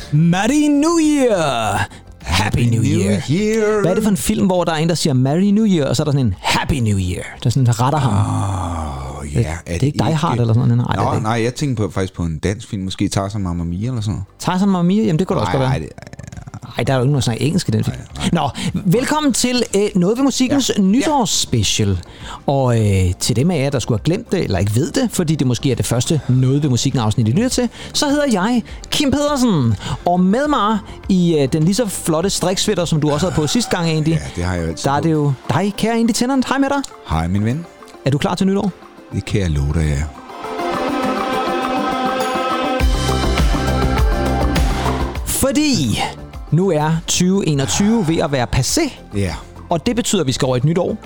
Merry New Year! Happy New Year. Hvad er det for en film, hvor der er en, der siger Merry New Year, og så er der sådan en Happy New Year, der sådan retter ham? Ja, det er ikke Die Hard eller sådan noget? Nej, jeg tænker faktisk på en dansk film, måske Tarzan Mamma Mia eller sådan noget. Tarzan Mamma Mia? Jamen det kunne da også godt være. Nej, der er jo ikke noget sådan engelsk i den film. Nå, velkommen til Noget ved Musikkens nytårsspecial. Og til dem af jer, der skulle have glemt det, eller ikke ved det, fordi det måske er det første Noget ved Musikken afsnit, I lytter til, så hedder jeg Kim Pedersen. Og med mig i den lige så flotte striksvætter, som du også havde på sidste gang, Andy. Ja, det har jeg altid. Der er det jo dig, kære Andy Tennant. Hej med dig. Hej, min ven. Er du klar til nytår? Det kan jeg love dig, ja. Fordi nu er 2021 ved at være passé. Ja. Og det betyder, at vi skal over et nyt år.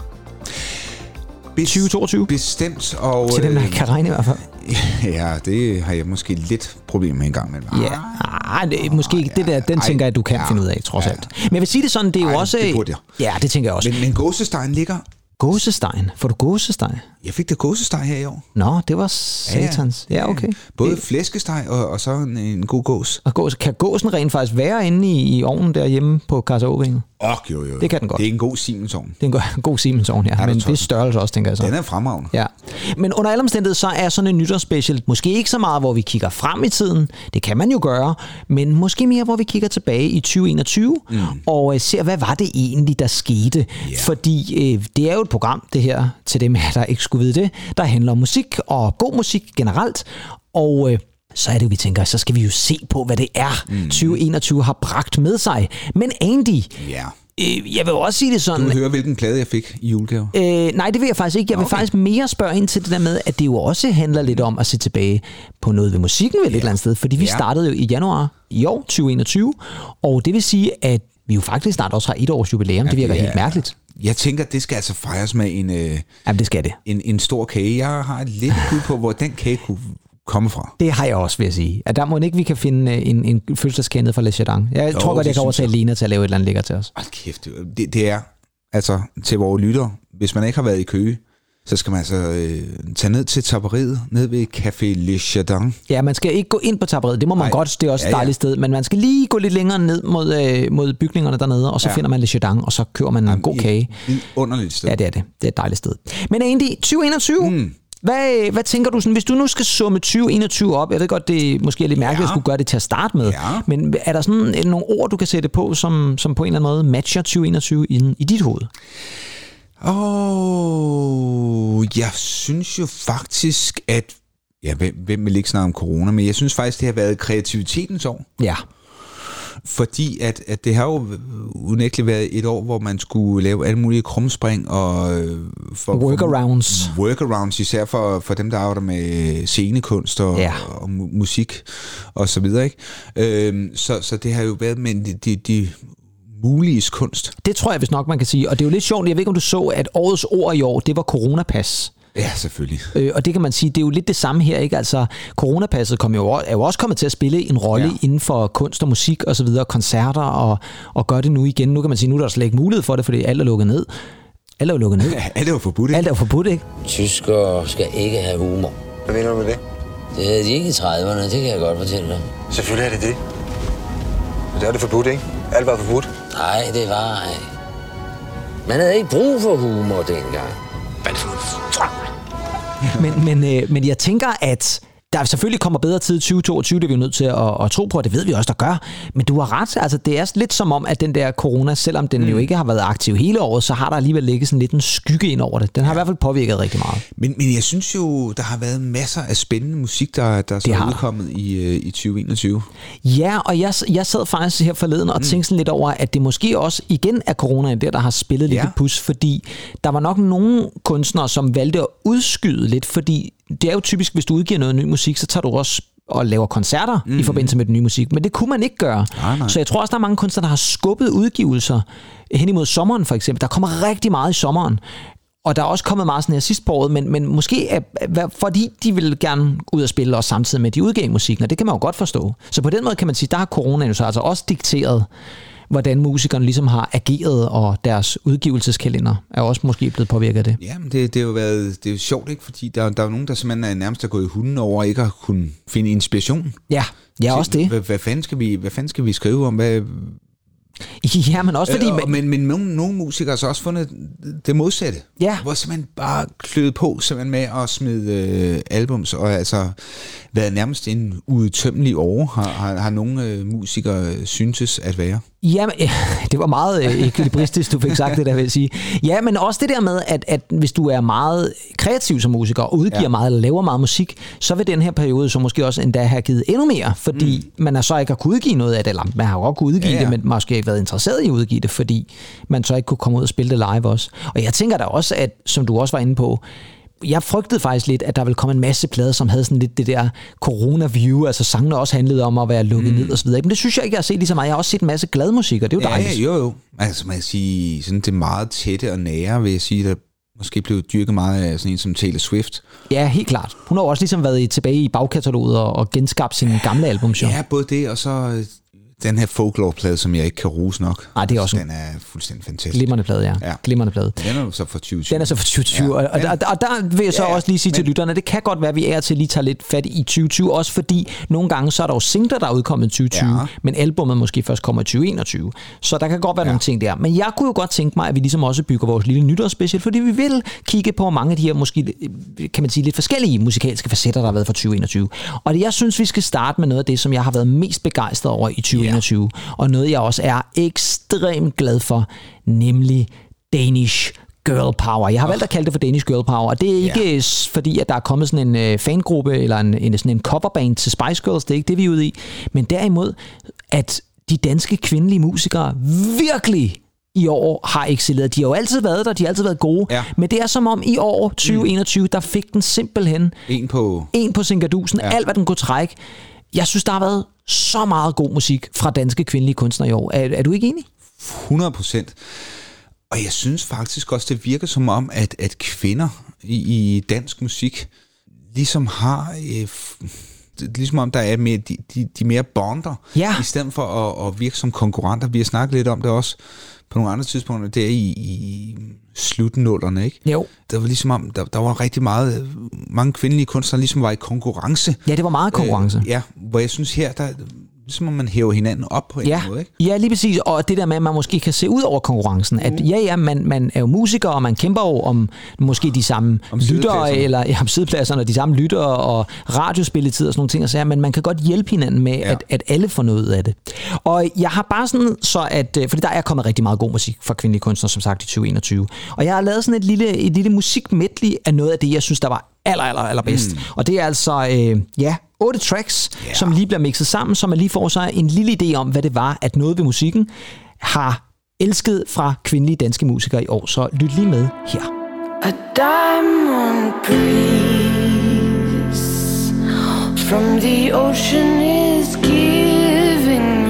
2022. Bestemt. Og, til dem, der kan regne i hvert fald. Ja, det har jeg måske lidt problemer med en gang med. Ja, måske ikke. Det der, den tænker jeg, at du kan finde ud af, trods alt. Men jeg vil sige det sådan, det er jo også... det burde jeg. Ja, det tænker jeg også. Men gåsestegen ligger... Gåsestegen? Får du gåsesteg? Jeg fik da gåsesteg her i år. Nå, det var satans. Ja, okay. Både flæskesteg og så en god gås. Og kan gåsen rent faktisk være inde i ovnen derhjemme på Karlsruhe? Jo. Det kan den godt. Det er en god Siemens-ovn. Det er en god Siemens-ovn, ja. Men det er størrelse også, tænker jeg så. Den er fremragende. Ja. Men under alle omstændigheder, så er sådan en nytårsspecial måske ikke så meget, hvor vi kigger frem i tiden. Det kan man jo gøre. Men måske mere, hvor vi kigger tilbage i 2021 og ser, hvad var det egentlig, der skete. Yeah. Fordi det er jo et program, det her, til dem, der ikke skulle vide det, der handler om musik og god musik generelt. Og så er det, vi tænker, så skal vi jo se på, hvad det er, 2021 har bragt med sig. Men Andy, jeg vil jo også sige det sådan... Du vil høre, hvilken plade jeg fik i julegave? Nej, det vil jeg faktisk ikke. Jeg vil faktisk mere spørge ind til det der med, at det jo også handler lidt om at se tilbage på noget ved musikken vel et eller andet sted. Fordi vi startede jo i januar i år, 2021. Og det vil sige, at vi jo faktisk snart også har 1 års jubilæum. Det virker helt mærkeligt. Jeg tænker, det skal altså fejres med en... Jamen, det skal det. En stor kage. Jeg har lidt bud på, hvor den kage kunne komme fra. Det har jeg også, vil jeg sige. At der må ikke, vi kan finde en fødselsdagskage ned fra Le Chardin. Jeg tror godt, jeg kan overtage Lena til at lave et eller andet lækker til os. Hold kæft, det er altså til vores lyttere. Hvis man ikke har været i Køge, så skal man altså tage ned til tapperiet, ned ved Café Le Chardin. Ja, man skal ikke gå ind på tapperiet. Det må man godt, det er også et dejligt sted. Men man skal lige gå lidt længere ned mod bygningerne dernede, og så finder man Le Chardin, og så køber man en god kage. Et underligt sted. Ja, det er det. Det er et dejligt sted. Men Andy, 2021... Hvad tænker du sådan, hvis du nu skal summe 2021 op? Jeg ved godt, det måske er lidt mærkeligt, at jeg skulle gøre det til at starte med. Ja. Men er der sådan nogle ord, du kan sætte på, som på en eller anden måde matcher 2021 i dit hoved? Jeg synes jo faktisk, at... Ja, hvem vil ikke snakke om corona? Men jeg synes faktisk, det har været kreativitetens år. Ja. Fordi at det har jo unægteligt været et år, hvor man skulle lave alle mulige krumspring og workarounds, især for dem, der arbejder med scenekunst og musik og så videre, ikke? Så det har jo været med de muliges kunst. Det tror jeg vist nok, man kan sige. Og det er jo lidt sjovt, jeg ved ikke, om du så, at årets ord i år, det var coronapas. Ja, selvfølgelig. Og det kan man sige, det er jo lidt det samme her, ikke? Altså, coronapasset er jo også kommet til at spille en rolle inden for kunst og musik og så videre, koncerter og gør det nu igen. Nu kan man sige, nu er der slet ikke mulighed for det, fordi alt er lukket ned. Alt er jo lukket ned. Alt er jo forbudt, ikke? Alt er jo forbudt, ikke? Tyskere skal ikke have humor. Hvad mener du med det? Det havde de ikke i 30'erne, det kan jeg godt fortælle dig. Selvfølgelig er det det. Men det er det forbudt, ikke? Alt var forbudt. Nej, det var ej. Man havde ikke brug for humor dengang. Men jeg tænker, at der selvfølgelig kommer bedre tid i 2022, det er vi jo nødt til at tro på, og det ved vi også, der gør. Men du har ret, altså det er lidt som om, at den der corona, selvom den jo ikke har været aktiv hele året, så har der alligevel ligget sådan lidt en skygge ind over det. Den har i hvert fald påvirket rigtig meget. Men jeg synes jo, der har været masser af spændende musik, der så er udkommet i 2021. Ja, og jeg sad faktisk her forleden og tænkte sådan lidt over, at det måske også igen er coronaen der har spillet lidt et pus, fordi der var nok nogle kunstnere, som valgte at udskyde lidt, fordi det er jo typisk, hvis du udgiver noget ny musik, så tager du også og laver koncerter i forbindelse med den nye musik. Men det kunne man ikke gøre. Nej. Så jeg tror også, der er mange kunstnere, der har skubbet udgivelser hen imod sommeren for eksempel. Der kommer rigtig meget i sommeren. Og der er også kommet meget sådan her sidst på året, men måske fordi de vil gerne ud og spille også samtidig med, de udgav musikken, og det kan man jo godt forstå. Så på den måde kan man sige, der har corona jo så altså også dikteret, hvordan musikerne ligesom har ageret, og deres udgivelseskalender er også måske blevet påvirket af det. Ja, men det er jo sjovt, ikke? Fordi der er nogen, der simpelthen er nærmest gået i hunden over, og ikke har kunnet finde inspiration. Ja, også det. Hvad fanden skal vi skrive om? Ja, men også fordi... Men nogle musikere har så også fundet det modsatte. Ja. Hvor simpelthen bare kløede på simpelthen med at smide albums, og altså været nærmest en udtømmelig har nogle musikere syntes at være. Jamen, det var meget ekvilibristisk, du fik sagt det der, vil jeg sige. Ja, men også det der med, at hvis du er meget kreativ som musiker, og udgiver meget, eller laver meget musik, så vil den her periode så måske også endda have givet endnu mere, fordi man har så ikke har kunnet udgive noget af det, eller man har jo godt kunnet udgive det, men måske ikke været interesseret i at udgive det, fordi man så ikke kunne komme ud og spille det live også. Og jeg tænker da også, at, som du også var inde på, jeg frygtede faktisk lidt, at der ville komme en masse plader, som havde sådan lidt det der corona-view, altså sangene også handlede om at være lukket ned og så videre. Men det synes jeg ikke, jeg har set lige så meget. Jeg har også set en masse glad musik, og det er jo dejligt. Ja, jo. Altså man kan sige, sådan det meget tætte og nære, vil jeg sige, der måske blev dyrket meget af sådan en som Taylor Swift. Ja, helt klart. Hun har jo også ligesom været tilbage i bagkataloget og genskabt sine gamle albums. Ja, både det, og så den her Folklore-plade, som jeg ikke kan rose nok. Nej, det er også den er fuldstændig fantastisk. Glimrende plade, ja. Glimrende plade. Den er jo så fra 2020. Den er så fra 2020, og der vil jeg så også lige sige til lytterne, det kan godt være, at vi er til lige tager lidt fat i 2020, også fordi nogle gange så er der jo singler, der er udkommet i 2020, men albumet måske først kommer i 2021. Så der kan godt være nogle ting der. Men jeg kunne jo godt tænke mig, at vi ligesom også bygger vores lille nytårsspecial, fordi vi vil kigge på mange af de her måske, kan man sige, lidt forskellige musikalske facetter, der har været fra 2021. Og jeg synes, vi skal starte med noget af det, som jeg har været mest begejstret over i 2021, og noget, jeg også er ekstremt glad for, nemlig Danish Girl Power. Jeg har valgt at kalde det for Danish Girl Power, og det er ikke fordi, at der er kommet sådan en fangruppe, eller sådan en coverband til Spice Girls, det er ikke det, vi er ude i, men derimod, at de danske kvindelige musikere virkelig i år har excelleret. De har jo altid været der, de har altid været gode, men det er som om i år 2021, der fik den simpelthen en på singadusen, alt hvad den kunne trække. Jeg synes, der har været så meget god musik fra danske kvindelige kunstnere i år. Er du ikke enig? 100%. Og jeg synes faktisk også, det virker som om, at kvinder i dansk musik ligesom har... ligesom om der er mere, de mere bonder, i stedet for at virke som konkurrenter. Vi har snakket lidt om det også på nogle andre tidspunkter, der i slutnullerne, ikke? Jo. Det var ligesom om, der var rigtig mange kvindelige kunstnere, ligesom var i konkurrence. Ja, det var meget konkurrence. Hvor jeg synes her, der ligesom om man hæver hinanden op på en måde, ikke? Ja, lige præcis. Og det der med, at man måske kan se ud over konkurrencen. At man er jo musiker, og man kæmper jo om måske de samme lyttere, eller om sidepladserne, og de samme lyttere, og radiospilletid og sådan nogle ting, og så, men man kan godt hjælpe hinanden med, at alle får noget af det. Og jeg har bare sådan, fordi der er kommet rigtig meget god musik fra kvindelige kunstnere, som sagt, i 2021. Og jeg har lavet sådan et lille musikmedley af noget af det, jeg synes, der var allerbedst. Og det er altså, 8 tracks, som lige bliver mixet sammen, så man lige får sig en lille idé om, hvad det var, at noget ved musikken har elsket fra kvindelige danske musikere i år. Så lyt lige med her. A diamond breeze from the ocean is giving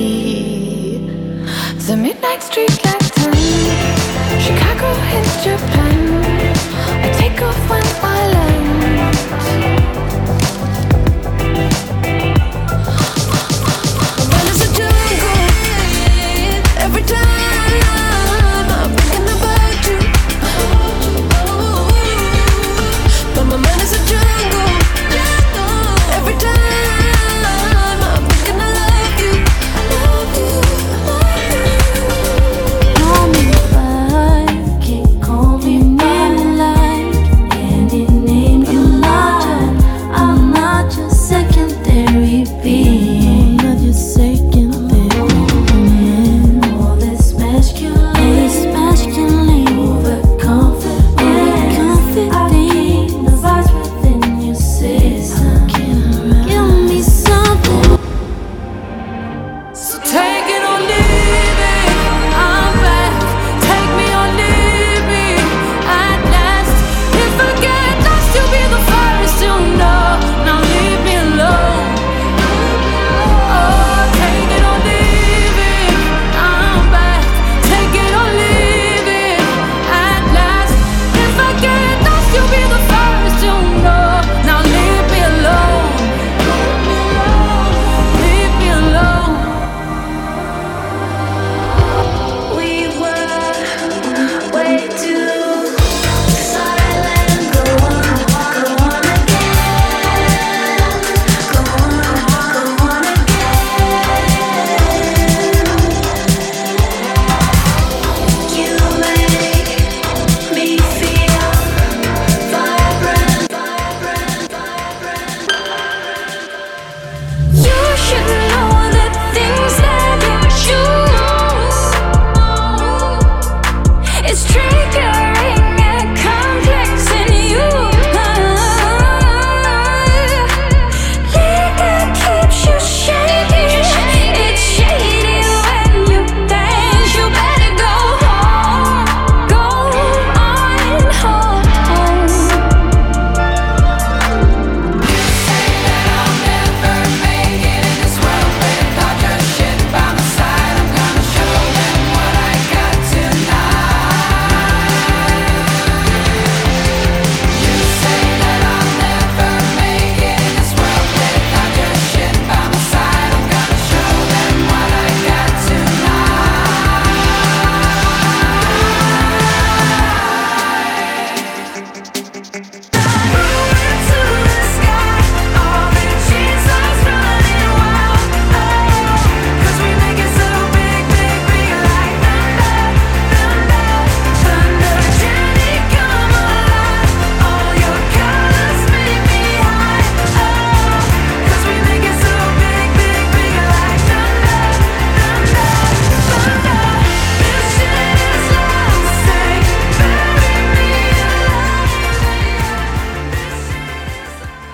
me the midnight street lights on Chicago and Japan. I take off when I land. Every time I'm thinking about you, but my mind is a jungle. Every time I'm thinking I love you, love you, love you. Call me by, can't call me by light, and it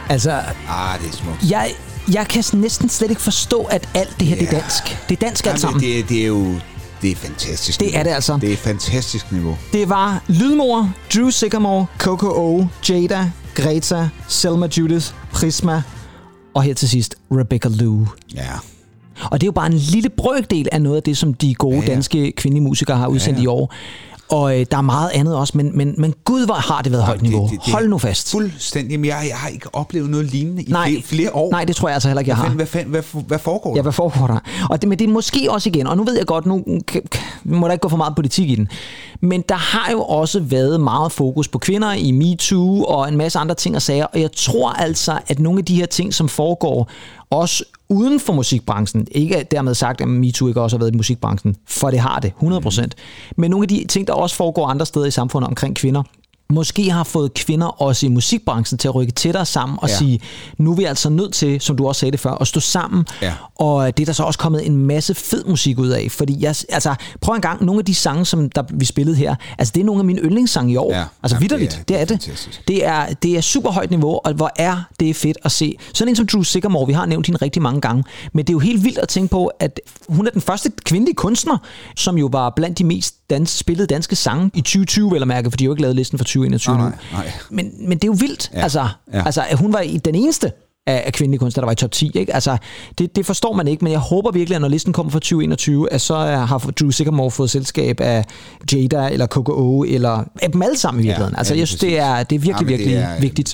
Altså, det er smukt. Jeg kan næsten slet ikke forstå, at alt det her det er dansk. Det er dansk alt sammen. Det er jo... Det er fantastisk niveau. Det er det altså. Det er fantastisk niveau. Det var Lydmor, Drew Sycamore, Coco O, Jada, Greta, Selma Judith, Prisma og her til sidst Rebecca Lou. Ja. Og det er jo bare en lille brøkdel af noget af det, som de gode danske kvindelige musikere har udsendt i år. Og der er meget andet også, men gud, hvor har det været højt niveau. Hold nu fast. Fuldstændig, men jeg har ikke oplevet noget lignende i flere år. Nej, det tror jeg altså heller ikke, jeg har. Hvad foregår der? Ja, hvad foregår der? Men det er måske også igen, og nu ved jeg godt, nu må der ikke gå for meget politik i den, men der har jo også været meget fokus på kvinder i MeToo og en masse andre ting og sager, og jeg tror altså, at nogle af de her ting, som foregår, også uden for musikbranchen, ikke dermed sagt, at MeToo ikke også har været i musikbranchen, for det har det, 100%. Men nogle af de ting, der også foregår andre steder i samfundet omkring kvinder, måske har fået kvinder også i musikbranchen til at rykke tættere sammen og sige, nu er vi altså nødt til, som du også sagde det før, at stå sammen. Ja. Og det er der så også kommet en masse fed musik ud af. Fordi prøv en gang, nogle af de sange, som vi spillede her, altså det er nogle af mine yndlingssange i år. Ja. Altså vitterligt, det er det. Det er super højt niveau, og hvor er det fedt at se. Sådan en som Drew Sycamore, vi har nævnt hende rigtig mange gange, men det er jo helt vildt at tænke på, at hun er den første kvindelige kunstner, som jo var blandt de mest spillede danske sange i 2020, vel at mærke, for de har jo ikke lavet listen for 2021 nu. Nej. Men det er jo vildt, altså at hun var den eneste af kvindelige kunstnere, der var i top 10, ikke? Altså, det forstår man ikke, men jeg håber virkelig, at når listen kommer fra 2021, at så har Drew Sycamore fået selskab af Jada, eller Coco O, eller af dem alle sammen i virkeligheden. Altså, jeg synes, det er virkelig vigtigt.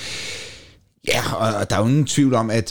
Ja, og der er jo ingen tvivl om, at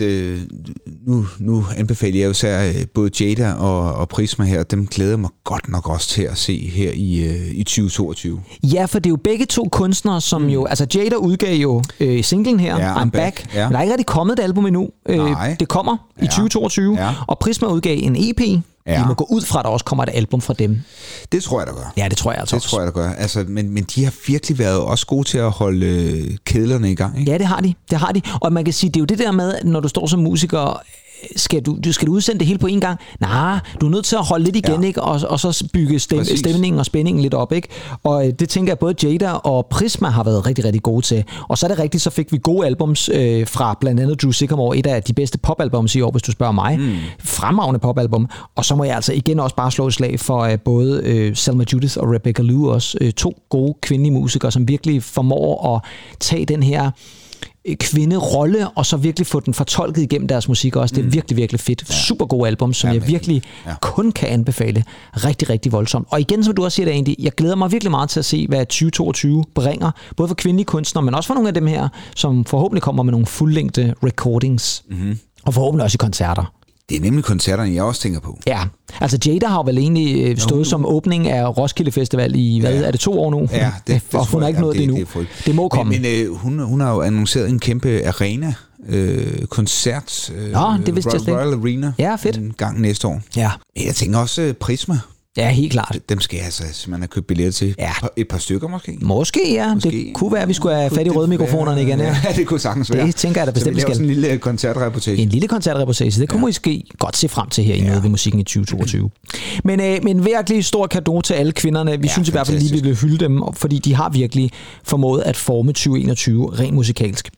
nu anbefaler jeg jo så både Jada og Prisma her, dem glæder mig godt nok også til at se her i 2022. Ja, for det er jo begge to kunstnere, som jo, altså Jada udgav jo singlen her, I'm Back, men der er ikke rigtig kommet et album endnu. Det kommer i 2022, og Prisma udgav en EP. Ja. Vi må gå ud fra, at der også kommer et album fra dem. Det tror jeg, der gør. Ja, det tror jeg altså også. Det tror jeg, der gør. Altså, men de har virkelig været også gode til at holde kedlerne i gang, ikke? Ja, det har de. Og man kan sige, det er jo det der med, når du står som musiker, skal du udsende det hele på en gang? Nej, du er nødt til at holde lidt igen, ikke? Og så bygge stemningen og spændingen lidt op, ikke? Og det tænker jeg, både Jada og Prisma har været rigtig, rigtig gode til. Og så er det rigtigt, så fik vi gode albums fra blandt andet Drew Sycamore, et af de bedste popalbums i år, hvis du spørger mig. Fremragende popalbum. Og så må jeg altså igen også bare slå et slag for både Selma Judith og Rebecca Lou også. To gode kvindelige musikere, som virkelig formår at tage den her kvinderolle, og så virkelig få den fortolket igennem deres musik også. Det er virkelig, virkelig fedt. Super gode album, som jeg virkelig kun kan anbefale. Rigtig, rigtig voldsomt. Og igen, som du også siger, Andy, jeg glæder mig virkelig meget til at se, hvad 2022 bringer, både for kvindelige kunstnere, men også for nogle af dem her, som forhåbentlig kommer med nogle fuldlængde recordings, og forhåbentlig også i koncerter. Det er nemlig koncerterne, jeg også tænker på. Ja, altså Jada har jo vel egentlig stået som åbning af Roskilde Festival i, er det 2 år nu? Ja, det og hun har ikke nået det endnu. Det må komme. Men hun har jo annonceret en kæmpe arena koncert. Det vidste jeg slet ikke. Royal Arena. Ja, fedt. En gang næste år. Ja. Men jeg tænker også Prisma. Ja, helt klart. Dem skal jeg altså simpelthen have købt billetter til. Ja. Et par stykker måske? Måske, ja. Måske. Det kunne være, at vi skulle have fat i rødmikrofonerne igen. Ja, det kunne sagtens være. Det tænker jeg da bestemt, vi skal. Så vi laver sådan en lille koncertreportage. En lille koncertreportage. Det kunne måske godt se frem til her i Noget ved musikken i 2022. Men virkelig stor cadeau til alle kvinderne. Vi synes i hvert fald lige, vi vil hylde dem, fordi de har virkelig formået at forme 2021 rent musikalsk.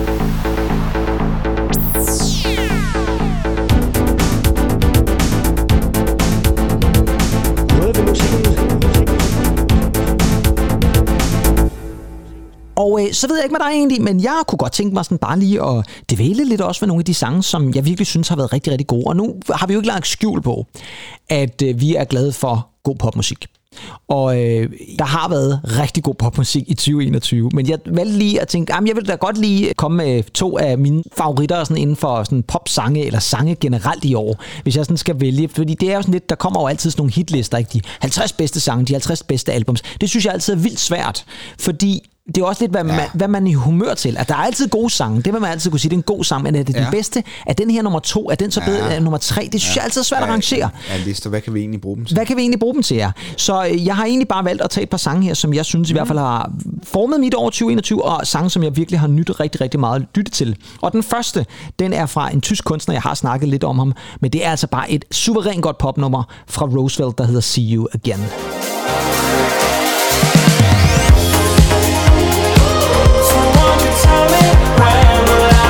Og så ved jeg ikke med dig egentlig, men jeg kunne godt tænke mig sådan bare lige at dvæle lidt også ved nogle af de sange, som jeg virkelig synes har været rigtig, rigtig gode. Og nu har vi jo ikke lagt skjul på, at vi er glade for god popmusik. Og der har været rigtig god popmusik i 2021, men jeg valgte lige at tænke, jeg vil da godt lige komme med 2 af mine favoritter sådan inden for sådan popsange eller sange generelt i år, hvis jeg sådan skal vælge, fordi det er jo sådan lidt, der kommer jo altid sådan nogle hitlister, ikke? De 50 bedste sange, de 50 bedste albums. Det synes jeg altid er vildt svært, fordi det er også lidt, hvad man er i humør til. At der er altid gode sange. Det vil man altid kunne sige, det er en god sang, men er det den bedste? Er den her nummer 2? Er den så bedre nummer 3? Det synes jeg altid er svært at rangere. Lister. Hvad kan vi egentlig bruge dem til? Hvad kan vi egentlig bruge dem til, ja? Så jeg har egentlig bare valgt at tage et par sange her, som jeg synes i hvert fald har formet mit år 2021, og sange, som jeg virkelig har nyttet rigtig, rigtig meget at lytte til. Og den første, den er fra en tysk kunstner, jeg har snakket lidt om ham, men det er altså bare et suverænt godt popnummer fra Roosevelt, der hedder See You Again. Tell me when will I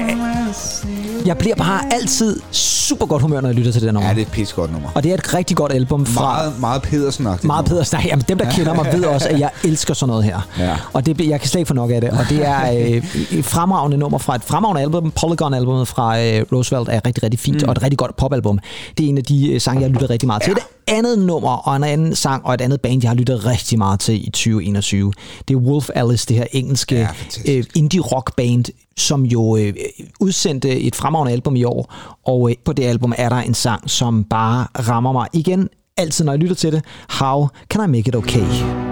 Jeg bliver bare altid super godt humør, når jeg lytter til det nummer. Ja, det er et pisse godt nummer. Og det er et rigtig godt album fra... Meget Pedersen-agtigt. Meget Pedersen. Jamen, dem, der kender mig, ved også, at jeg elsker sådan noget her. Ja. Og jeg kan slet ikke få nok af det. Og det er et fremragende nummer fra et fremragende album. Polygon-albumet fra Roosevelt er rigtig, rigtig fint, og et rigtig godt popalbum. Det er en af de sange, jeg lytter rigtig meget til. Det andet nummer, og en anden sang, og et andet band, jeg har lyttet rigtig meget til i 2021. Det er Wolf Alice, det her engelske indie-rock-band, som jo udsendte et fremragende album i år, og på det album er der en sang, som bare rammer mig igen, altid når jeg lytter til det. How Can I Make It Okay?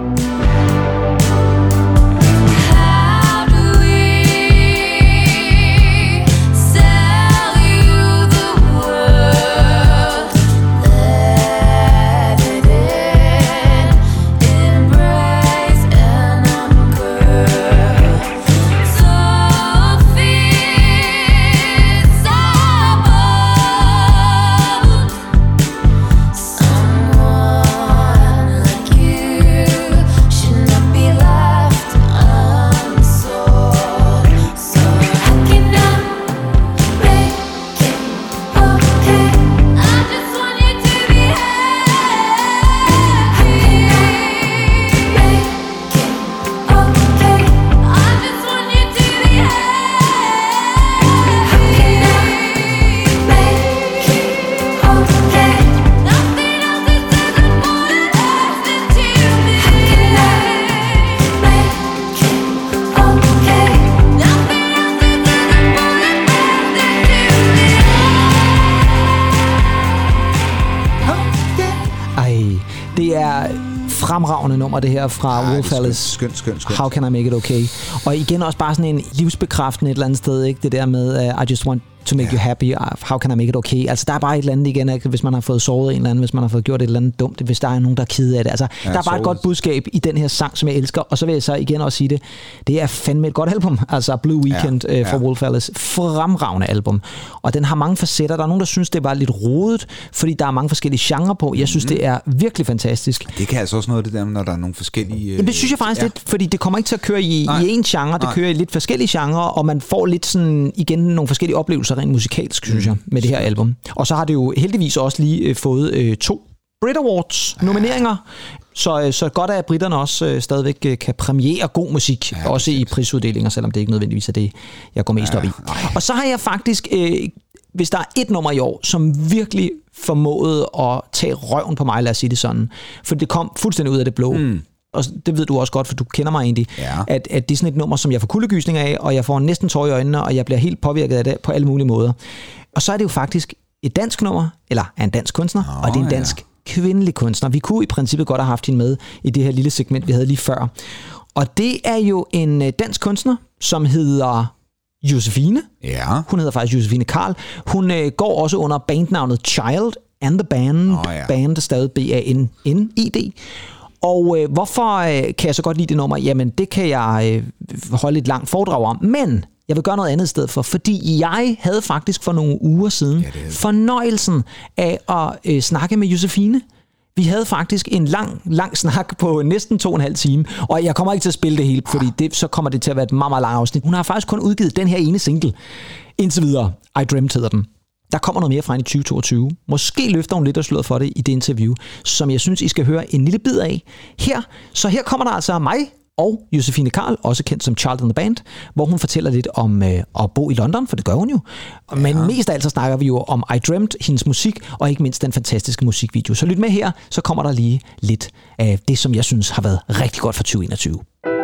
Fremragende nummer, det her fra Wolf Alice. Skønt. How Can I Make It Okay? Og igen også bare sådan en livsbekræftende et eller andet sted, ikke? Det der med, I just want to make you happy, how can I make it okay? Altså, der er bare et eller andet igen, ikke? Hvis man har fået såret en eller anden, hvis man har fået gjort et eller andet dumt, hvis der er nogen, der er kede af det. Altså, der er bare et godt budskab i den her sang, som jeg elsker. Og så vil jeg så igen også sige det, det er fandme et godt album. Altså, Blue Weekend fra Wolf Alice. Fremragende album. Og den har mange facetter. Der er nogen, der synes, det var lidt rodet, fordi der er mange forskellige genrer på. Jeg synes, det er virkelig fantastisk. Det kan altså også noget det der, når der er nogle forskellige... Jamen, det synes jeg faktisk lidt, fordi det kommer ikke til at køre i én genre, det kører i lidt forskellige genrer, og man får lidt sådan, igen, nogle forskellige oplevelser rent musikalsk, synes jeg, med det her album. Og så har det jo heldigvis også lige fået 2 Brit Awards nomineringer, så godt at britterne også stadigvæk kan premiere god musik, også i prisuddelinger, selvom det ikke nødvendigvis er det, jeg går mest op i. Og så har jeg faktisk, hvis der er et nummer i år, som virkelig formåede at tage røven på mig, lad os sige det sådan, for det kom fuldstændig ud af det blå. Og det ved du også godt, for du kender mig egentlig, at det er sådan et nummer, som jeg får kuldegysninger af, og jeg får næsten tårer i øjnene, og jeg bliver helt påvirket af det på alle mulige måder. Og så er det jo faktisk et dansk nummer, eller er en dansk kunstner, og det er en dansk kvindelig kunstner. Vi kunne i princippet godt have haft hende med i det her lille segment, vi havde lige før. Og det er jo en dansk kunstner, som hedder Josefine. Ja. Hun hedder faktisk Josefine Karl. Hun går også under bandnavnet Child and the Band. Band er stadig B-A-N-N-I-D. Og hvorfor kan jeg så godt lide det nummer? Jamen, det kan jeg holde et langt foredrag om. Men jeg vil gøre noget andet i stedet for, fordi jeg havde faktisk for nogle uger siden fornøjelsen af at snakke med Josefine. Vi havde faktisk en lang snak på næsten 2,5 timer, og jeg kommer ikke til at spille det helt, fordi så kommer det til at være et meget, meget langt afsnit. Hun har faktisk kun udgivet den her ene single indtil videre. I Dreamt hedder den. Der kommer noget mere fra hende i 2022. Måske løfter hun lidt og slået for det i det interview, som jeg synes, I skal høre en lille bid af her. Så her kommer der altså mig og Josefine Karl, også kendt som Child and the Band, hvor hun fortæller lidt om at bo i London, for det gør hun jo. Men mest af alt så snakker vi jo om I Dreamt, hendes musik, og ikke mindst den fantastiske musikvideo. Så lyt med her, så kommer der lige lidt af det, som jeg synes har været rigtig godt for 2021.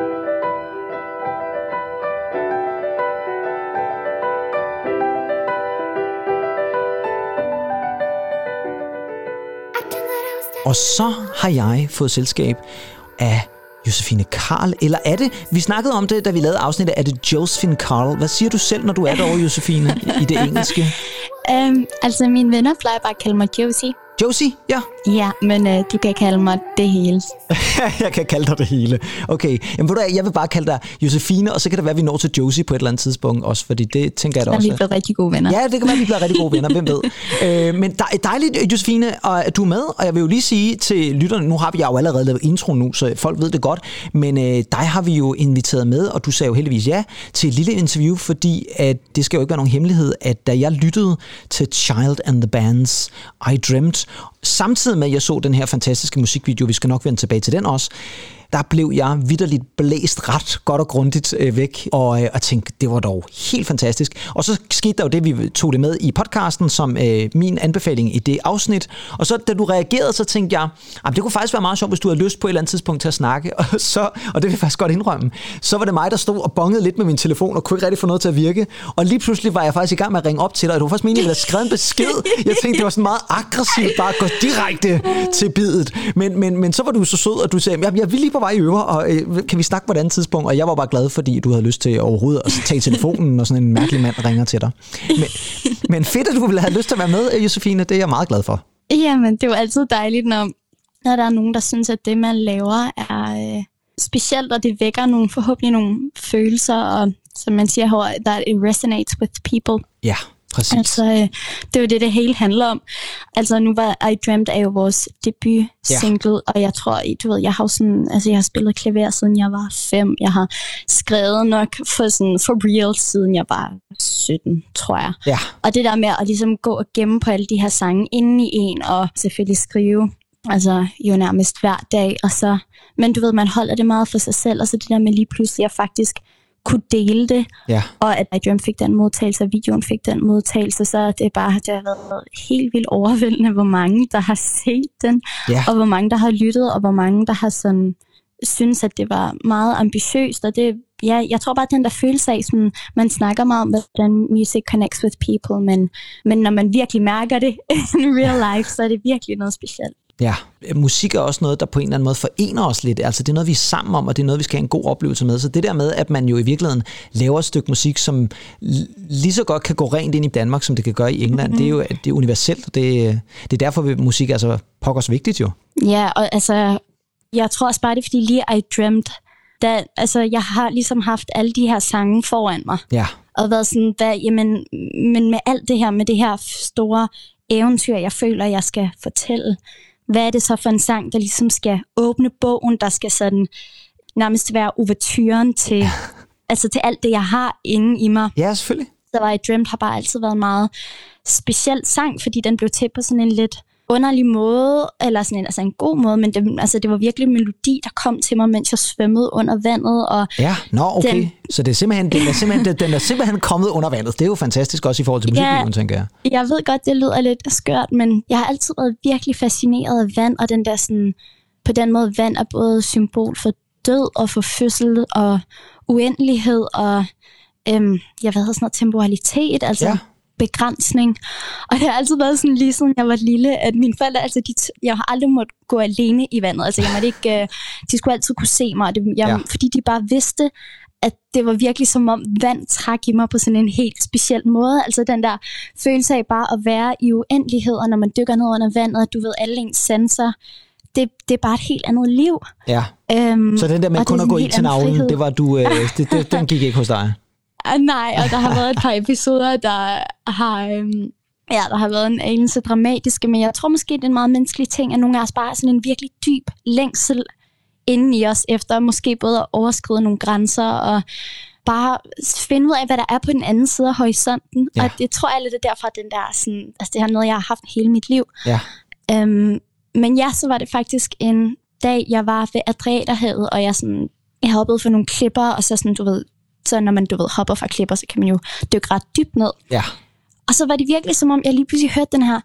Og så har jeg fået selskab af Josefine Karl, eller er det, vi snakkede om det, da vi lavede afsnittet, er det Josephine Karl? Hvad siger du selv, når du er derovre, Josefine, i det engelske? Altså, mine venner plejer bare at kalde mig Josie. Josie, ja. Ja, men du kan kalde mig det hele. Jeg kan kalde dig det hele. Okay, jamen ved du, jeg vil bare kalde dig Josefine, og så kan det være, at vi når til Josie på et eller andet tidspunkt også, fordi det tænker jeg da også. Så vi bliver rigtig gode venner. Ja, det kan være, at vi bliver rigtig gode venner, hvem ved. Men dejligt, Josefine, at du er med, og jeg vil jo lige sige til lytterne, nu har vi jo allerede lavet intro nu, så folk ved det godt, men dig har vi jo inviteret med, og du sagde jo heldigvis ja til et lille interview, fordi at det skal jo ikke være nogen hemmelighed, at da jeg lyttede til Child and the Band's I Dreamt, samtidig med, at jeg så den her fantastiske musikvideo, vi skal nok vende tilbage til den også, der blev jeg vitterligt blæst ret godt og grundigt væk, og tænkte, det var dog helt fantastisk. Og så skete der jo det, vi tog det med i podcasten, som min anbefaling i det afsnit. Og så, da du reagerede, så tænkte jeg, det kunne faktisk være meget sjovt, hvis du havde lyst på et eller andet tidspunkt til at snakke. Og det vil jeg faktisk godt indrømme, så var det mig, der stod og bongede lidt med min telefon, og kunne ikke rigtig få noget til at virke. Og lige pludselig var jeg faktisk i gang med at ringe op til dig, og det var faktisk meningen, at jeg havde skrevet en besked. Jeg tænkte, det var sådan meget aggressivt, bare at gå direkte til bidet. Men så var du så sød, og du sagde, jeg vil lige på vej i øver, og kan vi snakke på et andet tidspunkt? Og jeg var bare glad, fordi du havde lyst til overhovedet at tage telefonen, og sådan en mærkelig mand ringer til dig. Men fedt, at du ville have lyst til at være med, Josefine, det er jeg meget glad for. Jamen, det er jo altid dejligt, når der er nogen, der synes, at det, man laver, er specielt, og det vækker forhåbentlig nogle følelser, og som man siger her, that it resonates with people. Ja. Præcis. Altså, det er jo det hele handler om. Altså, nu var I Dreamt er jo vores debut single, og jeg tror, du ved, jeg har jo sådan, altså, jeg har spillet klaver siden jeg var 5. Jeg har skrevet nok for real siden jeg var 17, tror jeg. Ja. Og det der med at ligesom gå og gemme på alle de her sange inde i en, og selvfølgelig skrive, altså jo nærmest hver dag, og så, men du ved, man holder det meget for sig selv, og så det der med lige pludselig at faktisk kunne dele det, og at I Dreamt fik den modtagelse, og videoen fik den modtagelse, så det har været helt vildt overvældende, hvor mange, der har set den, og hvor mange, der har lyttet, og hvor mange, der har sådan synes, at det var meget ambitiøst, og det, jeg tror bare, den der følelse af, som man snakker meget om, hvordan music connects with people, men når man virkelig mærker det in real life, så er det virkelig noget specielt. Ja, musik er også noget, der på en eller anden måde forener os lidt. Altså det er noget, vi er sammen om, og det er noget, vi skal have en god oplevelse med. Så det der med, at man jo i virkeligheden laver et stykke musik, som lige så godt kan gå rent ind i Danmark, som det kan gøre i England, det er universelt, og det er derfor, at musik er så pokkers vigtigt jo. Ja, og altså, jeg tror også bare, det er fordi lige I Dreamt, jeg har ligesom haft alle de her sange foran mig. Ja. Og været sådan, men med alt det her, med det her store eventyr, jeg føler, jeg skal fortælle, hvad er det så for en sang, der ligesom skal åbne bogen, der skal sådan nærmest være ouverturen til, altså til alt det, jeg har inde i mig. Ja, selvfølgelig. Så I Dreamt har bare altid været en meget speciel sang, fordi den blev til på sådan en lidt underlig måde, eller sådan en god måde, men det var virkelig en melodi, der kom til mig, mens jeg svømmede under vandet. Og okay. Så det er den er simpelthen kommet under vandet. Det er jo fantastisk også i forhold til musikvideoen, tænker jeg. Jeg ved godt, det lyder lidt skørt, men jeg har altid været virkelig fascineret af vand, og den der sådan, på den måde, vand er både symbol for død og for fødsel og uendelighed og temporalitet, altså begrænsning. Og det har altid været sådan, lige siden jeg var lille, at mine forældre, jeg har aldrig måttet gå alene i vandet. Altså jeg måtte ikke, de skulle altid kunne se mig, fordi de bare vidste, at det var virkelig som om vand trak i mig på sådan en helt speciel måde. Altså den der følelse af bare at være i uendelighed, og når man dykker ned under vandet, og du ved, alle ens sanser, det er bare et helt andet liv. Ja. Så den der med kun at gå ind til navlen, det var du, den gik ikke hos dig? Nej, og der har været et par episoder, der har været en anelse dramatiske, men jeg tror måske, det er en meget menneskelig ting, at nogle af os bare har sådan en virkelig dyb længsel inden i os, efter måske både at overskride nogle grænser, og bare finde ud af, hvad der er på den anden side af horisonten. Ja. Og det tror jeg lidt er derfra, den der sådan, altså det her noget, jeg har haft hele mit liv. Ja. Men så var det faktisk en dag, jeg var ved Adriaterhavet, og jeg hoppede for nogle klipper, og så sådan, du ved, så når man, hopper fra klipper, så kan man jo dykke ret dybt ned. Ja. Og så var det virkelig som om, jeg lige pludselig hørte den her...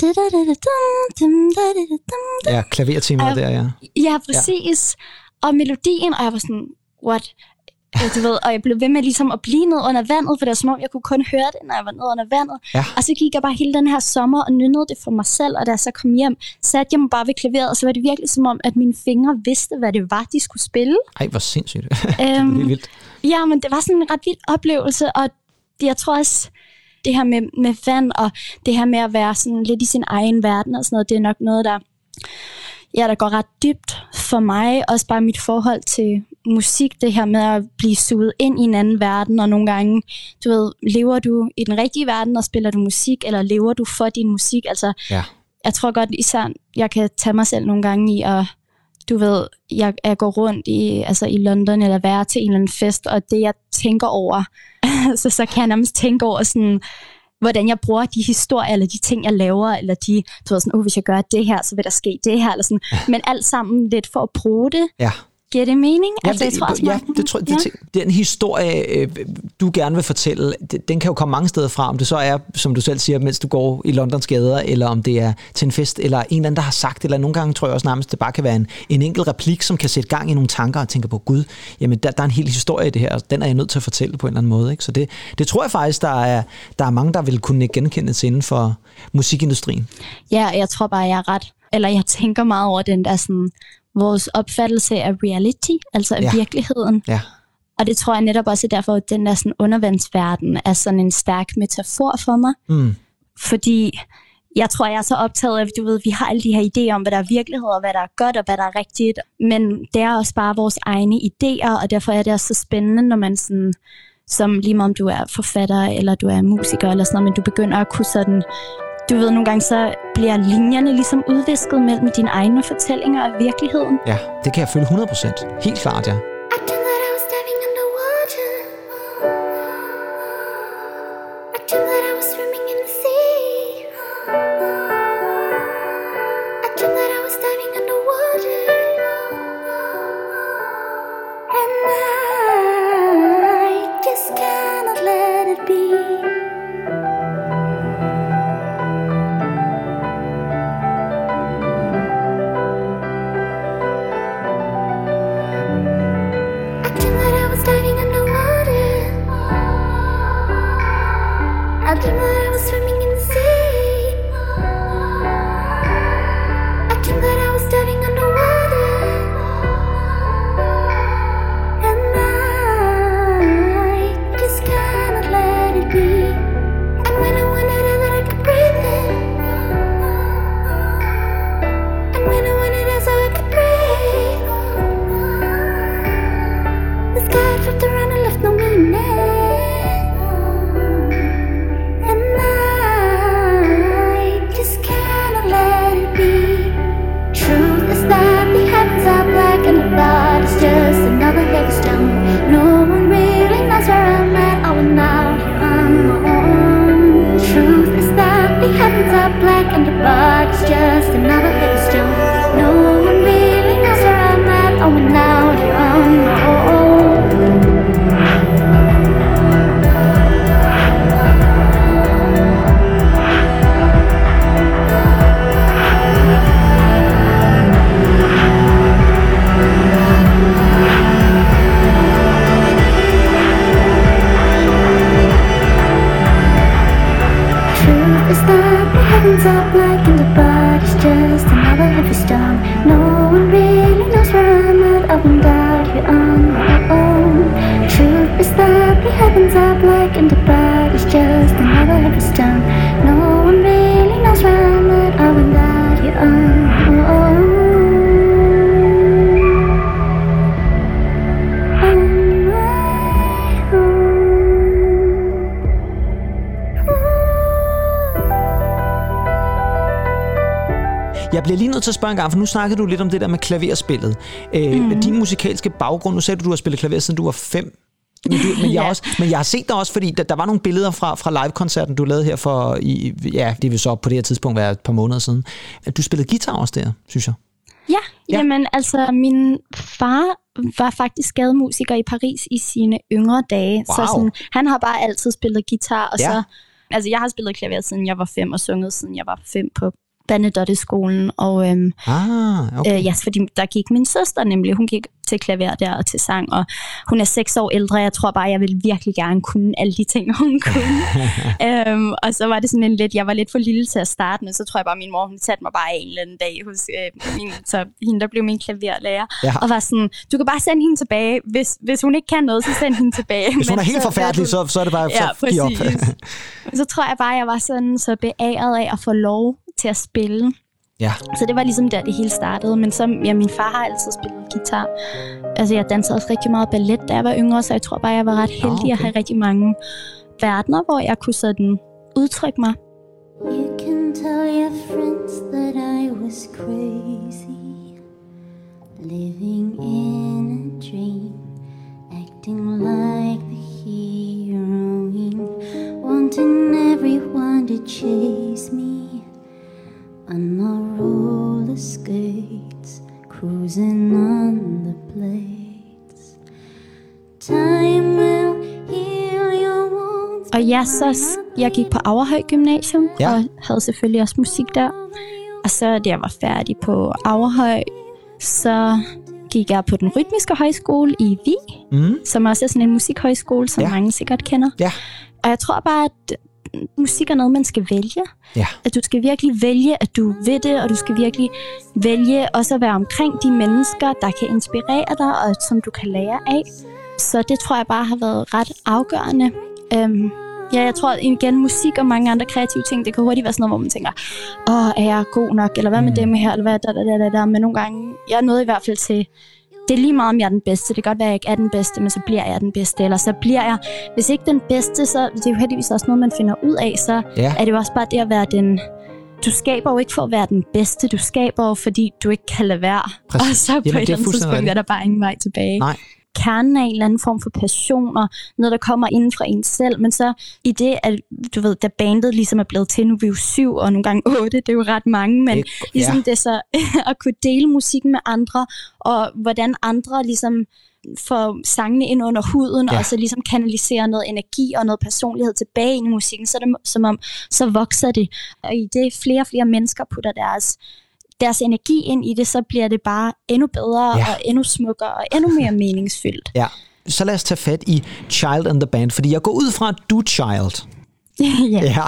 Ja, klavertemaet der, ja. Ja, præcis. Ja. Og melodien, og jeg var sådan, what? Du ved, og jeg blev ved med ligesom at blive ned under vandet, for det var som om, jeg kunne kun høre det, når jeg var nede under vandet. Ja. Og så gik jeg bare hele den her sommer og nynnede det for mig selv, og da jeg så kom hjem, satte jeg mig bare ved klaveret, og så var det virkelig som om, at mine fingre vidste, hvad det var, de skulle spille. Ej, hvor sindssygt. Det er vildt. Ja, men det var sådan en ret vild oplevelse, og jeg tror også, det her med vand, og det her med at være sådan lidt i sin egen verden og sådan noget, det er nok noget, der der går ret dybt for mig. Også bare mit forhold til musik, det her med at blive suget ind i en anden verden, og nogle gange, du ved, lever du i den rigtige verden, og spiller du musik, eller lever du for din musik? Altså, jeg tror godt, især jeg kan tage mig selv nogle gange i at, du ved, jeg går rundt i London, eller være til en eller anden fest, og det jeg tænker over, så kan jeg nærmest tænke over sådan, hvordan jeg bruger de historier, eller de ting, jeg laver, eller de, du ved sådan, hvis jeg gør det her, så vil der ske det her, eller sådan. Men alt sammen lidt for at bruge det. Ja. Giver det mening? Ja, altså, den historie, du gerne vil fortælle, den kan jo komme mange steder fra, om det så er, som du selv siger, mens du går i Londons gader, eller om det er til en fest, eller en eller anden, der har sagt, eller nogle gange tror jeg også nærmest, det bare kan være en enkelt replik, som kan sætte gang i nogle tanker, og tænker på, gud, jamen der er en hel historie i det her, og den er jeg nødt til at fortælle på en eller anden måde. Ikke? Så det tror jeg faktisk, der er mange, der vil kunne genkendes inden for musikindustrien. Ja, jeg tror bare, jeg tænker meget over den der sådan, vores opfattelse af reality, altså af virkeligheden. Ja. Og det tror jeg netop også er derfor, at den der sådan undervandsverden er sådan en stærk metafor for mig. Fordi jeg tror, jeg er så optaget af, du ved, vi har alle de her idéer om, hvad der er virkelighed, og hvad der er godt, og hvad der er rigtigt. Men det er også bare vores egne idéer, og derfor er det også så spændende, når man sådan, som lige meget om du er forfatter, eller du er musiker, eller sådan noget, men du begynder at kunne sådan, du ved, nogle gange så bliver linjerne ligesom udvisket mellem dine egne fortællinger og virkeligheden. Ja, det kan jeg føle 100%. Helt klart, ja. Jeg bliver lige nødt til at spørge en gang, for nu snakkede du lidt om det der med klaverspillet. Din musikalske baggrund, nu sagde du har spillet klaver, siden du var 5. Men jeg har set dig også, fordi der var nogle billeder fra live-koncerten, du lavede her for, det vil så på det her tidspunkt være et par måneder siden. Du spillede guitar også der, synes jeg. Ja, jamen altså, min far var faktisk gademusiker i Paris i sine yngre dage. Wow. Så sådan, han har bare altid spillet guitar, og så, altså jeg har spillet klaver, siden jeg var 5, og sunget, siden jeg var 5 på Bernadotte-skolen, og okay. Fordi der gik min søster nemlig, hun gik til klaver der og til sang, og hun er 6 år ældre, jeg tror bare, jeg ville virkelig gerne kunne alle de ting, hun kunne. Og så var det sådan jeg var lidt for lille til at starte med, så tror jeg bare, min mor, hun satte mig bare en eller anden dag hos så hende, der blev min klaverlærer, og var sådan, du kan bare sende hende tilbage, hvis hun ikke kan noget, så send hende tilbage. Hvis hun er helt forfærdelig, så er det bare at give op. Så tror jeg bare, jeg var sådan så beæret af at få lov til at spille. Ja. Så det var ligesom der, det hele startede. Men så, min far har altid spillet guitar. Altså, jeg dansede også rigtig meget ballet, da jeg var yngre, så jeg tror bare, jeg var ret heldig at have rigtig mange verdener, hvor jeg kunne sådan udtrykke mig. You can tell your friends that I was crazy, living in a dream, acting like the heroine, wanting everyone to chase me on my roller skates, cruising on the blades. Time will heal your wounds. Og jeg gik på Averhøj Gymnasium, og havde selvfølgelig også musik der. Og så da jeg var færdig på Averhøj, så gik jeg på den rytmiske højskole i Vig, som også er sådan en musikhøjskole, som mange sikkert kender. Ja. Og jeg tror bare, at musik er noget, man skal vælge. Ja. At du skal virkelig vælge, at du ved det, og du skal virkelig vælge også at være omkring de mennesker, der kan inspirere dig, og som du kan lære af. Så det tror jeg bare har været ret afgørende. Jeg tror igen, musik og mange andre kreative ting, det kan hurtigt være sådan noget, hvor man tænker, er jeg god nok, eller hvad med dem her, eller hvad der. Men nogle gange, jeg er nået i hvert fald til, det er lige meget, om jeg er den bedste. Det kan godt være, at jeg ikke er den bedste, men så bliver jeg den bedste. Eller så bliver jeg, hvis ikke den bedste, så det er jo heldigvis også noget, man finder ud af. Så er det jo også bare det at være den. Du skaber jo ikke for at være den bedste. Du skaber jo, fordi du ikke kan lade være. Præcis. Og så på et eller andet tidspunkt er der bare ingen vej tilbage. Nej. Kernen af en eller anden form for passion og noget, der kommer inden fra en selv. Men så i det, at du ved, da bandet ligesom er blevet til, nu er vi jo 7 og nogle gange 8, det er jo ret mange, men ligesom det så at kunne dele musikken med andre, og hvordan andre ligesom får sangene ind under huden, og så ligesom kanalisere noget energi og noget personlighed tilbage ind i musikken, så er det som om, så vokser det. Og i det flere og flere mennesker putter deres energi ind i det, så bliver det bare endnu bedre og endnu smukkere og endnu mere meningsfyldt. Ja, så lad os tage fat i Child and the Band, fordi jeg går ud fra, at du Child. Ja.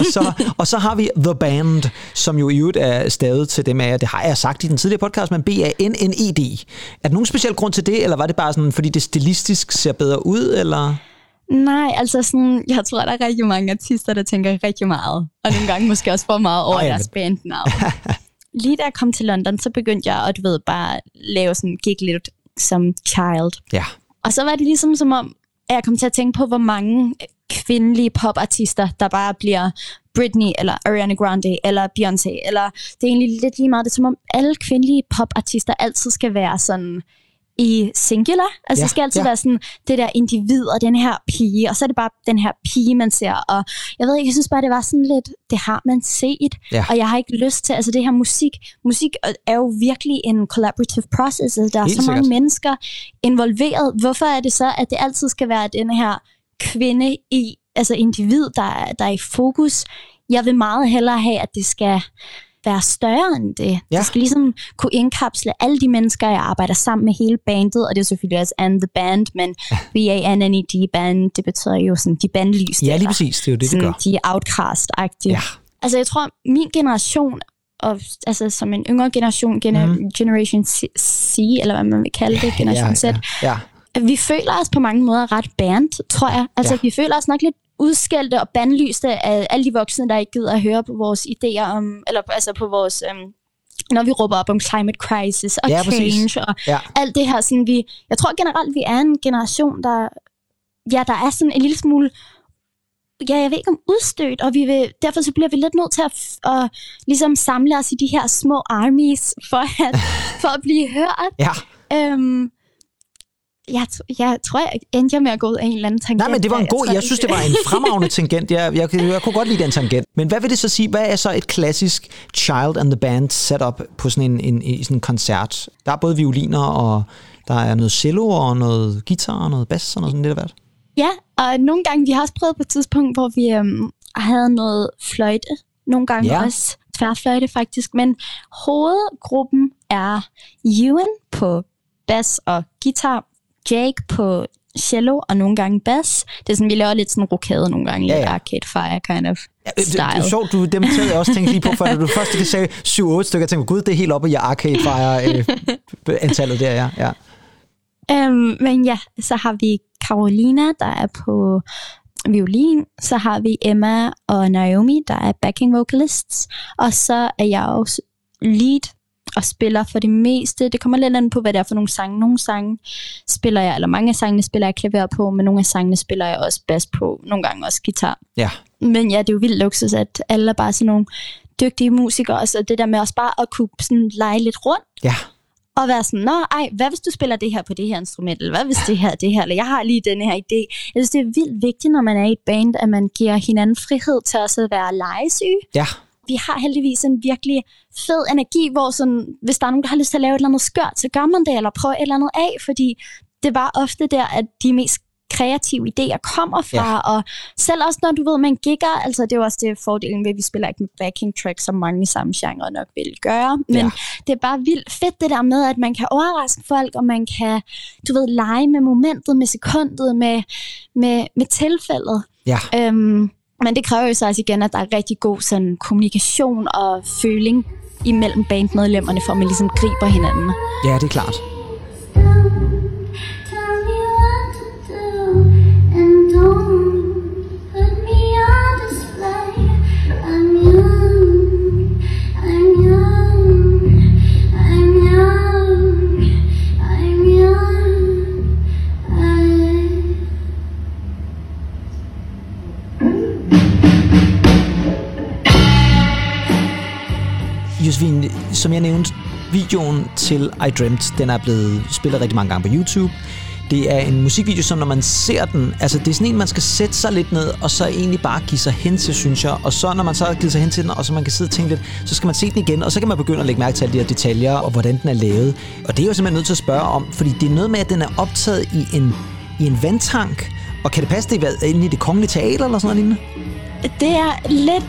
Og så har vi The Band, som jo i øvrigt er stavet til dem af, det har jeg sagt i den tidligere podcast, men BANNED. Er der nogen speciel grund til det, eller var det bare sådan, fordi det stilistisk ser bedre ud, eller? Nej, altså sådan, jeg tror, der er rigtig mange artister, der tænker rigtig meget, og nogle gange måske også for meget over deres bandnavn. Lige da jeg kom til London, så begyndte jeg at, bare lave sådan, gik lidt som Child. Ja. Og så var det ligesom som om, at jeg kom til at tænke på, hvor mange kvindelige popartister, der bare bliver Britney, eller Ariana Grande, eller Beyoncé, eller det er egentlig lidt lige meget, det er som om alle kvindelige popartister altid skal være sådan i singular, altså det skal altid være sådan det der individ og den her pige, og så er det bare den her pige, man ser, og jeg ved ikke, jeg synes bare, det var sådan lidt, det har man set, og jeg har ikke lyst til, altså det her musik er jo virkelig en collaborative process, altså, der er så mange mennesker involveret, hvorfor er det så, at det altid skal være den her kvinde i, altså individ, der er i fokus? Jeg vil meget hellere have, at det skal være større end det. Ja. Det skal ligesom kunne indkapsle alle de mennesker, jeg arbejder sammen med hele bandet, og det er selvfølgelig også And The Band, men BANNED Band, det betyder jo sådan de bandlyste. Ja, lige præcis, det er jo det gør. De er outcast-agtige. Ja. Altså jeg tror, min generation, og altså som en yngre generation, Generation C, eller hvad man vil kalde det, Generation Z, vi føler os på mange måder ret band, tror jeg. Altså vi føler os nok lidt udskældte og bandlyste af alle de voksne, der ikke gider at høre på vores idéer om, eller altså på vores, når vi råber op om climate crisis og change og alt det her. Sådan jeg tror generelt, vi er en generation, der er sådan en lille smule, jeg ved ikke om udstødt, og derfor så bliver vi lidt nødt til at ligesom samle os i de her små armies for at blive hørt. Ja. Jeg tror, jeg endte med at gå ud af en eller anden tangent. Nej, men det var en god, jeg synes, det var en fremragende tangent. Jeg kunne godt lide den tangent. Men hvad vil det så sige? Hvad er så et klassisk Child and the Band setup på sådan en koncert? Der er både violiner, og der er noget cello, og noget guitar, og noget bass, og noget sådan lidt af hvert. Ja, og nogle gange, vi har også prøvet på et tidspunkt, hvor vi havde noget fløjte. Nogle gange også tværfløjte faktisk. Men hovedgruppen er Ewan på bass og guitar, Jake på cello og nogle gange bass. Det er sådan, vi laver lidt sådan rokade nogle gange, lidt Arcade Fire kind of style. Det er sjovt, du demonterede jeg også tænkte lige på, for da du først kan sige 7-8 stykker, jeg tænkte, gud, det er helt oppe i Arcade Fire antallet der, ja. Men ja, så har vi Carolina, der er på violin, så har vi Emma og Naomi, der er backing vocalists, og så er jeg også lead og spiller for det meste. Det kommer lidt an på, hvad det er for nogle sange. Nogle sange spiller jeg, eller mange af sangene spiller jeg klaver på, men nogle af sangene spiller jeg også bas på, nogle gange også guitar. Ja. Men ja, det er jo vildt luksus, at alle er bare sådan nogle dygtige musikere, og så det der med også bare at kunne sådan lege lidt rundt. Ja. Og være sådan, hvad hvis du spiller det her på det her instrument, eller hvad hvis det her, eller jeg har lige denne her idé. Jeg synes, det er vildt vigtigt, når man er i et band, at man giver hinanden frihed til også at være legesyge. Ja. Vi har heldigvis en virkelig fed energi, hvor sådan, hvis der er nogen, der har lyst til at lave et eller andet skørt, så gør man det, eller prøver et eller andet af, fordi det er bare ofte der, at de mest kreative idéer kommer fra, og selv også når du ved, man gigger, altså det er jo også det fordelen ved, at vi spiller ikke med backing tracks, som mange i samme genre nok vil gøre, men det er bare vildt fedt det der med, at man kan overraske folk, og man kan, du ved, lege med momentet, med sekundet, med tilfældet. Ja. Men det kræver jo så også igen, at der er rigtig god sådan, kommunikation og føling imellem bandmedlemmerne, for at man ligesom griber hinanden. Ja, det er klart. Josefine, som jeg nævnte, videoen til I Dreamt, den er blevet spillet rigtig mange gange på YouTube. Det er en musikvideo, som når man ser den, altså det er sådan en, man skal sætte sig lidt ned, og så egentlig bare give sig hen til, synes jeg. Og så når man så har givet sig hen til den, og så man kan sidde og tænke lidt, så skal man se den igen, og så kan man begynde at lægge mærke til alle de her detaljer, og hvordan den er lavet. Og det er jo simpelthen nødt til at spørge om, fordi det er noget med, at den er optaget i en vandtank, og kan det passe, det er inde i Det Kongelige Teater eller sådan noget lignende? Det er lidt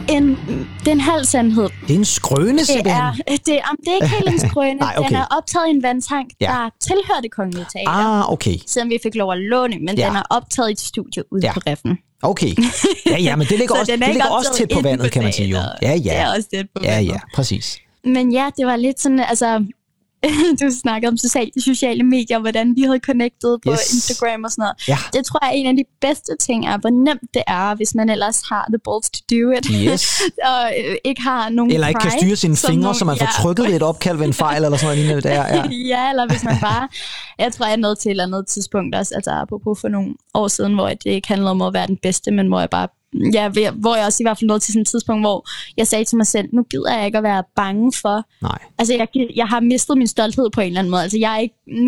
en halv sandhed. Det er en skrøne, simpelthen. Det er ikke helt en skrøne. Nej, okay. Den er optaget i en vandtank, der tilhører Det Kongelige Teater. Okay. Selvom vi fik lov at låne, men den er optaget i et studie ude på Reffen. Okay. Ja, men det ligger også tæt på vandet, kan man sige jo. Ja. Det er også tæt på vandet. Ja, præcis. Men ja, det var lidt sådan, altså... Du snakkede om sociale medier, hvordan vi havde connectet på Instagram og sådan noget. Ja. Det tror jeg er en af de bedste ting er, hvor nemt det er, hvis man ellers har the balls to do it. Yes. Og ikke har nogen eller ikke kan styre sine fingre, så man får trykket ved et opkald ved en fejl eller sådan noget. Ja, eller hvis man bare... Jeg tror, jeg er nået til et eller andet tidspunkt også, altså apropos for nogle år siden, hvor det ikke handlede om at være den bedste, men hvor jeg bare... Ja, hvor jeg også i hvert fald nåede til sådan et tidspunkt, hvor jeg sagde til mig selv, nu gider jeg ikke at være bange for... Nej. Altså, jeg har mistet min stolthed på en eller anden måde. Altså, jeg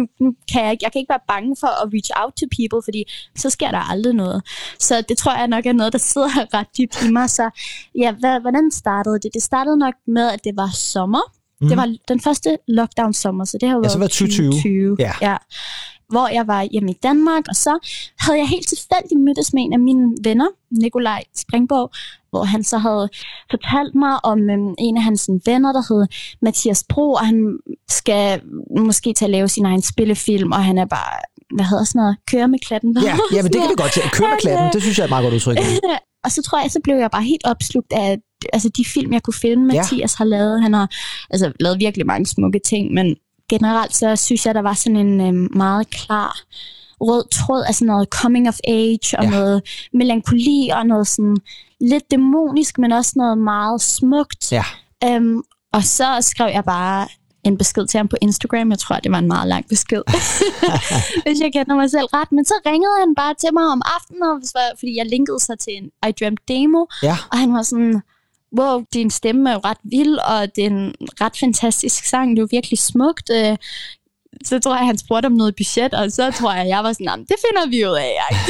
kan ikke være bange for at reach out to people, fordi så sker der aldrig noget. Så det tror jeg nok er noget, der sidder ret dybt i mig. Så ja, hvordan startede det? Det startede nok med, at det var sommer. Det var den første lockdown-sommer, så det har været 2020. Ja. Hvor jeg var hjemme i Danmark, og så havde jeg helt tilfældigt mødtes med en af mine venner, Nikolaj Springborg, hvor han så havde fortalt mig om en af hans venner, der hed Mathias Bro, og han skal måske til at lave sin egen spillefilm, og han er bare, hvad hedder sådan noget, køre med klatten. Ja, men det kan vi godt til. Køre med klatten, det synes jeg er et meget godt udtryk. Og så tror jeg, så blev jeg bare helt opslugt af altså, de film, jeg kunne filme, Mathias har lavet. Han har altså, lavet virkelig mange smukke ting, men generelt så synes jeg, der var sådan en meget klar rød tråd af sådan noget coming of age, og noget melankoli, og noget sådan lidt dæmonisk, men også noget meget smukt. Ja. Og så skrev jeg bare en besked til ham på Instagram. Jeg tror, det var en meget lang besked, hvis jeg kender mig selv ret. Men så ringede han bare til mig om aftenen, fordi jeg linkede sig til en I Dreamt demo, og han var sådan... Wow, din stemme er jo ret vild, og det er en ret fantastisk sang. Det er jo virkelig smukt. Så tror jeg, han spurgte om noget budget, og så tror jeg var sådan, det finder vi ud af.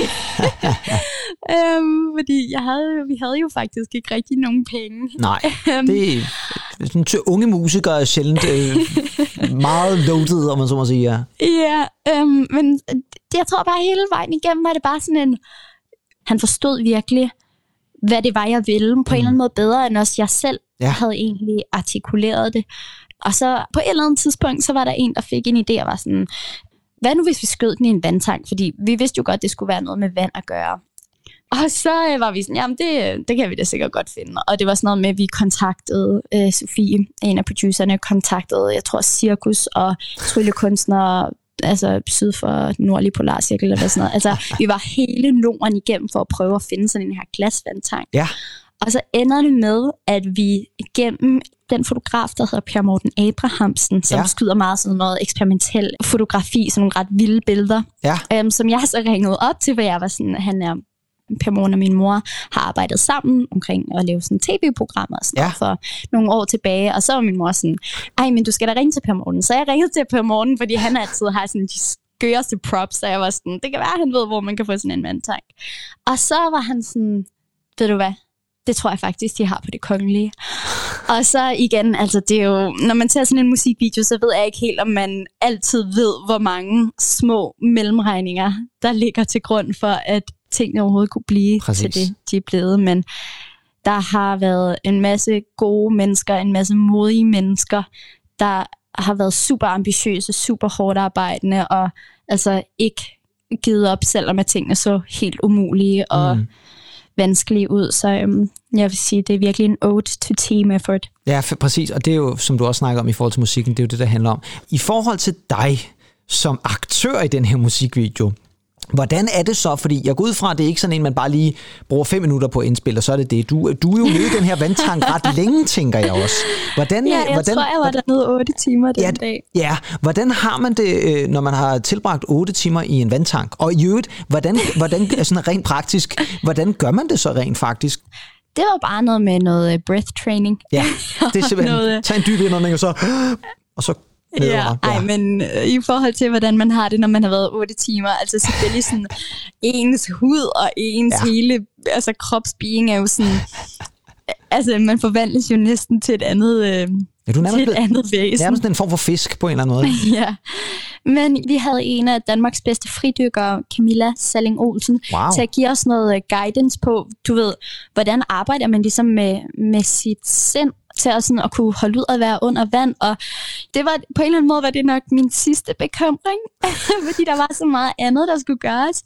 Fordi vi havde jo faktisk ikke rigtig nogen penge. Nej, det er sådan til unge musikere er sjældent meget loaded, om man så må sige. Ja, men jeg tror bare hele vejen igennem var det bare sådan en... Han forstod virkelig, hvad det var, jeg ville, på en eller anden måde bedre, end også jeg selv havde egentlig artikuleret det. Og så på et eller andet tidspunkt, så var der en, der fik en idé, og var sådan, hvad nu hvis vi skød den i en vandtank? Fordi vi vidste jo godt, det skulle være noget med vand at gøre. Og så var vi sådan, jamen det kan vi da sikkert godt finde. Og det var sådan noget med, at vi kontaktede Sofie, en af producerne, kontaktede, jeg tror, Cirkus og tryllekunstnere, altså syd for nordlig polarcirkel eller sådan noget. Altså, vi var hele Norden igennem for at prøve at finde sådan en her glasvandtank. Ja. Og så ender det med, at vi gennem den fotograf, der hedder Per Morten Abrahamsen, som skyder meget sådan noget eksperimentel fotografi, sådan nogle ret vilde billeder, som jeg så ringede op til, hvor jeg var sådan, Per Morten og min mor har arbejdet sammen omkring at lave sådan tv-programmer og sådan for nogle år tilbage, og så var min mor sådan, men du skal da ringe til Per Morten. Så jeg ringede til Per Morten, fordi han altid har sådan de skøreste props, så jeg var sådan, det kan være, han ved, hvor man kan få sådan en vandtank. Og så var han sådan, ved du hvad, det tror jeg faktisk, de har på Det Kongelige. Og så igen, altså det er jo, når man ser sådan en musikvideo, så ved jeg ikke helt, om man altid ved, hvor mange små mellemregninger, der ligger til grund for, at tingene overhovedet kunne blive til det, de er blevet. Men der har været en masse gode mennesker, en masse modige mennesker, der har været super ambitiøse, super hårdt arbejdende, og altså ikke givet op, selvom at tingene så helt umulige og vanskelige ud. Så jeg vil sige, det er virkelig en ode to team effort. Ja, præcis. Og det er jo, som du også snakker om i forhold til musikken, det er jo det, der handler om. I forhold til dig som aktør i den her musikvideo, hvordan er det så? Fordi jeg går ud fra, at det er ikke sådan en, man bare lige bruger 5 minutter på at indspille, og så er det det. Du er jo nede i den her vandtank ret længe, tænker jeg også. Hvordan, jeg tror, jeg var dernede 8 timer den dag. Ja, hvordan har man det, når man har tilbragt 8 timer i en vandtank? Og i øvrigt, hvordan sådan rent praktisk, hvordan gør man det så rent faktisk? Det var bare noget med noget breath training. Ja, det er simpelthen, tag en dyb indånding, og så men i forhold til, hvordan man har det, når man har været 8 timer, altså selvfølgelig sådan, ens hud og ens hele kropsbeing er jo sådan, altså man forvandles jo næsten til et andet andet væsen. Nærmest en form for fisk på en eller anden måde. Ja, men vi havde en af Danmarks bedste fridykkere, Camilla Salling Olsen, til at give os noget guidance på, du ved, hvordan arbejder man ligesom med sit sind, til at kunne holde ud at være under vand, og det var på en eller anden måde var det nok min sidste bekymring, fordi der var så meget andet, der skulle gøres.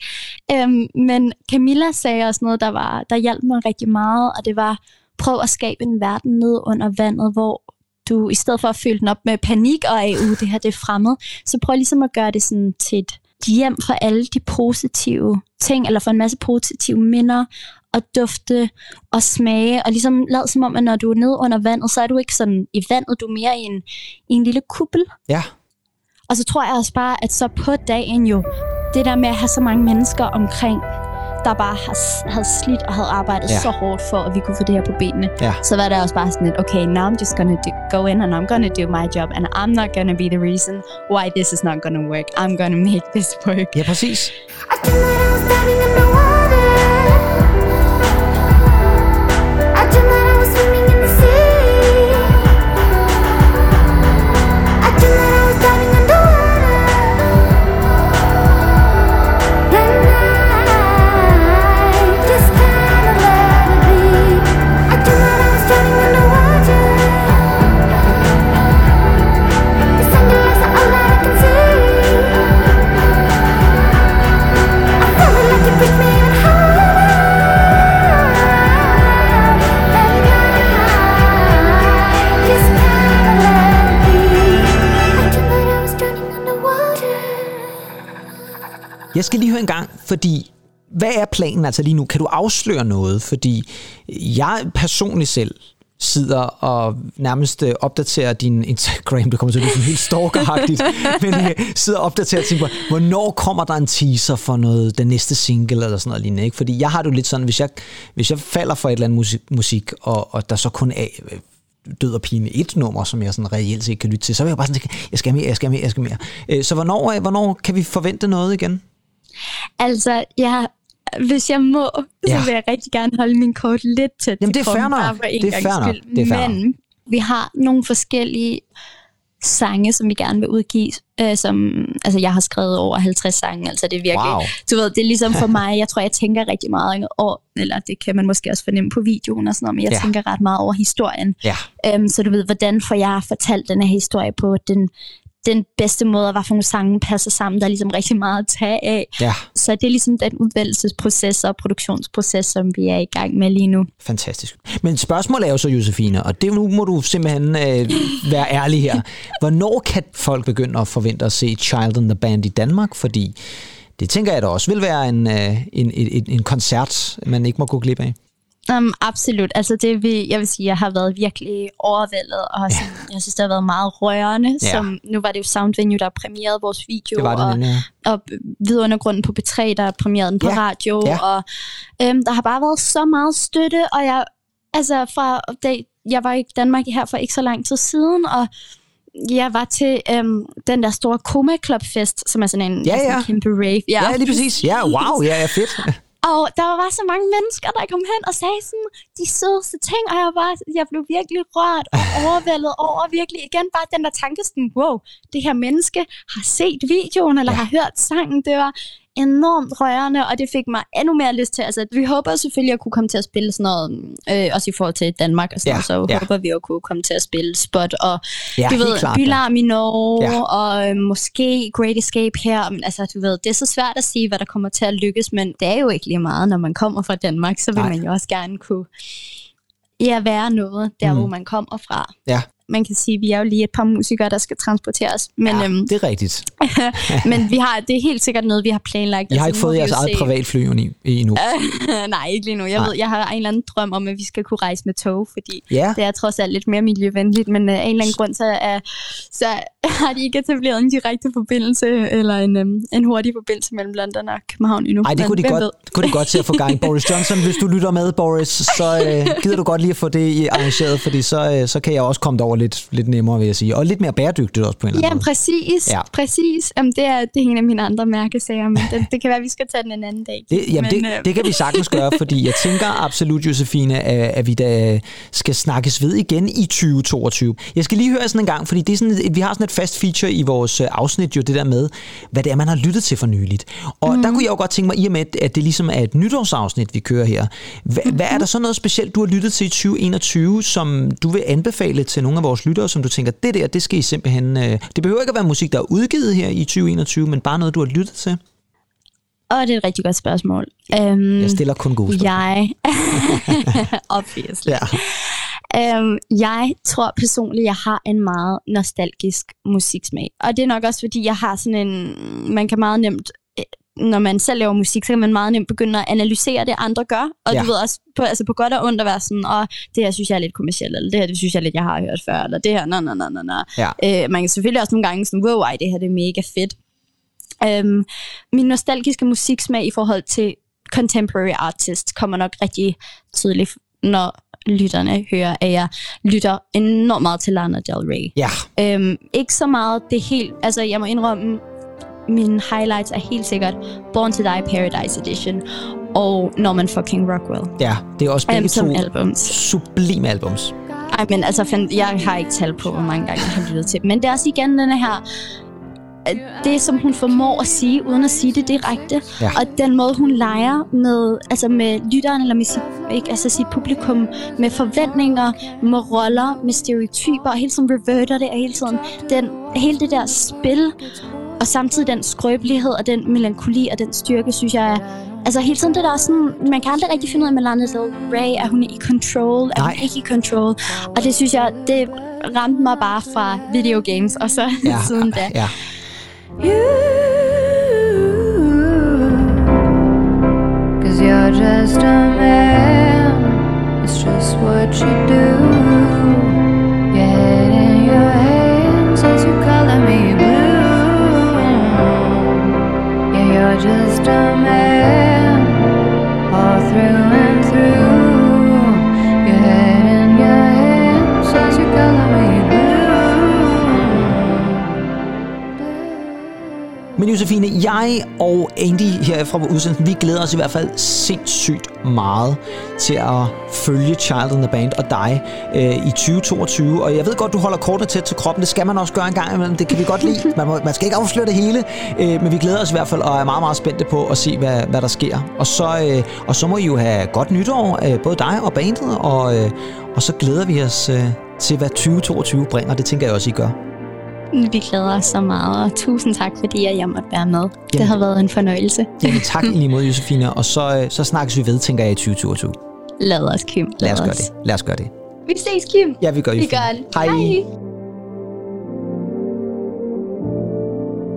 Men Camilla sagde også noget, der hjalp mig rigtig meget, og det var, prøv at skabe en verden ned under vandet, hvor du i stedet for at fylde den op med panik og det her det er fremmed, så prøv ligesom at gøre det sådan til et hjem for alle de positive ting, eller for en masse positive minder, og dufte og smage, og ligesom lad som om, at når du er nede under vandet, så er du ikke sådan i vandet, du er mere i en lille kuppel. Ja. Og så tror jeg også bare, at så på dagen jo, det der med at have så mange mennesker omkring, der bare havde slidt og havde arbejdet så hårdt for, at vi kunne få det her på benene. Ja. Så var der også bare sådan lidt, okay, now I'm just gonna go in and I'm gonna do my job, and I'm not gonna be the reason why this is not gonna work. I'm gonna make this work. Ja, præcis. Jeg skal lige høre en gang, fordi hvad er planen altså lige nu? Kan du afsløre noget? Fordi jeg personligt selv sidder og nærmest opdaterer din Instagram. Det kommer til at lyde helt stalkeragtigt, men sidder og opdaterer og tænker på, hvornår kommer der en teaser for noget, den næste single eller sådan noget lignende, ikke? Fordi jeg har det jo lidt sådan, hvis jeg falder for et eller andet musik, og der så kun er Død og Pine et nummer, som jeg sådan reelt set kan lytte til, så vil jeg bare sådan tænke, jeg skal mere. Så hvornår kan vi forvente noget igen? Altså, hvis jeg må, så vil jeg rigtig gerne holde min kort lidt tæt til kroppen, bare for en gangs skyld. Men vi har nogle forskellige sange, som vi gerne vil udgive, altså jeg har skrevet over 50 sange, altså det er virkelig, du ved, det er ligesom for mig, jeg tror, jeg tænker rigtig meget over, eller det kan man måske også fornemme på videoen og sådan noget, men jeg tænker ret meget over historien. Så du ved, hvordan får jeg fortalt den her historie på den bedste måde, og hvad for nogle sange passer sammen, der er ligesom rigtig meget at tage af. Ja. Så det er ligesom den udvælgelsesproces og produktionsproces, som vi er i gang med lige nu. Fantastisk. Men spørgsmålet er jo så, Josefine, og det nu må du simpelthen være ærlig her. Hvornår kan folk begynde at forvente at se Child and the Band i Danmark? Fordi det tænker jeg da også vil være en koncert, man ikke må gå glip af. Absolut. Altså jeg vil sige, jeg har været virkelig overvældet, og jeg synes, det har været meget rørende. Nu var det jo Soundvenue, der premierede vores video, det var det, og Vidundergrunden på P3, der premierede den på radio, og der har bare været så meget støtte, og jeg var i Danmark her for ikke så lang tid siden, og jeg var til den der store Coma Club Fest, som er sådan en kæmpe rave. Ja, lige præcis. Ja, wow, ja, fedt. Og der var bare så mange mennesker, der kom hen og sagde sådan de sødeste ting, og jeg blev virkelig rørt og overvældet over virkelig igen bare den der tanke sådan, wow, det her menneske har set videoen, eller har hørt sangen. Det var enormt rørende, og det fik mig endnu mere lyst til. Altså, vi håber selvfølgelig at kunne komme til at spille sådan noget, også i forhold til Danmark og sådan noget, så håber vi at kunne komme til at spille Spot, og du ved, Bylarm i Norge, og måske Great Escape her, men altså, du ved, det er så svært at sige, hvad der kommer til at lykkes, men det er jo ikke lige meget, når man kommer fra Danmark, så vil man jo også gerne kunne være noget der, hvor man kommer fra. Ja. Man kan sige, at vi er jo lige et par musikere, der skal transporteres. Men, det er rigtigt. Men det er helt sikkert noget, vi har planlagt. I har ikke fået jeres eget privatfly endnu? Nej, ikke lige nu. Jeg har en eller anden drøm om, at vi skal kunne rejse med tog, fordi det er trods alt lidt mere miljøvenligt, men af en eller anden grund, så har de ikke etableret en direkte forbindelse, eller en hurtig forbindelse mellem London og København endnu. Nej, det kunne de godt til at få gang. Boris Johnson, hvis du lytter med, Boris, så gider du godt lige at få det arrangeret, fordi så kan jeg også komme derover lidt nemmere, vil jeg sige. Og lidt mere bæredygtigt også på en eller anden måde. Præcis. Det er en af mine andre mærkesager, men det kan være, at vi skal tage den en anden dag. Det kan vi sagtens gøre, fordi jeg tænker absolut, Josefine, at vi da skal snakkes ved igen i 2022. Jeg skal lige høre sådan en gang, fordi det er sådan, vi har sådan et fast feature i vores afsnit, jo det der med, hvad det er, man har lyttet til for nyligt. Og der kunne jeg jo godt tænke mig, i og med, at det ligesom er et nytårsafsnit, vi kører her. Hvad er der så noget specielt, du har lyttet til i 2021, som du vil anbefale til nogle af vores lyttere, som du tænker, det skal I simpelthen... Det behøver ikke at være musik, der er udgivet her i 2021, men bare noget, du har lyttet til? Det er et rigtig godt spørgsmål. Jeg stiller kun gode spørgsmål. Obviously. Jeg tror personligt, jeg har en meget nostalgisk musiksmag. Og det er nok også, fordi jeg har sådan en... Man kan meget nemt... Når man selv laver musik, så kan man meget nemt begynde at analysere det, andre gør. Og du ved også, på godt og ondt at være sådan, det her synes jeg er lidt kommercielt, eller det her det synes jeg lidt, jeg har hørt før, eller det her, man kan selvfølgelig også nogle gange sådan, wow, det her det er mega fedt. Min nostalgiske musiksmag i forhold til contemporary artists kommer nok rigtig tydeligt, når lytterne hører, at jeg lytter enormt meget til Lana Del Rey. Ikke så meget det helt, altså jeg må indrømme, mine highlights er helt sikkert Born to Die Paradise Edition og Norman fucking Rockwell. Ja, det er også begge to albums. Sublime albums. Men altså, jeg har ikke tal på, hvor mange gange jeg har lyttet til dem. Men det er også igen denne her, det som hun formår at sige, uden at sige det direkte. Og den måde, hun leger med lytteren, eller med sit publikum, med forventninger, med roller, med stereotyper, og hele tiden reverter det, og hele tiden hele det der spil, og samtidig den skrøbelighed og den melankoli og den styrke, synes jeg er... Altså hele tiden det der sådan... Man kan aldrig rigtig finde ud af med Lana Del Rey. Er hun i control? Er hun ikke i control? Og det synes jeg, det ramte mig bare fra videogames, og så siden da. Ja. Cause you're just a man. It's just what you do. Your head in your hands as you color me blue. You're just a man, all through and through. Your head in your hands as you color me blue. Men Josefine, jeg og Andy her fra udsendelsen, vi glæder os i hvert fald sindssygt meget til at følge Child in the Band og dig i 2022. Og jeg ved godt, du holder kortene tæt til kroppen. Det skal man også gøre en gang imellem. Det kan vi godt lide. Man skal ikke afsløre det hele. Men vi glæder os i hvert fald og er meget, meget spændte på at se, hvad der sker. Og så må I jo have godt nytår, både dig og bandet. Og så glæder vi os til, hvad 2022 bringer. Det tænker jeg også, I gør. Vi glæder os så meget, og tusind tak, fordi jeg måtte være med. Det har været en fornøjelse. Jamen tak i lige måde, Josefine, og så snakkes vi ved, tænker jeg, i 2022. Lad os, Kim. Lad os gøre det. Vi ses, Kim. Ja, vi gør det. Hej.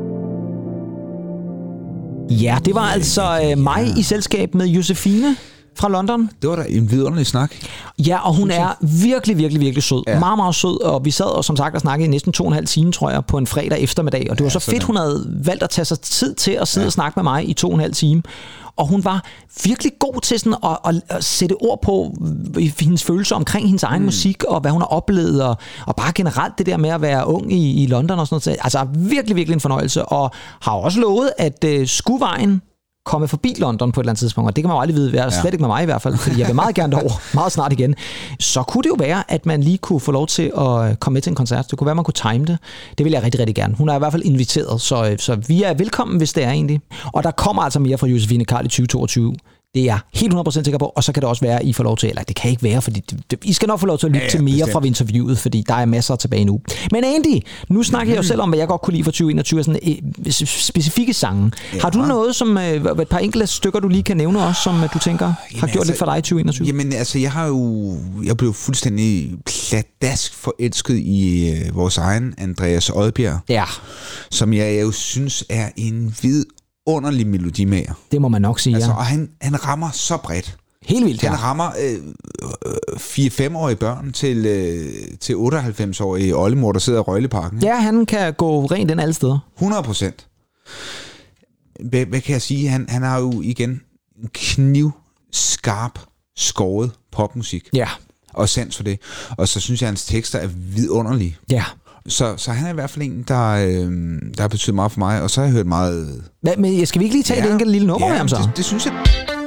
Ja, det var altså mig i selskab med Josefine. fra London. Det var da en vidunderlig snak. Ja, og hun er virkelig, virkelig, virkelig sød. Ja. Meget, meget sød, og vi sad og som sagt og snakkede i næsten 2,5 timer, tror jeg, på en fredag eftermiddag, og det var så fedt, hun havde valgt at tage sig tid til at sidde og snakke med mig i 2,5 timer. Og hun var virkelig god til sådan at sætte ord på hendes følelser omkring hendes egen musik, og hvad hun har oplevet, og bare generelt det der med at være ung i London og sådan noget. Altså virkelig, virkelig en fornøjelse, og har også lovet, at skuvejen komme forbi London på et eller andet tidspunkt, og det kan man jo aldrig vide, slet ikke med mig i hvert fald, fordi jeg vil meget gerne derover meget snart igen. Så kunne det jo være, at man lige kunne få lov til at komme med til en koncert. Det kunne være, man kunne time det. Det vil jeg rigtig, rigtig gerne. Hun er i hvert fald inviteret, så vi er velkommen, hvis det er egentlig. Og der kommer altså mere fra Josefine Karl i 2022. Det er jeg helt 100% sikker på, og så kan det også være, at I får lov til, eller det kan ikke være, fordi I skal nok få lov til at lytte til mere bestemt fra interviewet, fordi der er masser tilbage nu. Men Andy, nu snakker jeg jo selv om, hvad jeg godt kunne lide for 2021, sådan specifikke sange. Ja. Har du noget, som et par enkelte stykker, du lige kan nævne også, som du tænker har gjort lidt for dig i 2021? Jamen altså, jeg blev fuldstændig pladask forelsket i vores egen Andreas Odbjerg, som jeg jo synes er en vidunderlig melodimager. Det må man nok sige, altså, og han rammer så bredt. Helt vildt, Han rammer 4-5-årige børn til 98-årige oldemor, der sidder i Røgleparken. Ja, han kan gå rent ind alle steder. 100%. Hvad kan jeg sige? Han har jo igen en knivskarp skåret popmusik. Ja. Og sans for det. Og så synes jeg, at hans tekster er vidunderlige. Ja. Så han er i hvert fald en, der har betydet meget for mig, og så har jeg hørt meget... Men skal vi ikke lige tage et enkelt lille nummer med ham så? Det synes jeg.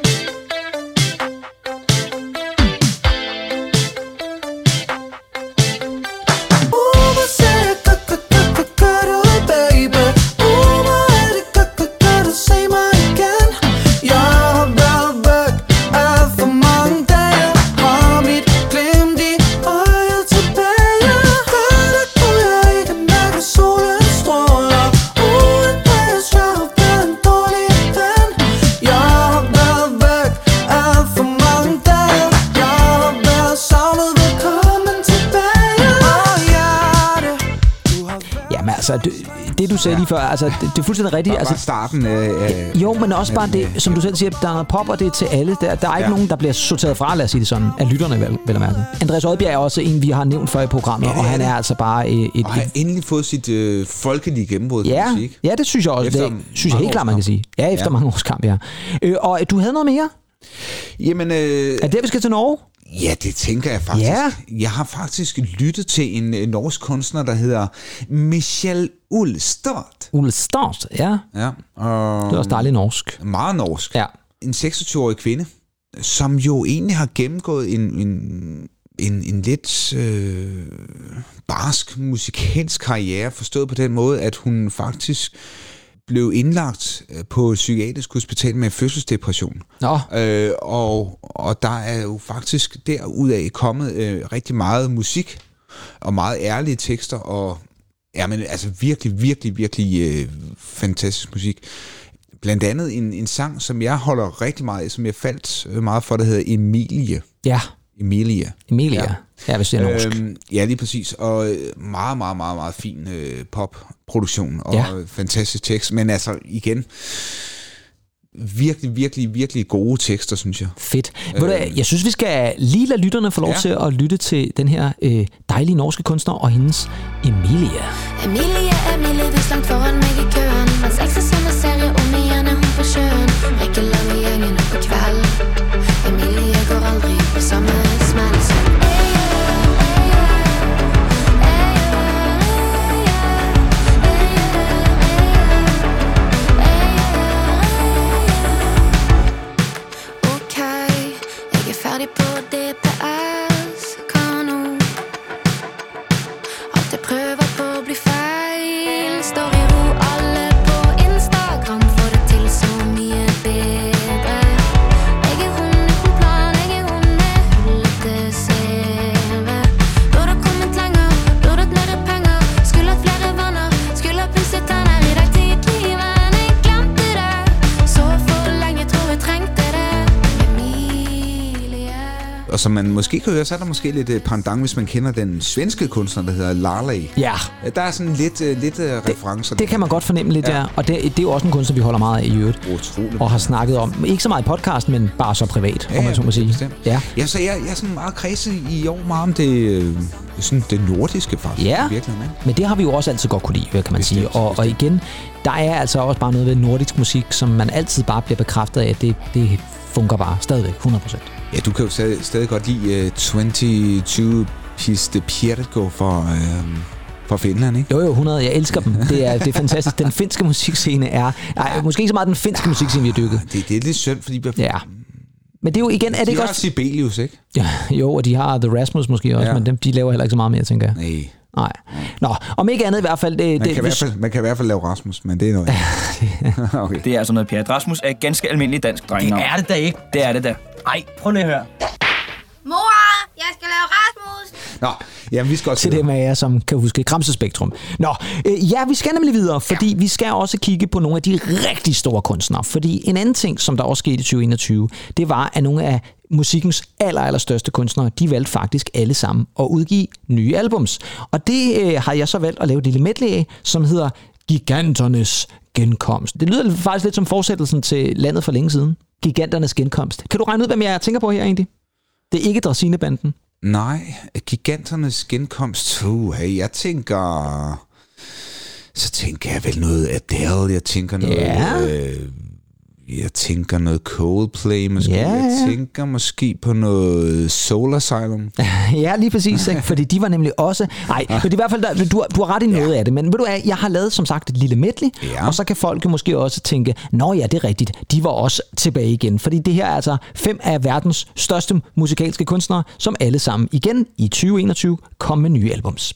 Altså, det du sagde lige før, altså, det er fuldstændig rigtigt. Altså, starten af... Jo, men også bare det, som du selv siger, der er noget pop, og det er til alle. Der er ikke nogen, der bliver sorteret fra, lad os sige det sådan, af lytterne, vel at mærke. Andreas Odbjerg er også en, vi har nævnt før i programmet, og han er altså bare og har endelig fået sit folkelige gennembrud på musik. Ja, det synes jeg også. Det synes jeg helt klart, man kan sige. Ja, efter mange års kamp, ja. Og du havde noget mere? Jamen... er det, vi skal til Norge? Ja, det tænker jeg faktisk. Ja. Jeg har faktisk lyttet til en norsk kunstner, der hedder Michelle Ulstad. Ulstad, ja. Det er også dejligt norsk. Meget norsk. Ja. En 26-årig kvinde, som jo egentlig har gennemgået en lidt barsk musikalsk karriere, forstået på den måde, at hun faktisk blev indlagt på et psykiatrisk hospital med fødselsdepression. Og der er jo faktisk derudaf kommet rigtig meget musik og meget ærlige tekster og altså virkelig, virkelig, virkelig fantastisk musik. Blandt andet en sang, som jeg holder rigtig meget af, som jeg faldt meget for, der hedder Emilie. Ja. Emilia. Ja, hvis det er norsk. Ja, lige præcis. Og meget, meget, meget, meget fin popproduktion og fantastisk tekst. Men altså, igen, virkelig, virkelig, virkelig gode tekster, synes jeg. Fedt. Jeg synes, vi skal lige lade lytterne få lov til at lytte til den her dejlige norske kunstner og hendes Emilie. Emilie, du slangt foran mig i køen. Mens ekstra sommerserie om igjen hun på sjøen. Rekker land i gjengen på kveld. Emilie går aldrig på samme smell som Alt jeg prøver på blir feil. Står i ro alle på som man måske kan høre, så er der måske lidt pendant, hvis man kender den svenske kunstner, der hedder Laleh. Ja. Der er sådan lidt referencer. Det kan man godt fornemme lidt, ja. Og det er jo også en kunstner, vi holder meget af i øvrigt. Utroligt. Og har snakket om, ikke så meget i podcasten, men bare så privat, om man så må sige. Ja, så jeg er sådan meget kredset i år meget om det nordiske faktisk. Ja, men det har vi jo også altid godt kunne lide, kan man sige. Og igen, der er altså også bare noget ved nordisk musik, som man altid bare bliver bekræftet af, at det fungerer bare stadigvæk 100%. Ja, du kan jo stadig godt lide 22 Piste Pirko for Finland, ikke? Jo, 100. Jeg elsker dem. Det er fantastisk. Den finske musikscene er... Nej, måske ikke så meget den finske musikscene, vi har dykket. Det er lidt synd, fordi... Ja. Men det er jo igen... Er det de har også Sibelius, ikke? Ja, jo, og de har The Rasmus måske også, men de laver heller ikke så meget mere, tænker jeg. Nej. Nå, om ikke andet i hvert fald... Man kan i hvert fald lave Rasmus, men det er noget. Okay. Det er altså noget pjat. Rasmus er et ganske almindeligt dansk drengenavn. Det er det da ikke. Det er det da. Ej, prøv lige at høre. Mor, jeg skal lave Rasmus. Nå, jamen vi skal også... Til det med jer, som kan huske Kramsespektrum. Nå, ja, vi skal nemlig videre, fordi vi skal også kigge på nogle af de rigtig store kunstnere. Fordi en anden ting, som der også skete i 2021, det var, at nogle af musikkens allerstørste kunstnere, de valgte faktisk alle sammen at udgive nye albums. Og det har jeg så valgt at lave et lille medley af, som hedder Giganternes Genkomst. Det lyder faktisk lidt som fortsættelsen til Landet for længe siden. Giganternes Genkomst. Kan du regne ud, hvem jeg tænker på her egentlig? Det er ikke Drasinebanden. Nej, Giganternes Genkomst. Jeg tænker jeg vel noget Adele. Jeg tænker noget... Jeg tænker noget Coldplay måske. Ja. Jeg tænker måske på noget Soul Asylum. Ja, lige præcis. Ikke? Fordi de var nemlig også... Nej, men i hvert fald, du har ret i noget af det. Men ved du hvad, jeg har lavet som sagt et lille medley, og så kan folk måske også tænke, nå ja, det er rigtigt, de var også tilbage igen. Fordi det her er altså 5 af verdens største musikalske kunstnere, som alle sammen igen i 2021 kom med nye albums.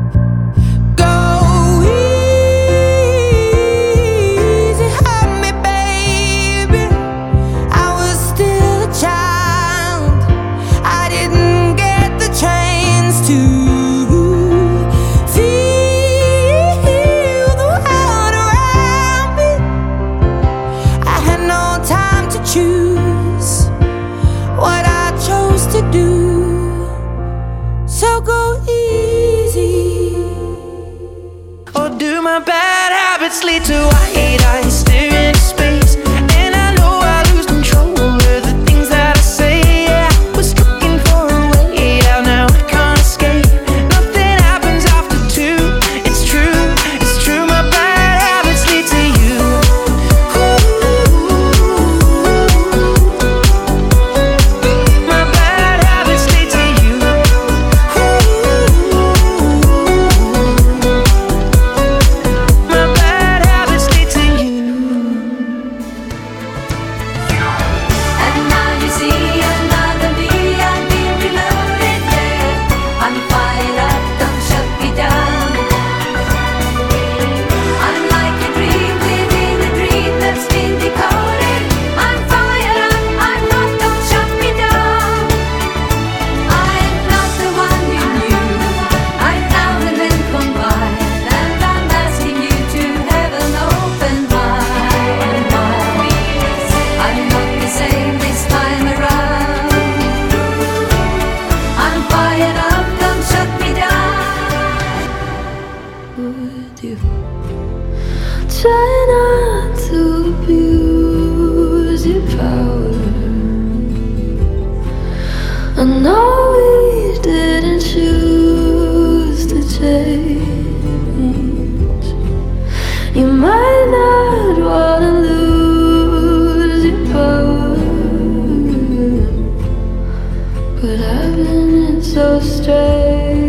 Bad habits lead to white eyes staring into space, and I know I lose control of the things that I say. Yeah, I was looking for a way out, now I can't escape. Nothing happens after 2. It's true. My bad habits lead to you. My bad habits lead to you. Try not to abuse your power. I know we didn't choose to change. You might not want to lose your power, but I've been so strange.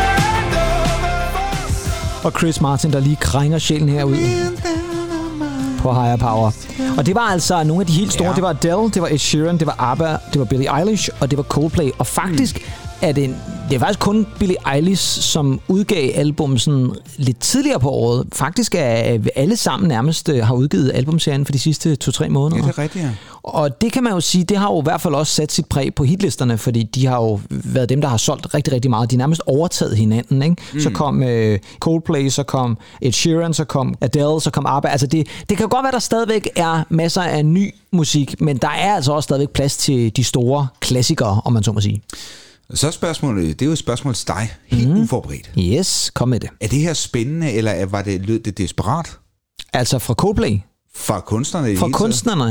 Og Chris Martin, der lige krænger sjælen herude. på Higher Power. Og det var altså nogle af de helt store. Det var Adele, det var Ed Sheeran, det var ABBA, det var Billie Eilish, og det var Coldplay. Og faktisk det er faktisk kun Billie Eilish, som udgav album sådan lidt tidligere på året. Faktisk er alle sammen nærmest har udgivet albumserien for de sidste 2-3 måneder. Ja, det er rigtigt, ja. Og det kan man jo sige, det har jo i hvert fald også sat sit præg på hitlisterne, fordi de har jo været dem, der har solgt rigtig, rigtig meget. De har nærmest overtaget hinanden, ikke? Så kom Coldplay, så kom Ed Sheeran, så kom Adele, så kom ABBA. Altså det kan jo godt være, der stadigvæk er masser af ny musik, men der er altså også stadigvæk plads til de store klassikere, om man så må sige. Så spørgsmålet, det er jo et spørgsmål til dig, helt uforberedt. Yes, kom med det. Er det her spændende, eller lød det desperat? Altså fra Coldplay? Fra kunstnerne? Fra kunstnerne?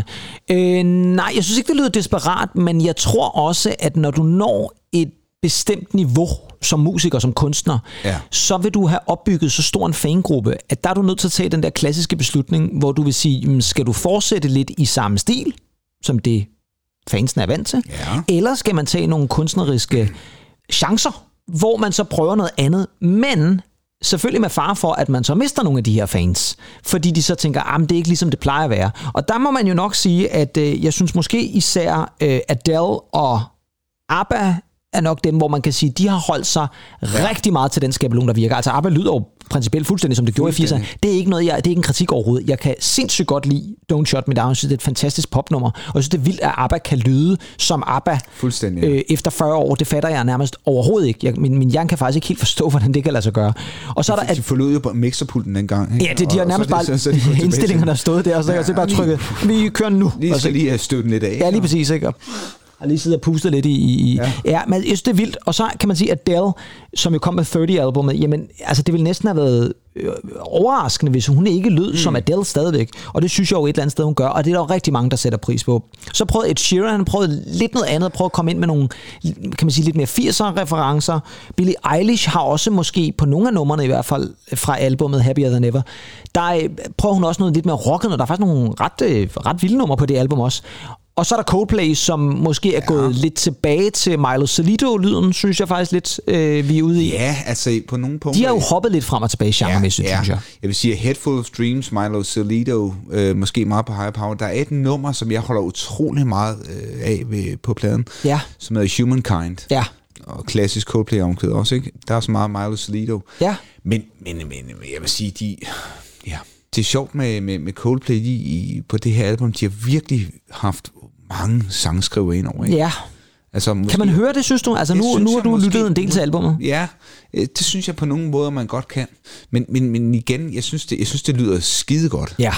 Nej, jeg synes ikke, det lyder desperat, men jeg tror også, at når du når et bestemt niveau som musiker, som kunstner, så vil du have opbygget så stor en fangruppe, at der er du nødt til at tage den der klassiske beslutning, hvor du vil sige, skal du fortsætte lidt i samme stil, som det fansen er vant til, eller skal man tage nogle kunstneriske chancer, hvor man så prøver noget andet, men selvfølgelig med fare for, at man så mister nogle af de her fans, fordi de så tænker, det er ikke ligesom det plejer at være. Og der må man jo nok sige, at jeg synes måske især Adele og ABBA er nok dem, hvor man kan sige, de har holdt sig rigtig meget til den skabelon, der virker. Altså ABBA lyder jo principielt fuldstændig, som det gjorde i 80'erne. Det er ikke noget, det er ikke en kritik overhovedet. Jeg kan sindssygt godt lide Don't Shut Me Down. Jeg synes, det er et fantastisk popnummer. Og jeg synes, det er vildt, at ABBA kan lyde som ABBA efter 40 år. Det fatter jeg nærmest overhovedet ikke. Min hjerne kan faktisk ikke helt forstå, hvordan det kan lade sig gøre. Og så er der... De forlod jo mixerpulten dengang. Ikke? Ja, de har nærmest bare indstillinger, der stod der, og så er jeg bare trykket. Vi kører nu. Lige have stødt den lidt af. Ja, lige præcis, ikke? Og lige sidder og puster lidt i. Ja, men jeg synes, det er vildt. Og så kan man sige, at Adele, som jo kom med 30-albummet, jamen, altså det ville næsten have været overraskende, hvis hun ikke lød som Adele stadigvæk. Og det synes jeg jo et eller andet sted, hun gør. Og det er der jo rigtig mange, der sætter pris på. Så prøvede Ed Sheeran, han prøvede lidt noget andet, prøvede at komme ind med nogle, kan man sige, lidt mere 80'er-referencer. Billie Eilish har også måske på nogle af numrene i hvert fald fra albumet Happier Than Ever, der prøver hun også noget lidt mere rocket, og der er faktisk nogle ret vilde numre på det album også. Og så er der Coldplay, som måske er gået lidt tilbage til Milo Salido-lyden, synes jeg faktisk lidt, vi er ude i. Ja, altså på nogle punkter... De har jo hoppet lidt frem og tilbage genremæssigt, synes jeg. Jeg vil sige, Head Full of Dreams, Milo Salido, måske meget på Higher Power. Der er et nummer, som jeg holder utrolig meget af på pladen, som hedder Humankind. Ja. Og klassisk Coldplay-omkvæd også, ikke? Der er så meget Milo Salido. Ja. Men jeg vil sige, det er sjovt med Coldplay på det her album. De har virkelig haft mange sangskriver ind over, ikke? Ja. Altså, måske, kan man høre det, synes du? Altså nu har du lyttet en del til albumet. Ja, det synes jeg på nogle måder, man godt kan. Men igen, jeg synes, det lyder skide godt. Ja.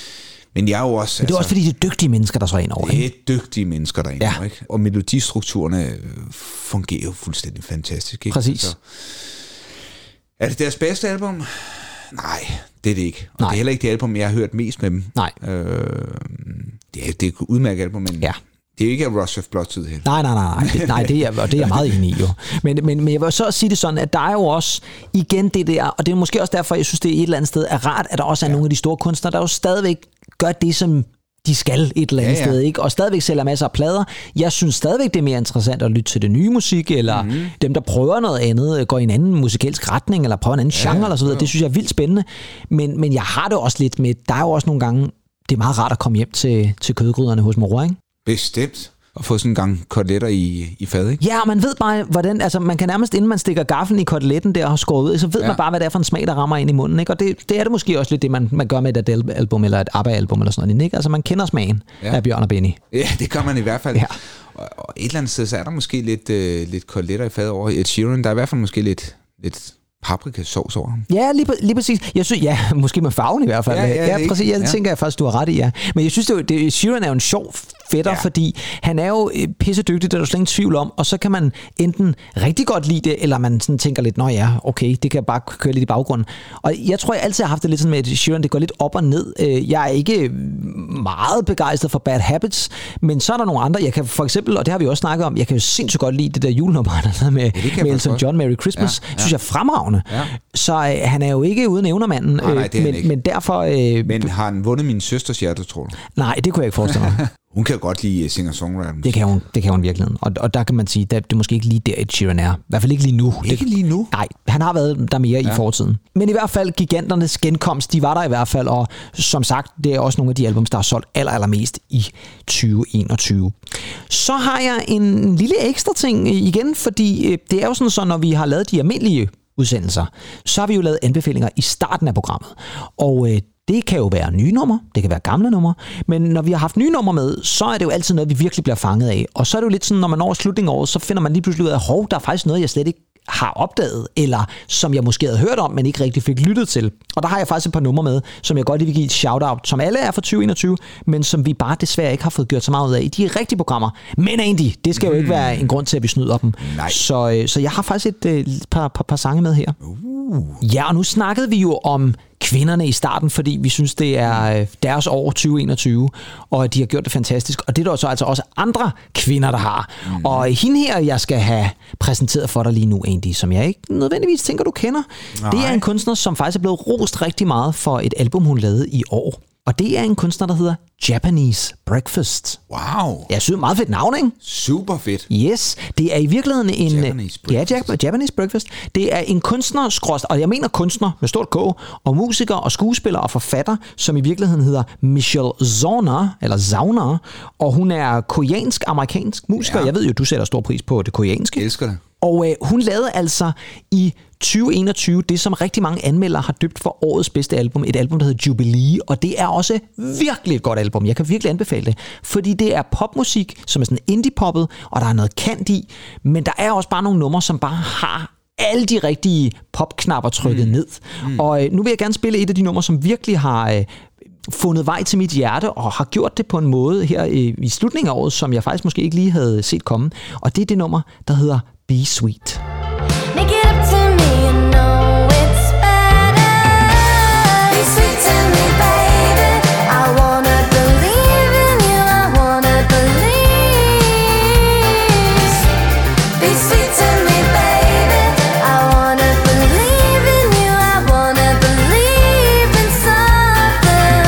Men jeg er jo også... Men det er også fordi, det er dygtige mennesker, der så er ind over. Det er dygtige mennesker, der er ind over, ikke? Og melodistrukturerne fungerer jo fuldstændig fantastisk, ikke? Præcis. Altså, er det deres bedste album? Nej, det er det ikke. Og det er heller ikke det album, jeg har hørt mest med dem. Nej. Det er et udmærket album, men det er ikke Rush of Blood til det her. Nej, det er jeg meget enig i jo. Men jeg vil så sige det sådan, at der er jo også igen det der, og det er måske også derfor, jeg synes, det er et eller andet sted er rart, at der også er nogle af de store kunstnere, der jo stadigvæk gør det, som de skal et eller andet sted, ikke? Og stadigvæk sælger masser af plader. Jeg synes stadigvæk, det er mere interessant at lytte til det nye musik, eller dem, der prøver noget andet, går i en anden musikalsk retning, eller prøver en anden genre, eller så videre. Det synes jeg er vildt spændende. Men jeg har det også lidt med, der er jo også nogle gange, det er meget rart at komme hjem til kødgryderne hos mor, ikke? Bestemt. Og få sådan en gang koteletter i fad, ikke? Ja, man ved bare, hvordan, altså man kan nærmest, inden man stikker gaflen i koteletten der og har skåret ud, så ved man bare, hvad det er for en smag, der rammer ind i munden, ikke? Og det er det måske også lidt det, man gør med et Adele-album eller et ABBA-album eller sådan noget, ikke? Altså man kender smagen af Bjørn og Benny. Ja, det gør man i hvert fald. Ja. Og et eller andet sted, så er der måske lidt koteletter i fad over Ed Sheeran. Der er i hvert fald måske lidt paprikasauce over ham. Ja, lige præcis. Jeg synes, måske med farven i hvert fald. Ja, præcis. Jeg tænker jeg faktisk, du har ret i, ja. Men jeg synes, Sheeran er jo en sjov fætter, fordi han er jo pissedygtig, det er der slet ingen tvivl om, og så kan man enten rigtig godt lide det, eller man sådan tænker lidt, okay, det kan bare køre lidt i baggrunden. Og jeg tror, jeg altid har haft det lidt sådan med, at Sheeran, det går lidt op og ned. Jeg er ikke meget begejstret for Bad Habits, men så er der nogle andre. Jeg kan for eksempel, og det har vi også snakket om, jeg kan jo sindssygt godt lide det der julenummer med Elton John, Merry Christmas. Synes jeg er fremragende. Ja. Så han er jo ikke uden evnermanden, men derfor... Men har han vundet min søsters hjerte, tror du? Nej, det kunne jeg ikke forestille mig. Hun kan jo godt lide singer-songwriter. Det kan hun virkelig. Og der kan man sige, at det er måske ikke lige der, Ed Sheeran er. I hvert fald ikke lige nu. Ikke lige nu? Nej, han har været der mere i fortiden. Men i hvert fald, giganternes genkomst, de var der i hvert fald. Og som sagt, det er også nogle af de albums, der har solgt allermest i 2021. Så har jeg en lille ekstra ting igen, fordi det er jo sådan, så når vi har lavet de almindelige udsendelser, så har vi jo lavet anbefalinger i starten af programmet. Og det kan jo være nye numre, det kan være gamle numre, men når vi har haft nye numre med, så er det jo altid noget, vi virkelig bliver fanget af. Og så er det jo lidt sådan, når man når slutningen af året, så finder man lige pludselig ud af, der er faktisk noget, jeg slet ikke har opdaget, eller som jeg måske havde hørt om, men ikke rigtig fik lyttet til. Og der har jeg faktisk et par numre med, som jeg godt vil give et shout-out, som alle er fra 2021, men som vi bare desværre ikke har fået gjort så meget ud af. De er rigtige programmer, men egentlig, det skal jo ikke være en grund til, at vi snyder dem. Så jeg har faktisk et par sange med her. Ja, og nu snakkede vi jo om kvinderne i starten, fordi vi synes, det er deres år 2021, og de har gjort det fantastisk. Og det er der så altså også andre kvinder, der har. Og hende her, jeg skal have præsenteret for dig lige nu, Andy, som jeg ikke nødvendigvis tænker, du kender. Nej. Det er en kunstner, som faktisk er blevet rost rigtig meget for et album, hun lavede i år. Og det er en kunstner, der hedder Japanese Breakfast. Wow. Jeg synes, meget fedt navn, ikke? Super fedt. Yes. Det er i virkeligheden en... Japanese Breakfast. Japanese Breakfast. Det er en kunstner, og jeg mener kunstner med stort K, og musiker og skuespiller og forfatter, som i virkeligheden hedder Michelle Zauner, og hun er koreansk-amerikansk musiker. Ja. Jeg ved jo, du sætter stor pris på det koreanske. Jeg elsker det. Og hun lavede altså i 2021 det, som rigtig mange anmeldere har døbt for årets bedste album. Et album, der hedder Jubilee, og det er også virkelig et godt album. Jeg kan virkelig anbefale det, fordi det er popmusik, som er sådan indie-poppet, og der er noget kant i, men der er også bare nogle numre, som bare har alle de rigtige popknapper trykket ned. Og nu vil jeg gerne spille et af de numre, som virkelig har fundet vej til mit hjerte, og har gjort det på en måde her i slutningen af året, som jeg faktisk måske ikke lige havde set komme. Og det er det nummer, der hedder Be Sweet. Make it up to me, you know it's better. Be sweet to me, baby. I wanna believe in you, I wanna believe. Be sweet to me, baby. I wanna believe in you, I wanna believe in something.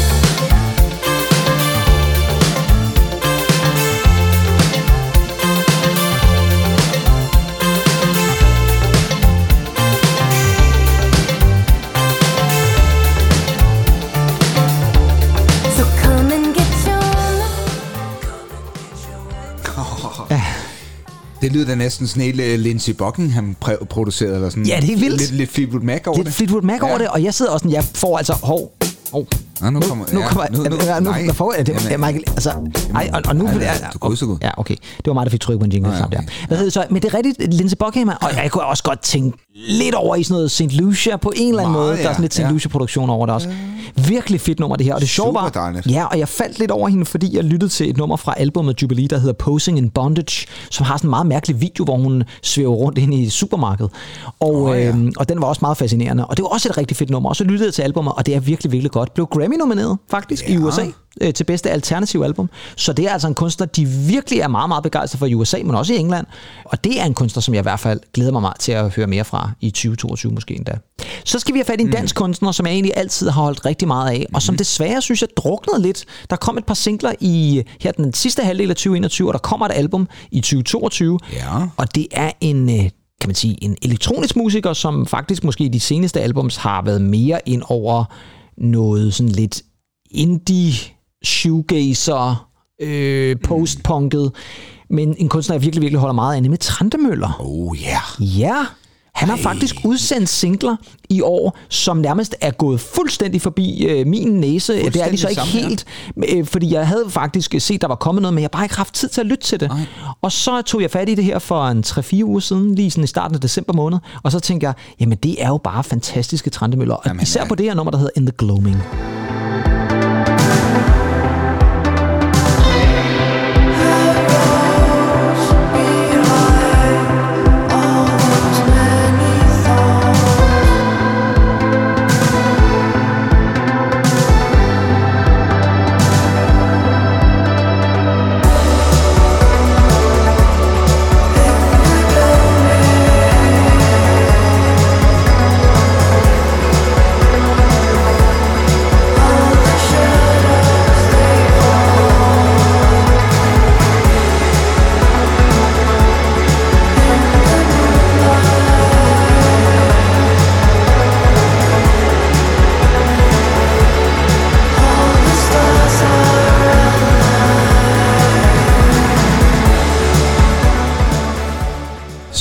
Det lyder da næsten sådan helt Lindsey Buckingham produceret eller sådan. Ja, det er vildt. Lidt Fleetwood Mac over det. Lidt Fleetwood Mac over det, og jeg sidder også sådan, jeg får altså Nu kommer Michael, altså, og nu ja, okay. Det var mig, der fik trykket på en jingle sammen der. Hvad hedder det så? Men det er rigtigt, Lindsey Buckingham, og jeg kunne også godt tænke lidt over i sådan noget St. Lucia på en eller anden måde. Der er sådan lidt St. Lucia-produktion over det også. Virkelig fedt nummer, det her. Og det sjove var, ja, og jeg faldt lidt over hende, fordi jeg lyttede til et nummer fra albumet Jubilee, der hedder Posing in Bondage, som har sådan en meget mærkelig video, hvor hun svæver rundt ind i supermarkedet. Og den var også meget fascinerende. Og det var også et rigtig fedt nummer. Og så lyttede jeg til albumet, og det er virkelig, virkelig godt. Blev Grammy-nomineret faktisk i USA til bedste alternative album. Så det er altså en kunstner, de virkelig er meget, meget begejstret for i USA, men også i England. Og det er en kunstner, som jeg i hvert fald glæder mig meget til at høre mere fra i 2022 måske endda. Så skal vi have fat i en dansk kunstner, som jeg egentlig altid har holdt rigtig meget af, og som desværre, synes jeg, druknede lidt. Der kom et par singler i her den sidste halvdel af 2021, og der kommer et album i 2022. Ja. Og det er en kan man sige, en elektronisk musiker, som faktisk måske i de seneste albums har været mere ind over noget sådan lidt indie, shoegazer, postpunket, men en kunstner, jeg virkelig, virkelig holder meget af, nemlig Trentemøller. Ja, han har faktisk udsendt singler i år, som nærmest er gået fuldstændig forbi min næse. Det er de så ikke helt, fordi jeg havde faktisk set, der var kommet noget, men jeg har bare ikke haft tid til at lytte til det. Ej. Og så tog jeg fat i det her for en 3-4 uger siden, lige sådan i starten af december måned, og så tænkte jeg, jamen det er jo bare fantastiske Trentemøller. Og især på det her nummer, der hedder In the Gloaming.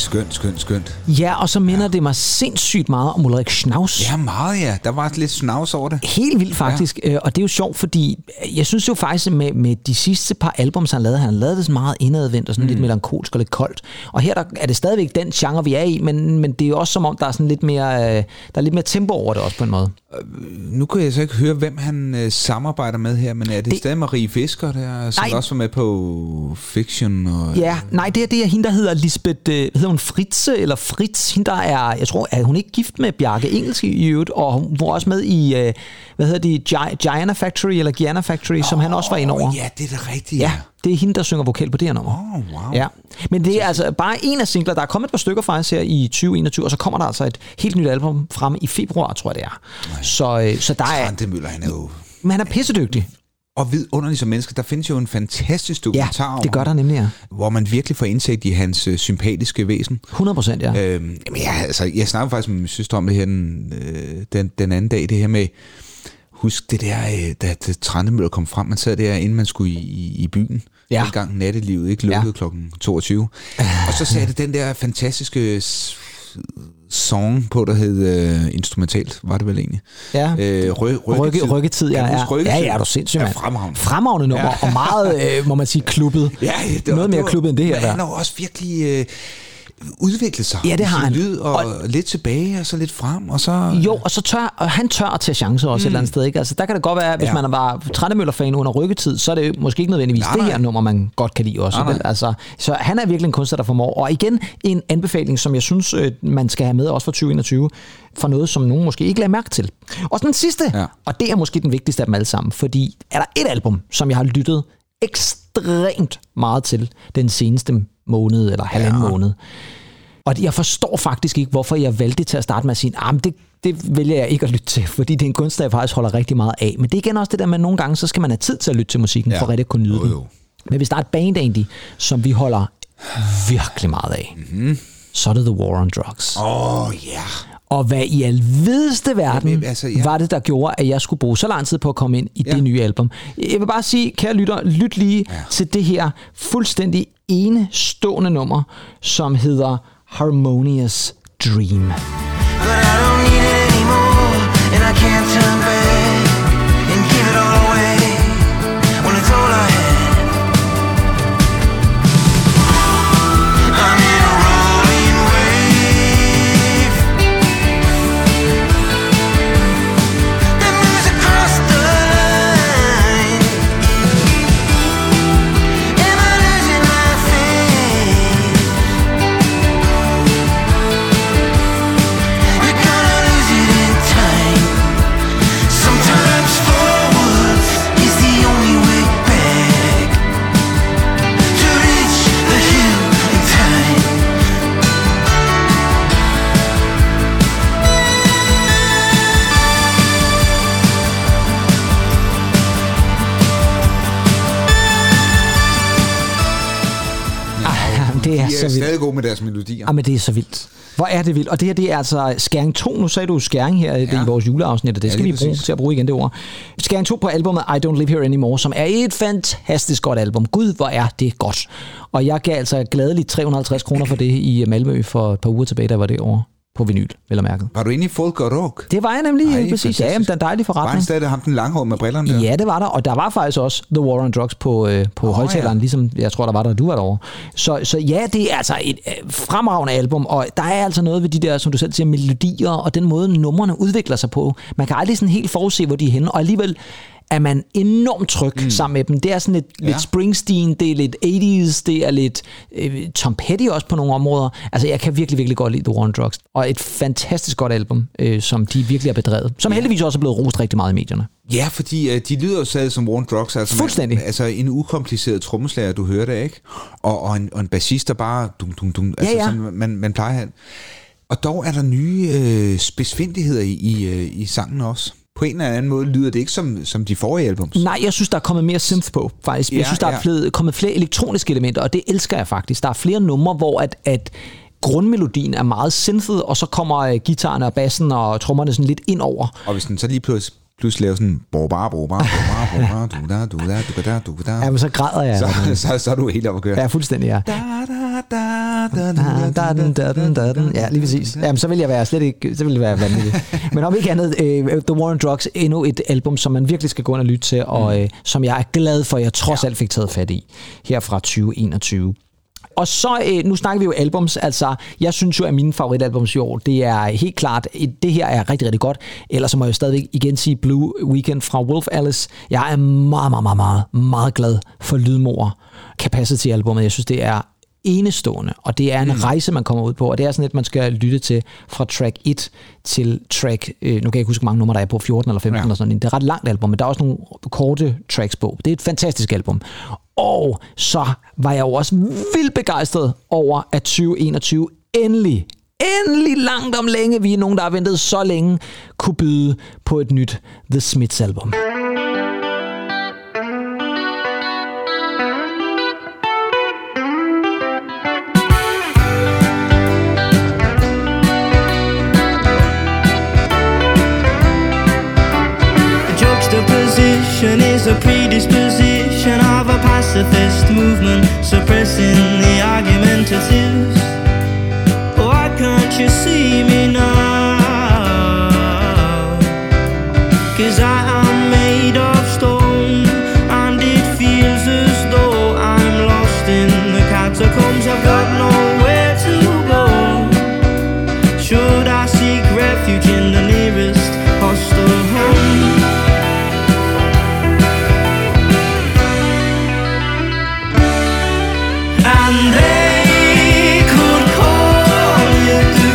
skønt. Ja, og så minder det mig sindssygt meget om Ulrik Schnauz. Ja, meget ja. Der var lidt Schnauz over det. Helt vildt faktisk, og det er jo sjovt, fordi jeg synes jo faktisk med de sidste par albums, han lavede det sådan meget indadvendt og sådan lidt melankolsk og lidt koldt. Og her der er det stadigvæk den genre, vi er i, men det er jo også som om, der er sådan lidt mere, tempo over det også på en måde. Nu kan jeg så ikke høre, hvem han samarbejder med her, men er det stadig Marie Fisker, der som også var med på Fiction? Og, ja, nej, det er hende, der hedder Lisbeth, hedder hun Fritze eller Fritz, hende der er, jeg tror, er hun ikke gift med Bjarke Ingels i øvrigt, og hun var også med i, Gianna Factory, som han også var inde over. Ja, det er det rigtige. Ja, det er hende, der synger vokal på det her nummer. Wow. Ja. Men det er altså bare en af singler. Der er kommet et par stykker faktisk her i 2021, og så kommer der altså et helt nyt album frem i februar, tror jeg det er. Så der er... Trantemøller, han er jo... Men han er pissedygtig. Og vidunderlig som menneske. Der findes jo en fantastisk dokumentar det gør der nemlig, ja. Hvor man virkelig får indsigt i hans sympatiske væsen. 100%, ja. Jeg snakkede faktisk med min søster om det her den anden dag, det her med... Husk det der, da Trantemøller kom frem, man sad der, inden man skulle i byen. Ja. En gang nattelivet ikke lukkede klokken 22. Og så sagde det den der fantastiske song på, der hed instrumentalt, var det vel egentlig? Ja. Rykketid, ja. Ja, du sindssygt, mand. Fremragende nummer, og meget, må man sige, klubbet. Ja, noget mere klubbet end det her. Men han har også virkelig... udviklet sig. Ja, det har han. Lyd og lidt tilbage og så lidt frem og så og så han tør at tage chancer også et eller andet sted, ikke? Altså der kan det godt være, hvis man var Trantemøller-fan under Rykketid, så er det måske ikke nødvendigvis det her nummer man godt kan lide også. Altså, så han er virkelig en kunstner, der formår. Og igen en anbefaling, som jeg synes man skal have med også for 2021, for noget som nogen måske ikke lagde mærke til. Og den sidste, og det er måske den vigtigste af dem alle sammen, fordi er der et album, som jeg har lyttet ekstremt meget til den seneste måned eller halvanden måned. Og jeg forstår faktisk ikke, hvorfor jeg valgte til at starte med at sige, det vælger jeg ikke at lytte til, fordi det er en kunstner, jeg faktisk holder rigtig meget af. Men det er igen også det der med, at nogle gange, så skal man have tid til at lytte til musikken, for rigtig at kunne nyde den. Men hvis der er et band egentlig, som vi holder virkelig meget af, så er det The War on Drugs. Og hvad i alvideste verden var det, der gjorde, at jeg skulle bruge så lang tid på at komme ind i det nye album. Jeg vil bare sige, kære lytter, lyt lige til det her fuldstændig enestående nummer, som hedder Harmonious Dream. But I don't need it anymore, and I can't turn back and give it all away when it's all I have. I'm in a rolling wave that moves across the line. Am I losing my faith? You're gonna lose it in time. Sometimes forwards is the only way back to reach the hill in time. Det er de så er vildt. stadig gode med deres melodier. Jamen, det er så vildt. Hvor er det vildt. Og det her, det er altså Skæring 2. Nu sagde du Skæring her i vores juleafsnit, og det skal vi bruge til at bruge igen det ord. Skæring 2 på albumet I Don't Live Here Anymore, som er et fantastisk godt album. Gud, hvor er det godt. Og jeg gav altså gladeligt 350 kroner for det i Malmø for et par uger tilbage, der var det over på vinyl, vel at mærke. Var du inde i folk og rock? Det var jeg nemlig, præcis. Ja, den dejlige forretning. Var han stadig ham den langhårede med brillerne der? Ja, det var der. Og der var faktisk også The War on Drugs på højtaleren, ligesom jeg tror, der var der, du var derovre. Så ja, det er altså et fremragende album, og der er altså noget ved de der, som du selv siger, melodier, og den måde, numrene udvikler sig på. Man kan aldrig sådan helt forudse, hvor de er henne, og alligevel er man enormt tryg sammen med dem. Det er sådan lidt Springsteen, det er lidt 80's, det er lidt Tom Petty også på nogle områder. Altså, jeg kan virkelig, virkelig godt lide The War on Drugs. Og et fantastisk godt album, som de virkelig har bedrevet. Som heldigvis også er blevet rost rigtig meget i medierne. Ja, fordi de lyder jo stadig som War on Drugs. Altså fuldstændig. Altså en ukompliceret trommeslager, du hører det, ikke? Og en bassist, der bare dum. Altså, sådan, man plejer at have. Og dog er der nye spidsfindigheder i sangen også. På en eller anden måde lyder det ikke som de forrige albums. Nej, jeg synes, der er kommet mere synth på, faktisk. Jeg synes, der er kommet flere elektroniske elementer, og det elsker jeg faktisk. Der er flere numre, hvor at grundmelodien er meget synthet, og så kommer guitarerne og bassen og trommerne sådan lidt ind over. Og hvis den så lige pludselig laver sådan ja, men så græder jeg. Så er du helt op at køre. Ja, fuldstændig, ja. Ja, lige præcis. Jamen, så vil jeg være slet ikke, så vil det være vanvittigt. Men om ikke andet, The War on Drugs, endnu et album, som man virkelig skal gå ind og lytte til, og som jeg er glad for, jeg trods alt fik taget fat i, her fra 2021. Og så, nu snakker vi jo albums, altså, jeg synes jo, at mine favoritalbums i år, det er helt klart, det her er rigtig, rigtig godt, ellers så må jeg jo stadigvæk igen sige Blue Weekend fra Wolf Alice. Jeg er meget, meget, meget, meget, meget glad for Lydmor Capacity-albummet. Jeg synes, det er enestående, og det er en rejse, man kommer ud på, og det er sådan et, man skal lytte til fra track 1 til track, nu kan jeg ikke huske, hvor mange numre der er på, 14 eller 15 eller sådan noget. Det er et ret langt album, men der er også nogle korte tracks på. Det er et fantastisk album. Og så var jeg jo også vildt begejstret over, at 2021 endelig langt om længe, vi er nogen, der har ventet så længe, kunne byde på et nyt The Smiths album. Is a predisposition of a pacifist movement suppressing the argumentatives. Why can't you see me now? 'Cause I am made of stone, and it feels as though I'm lost in the catacombs. I've got nowhere to go. Should I seek refuge in the nearest hostel home? And they could call it the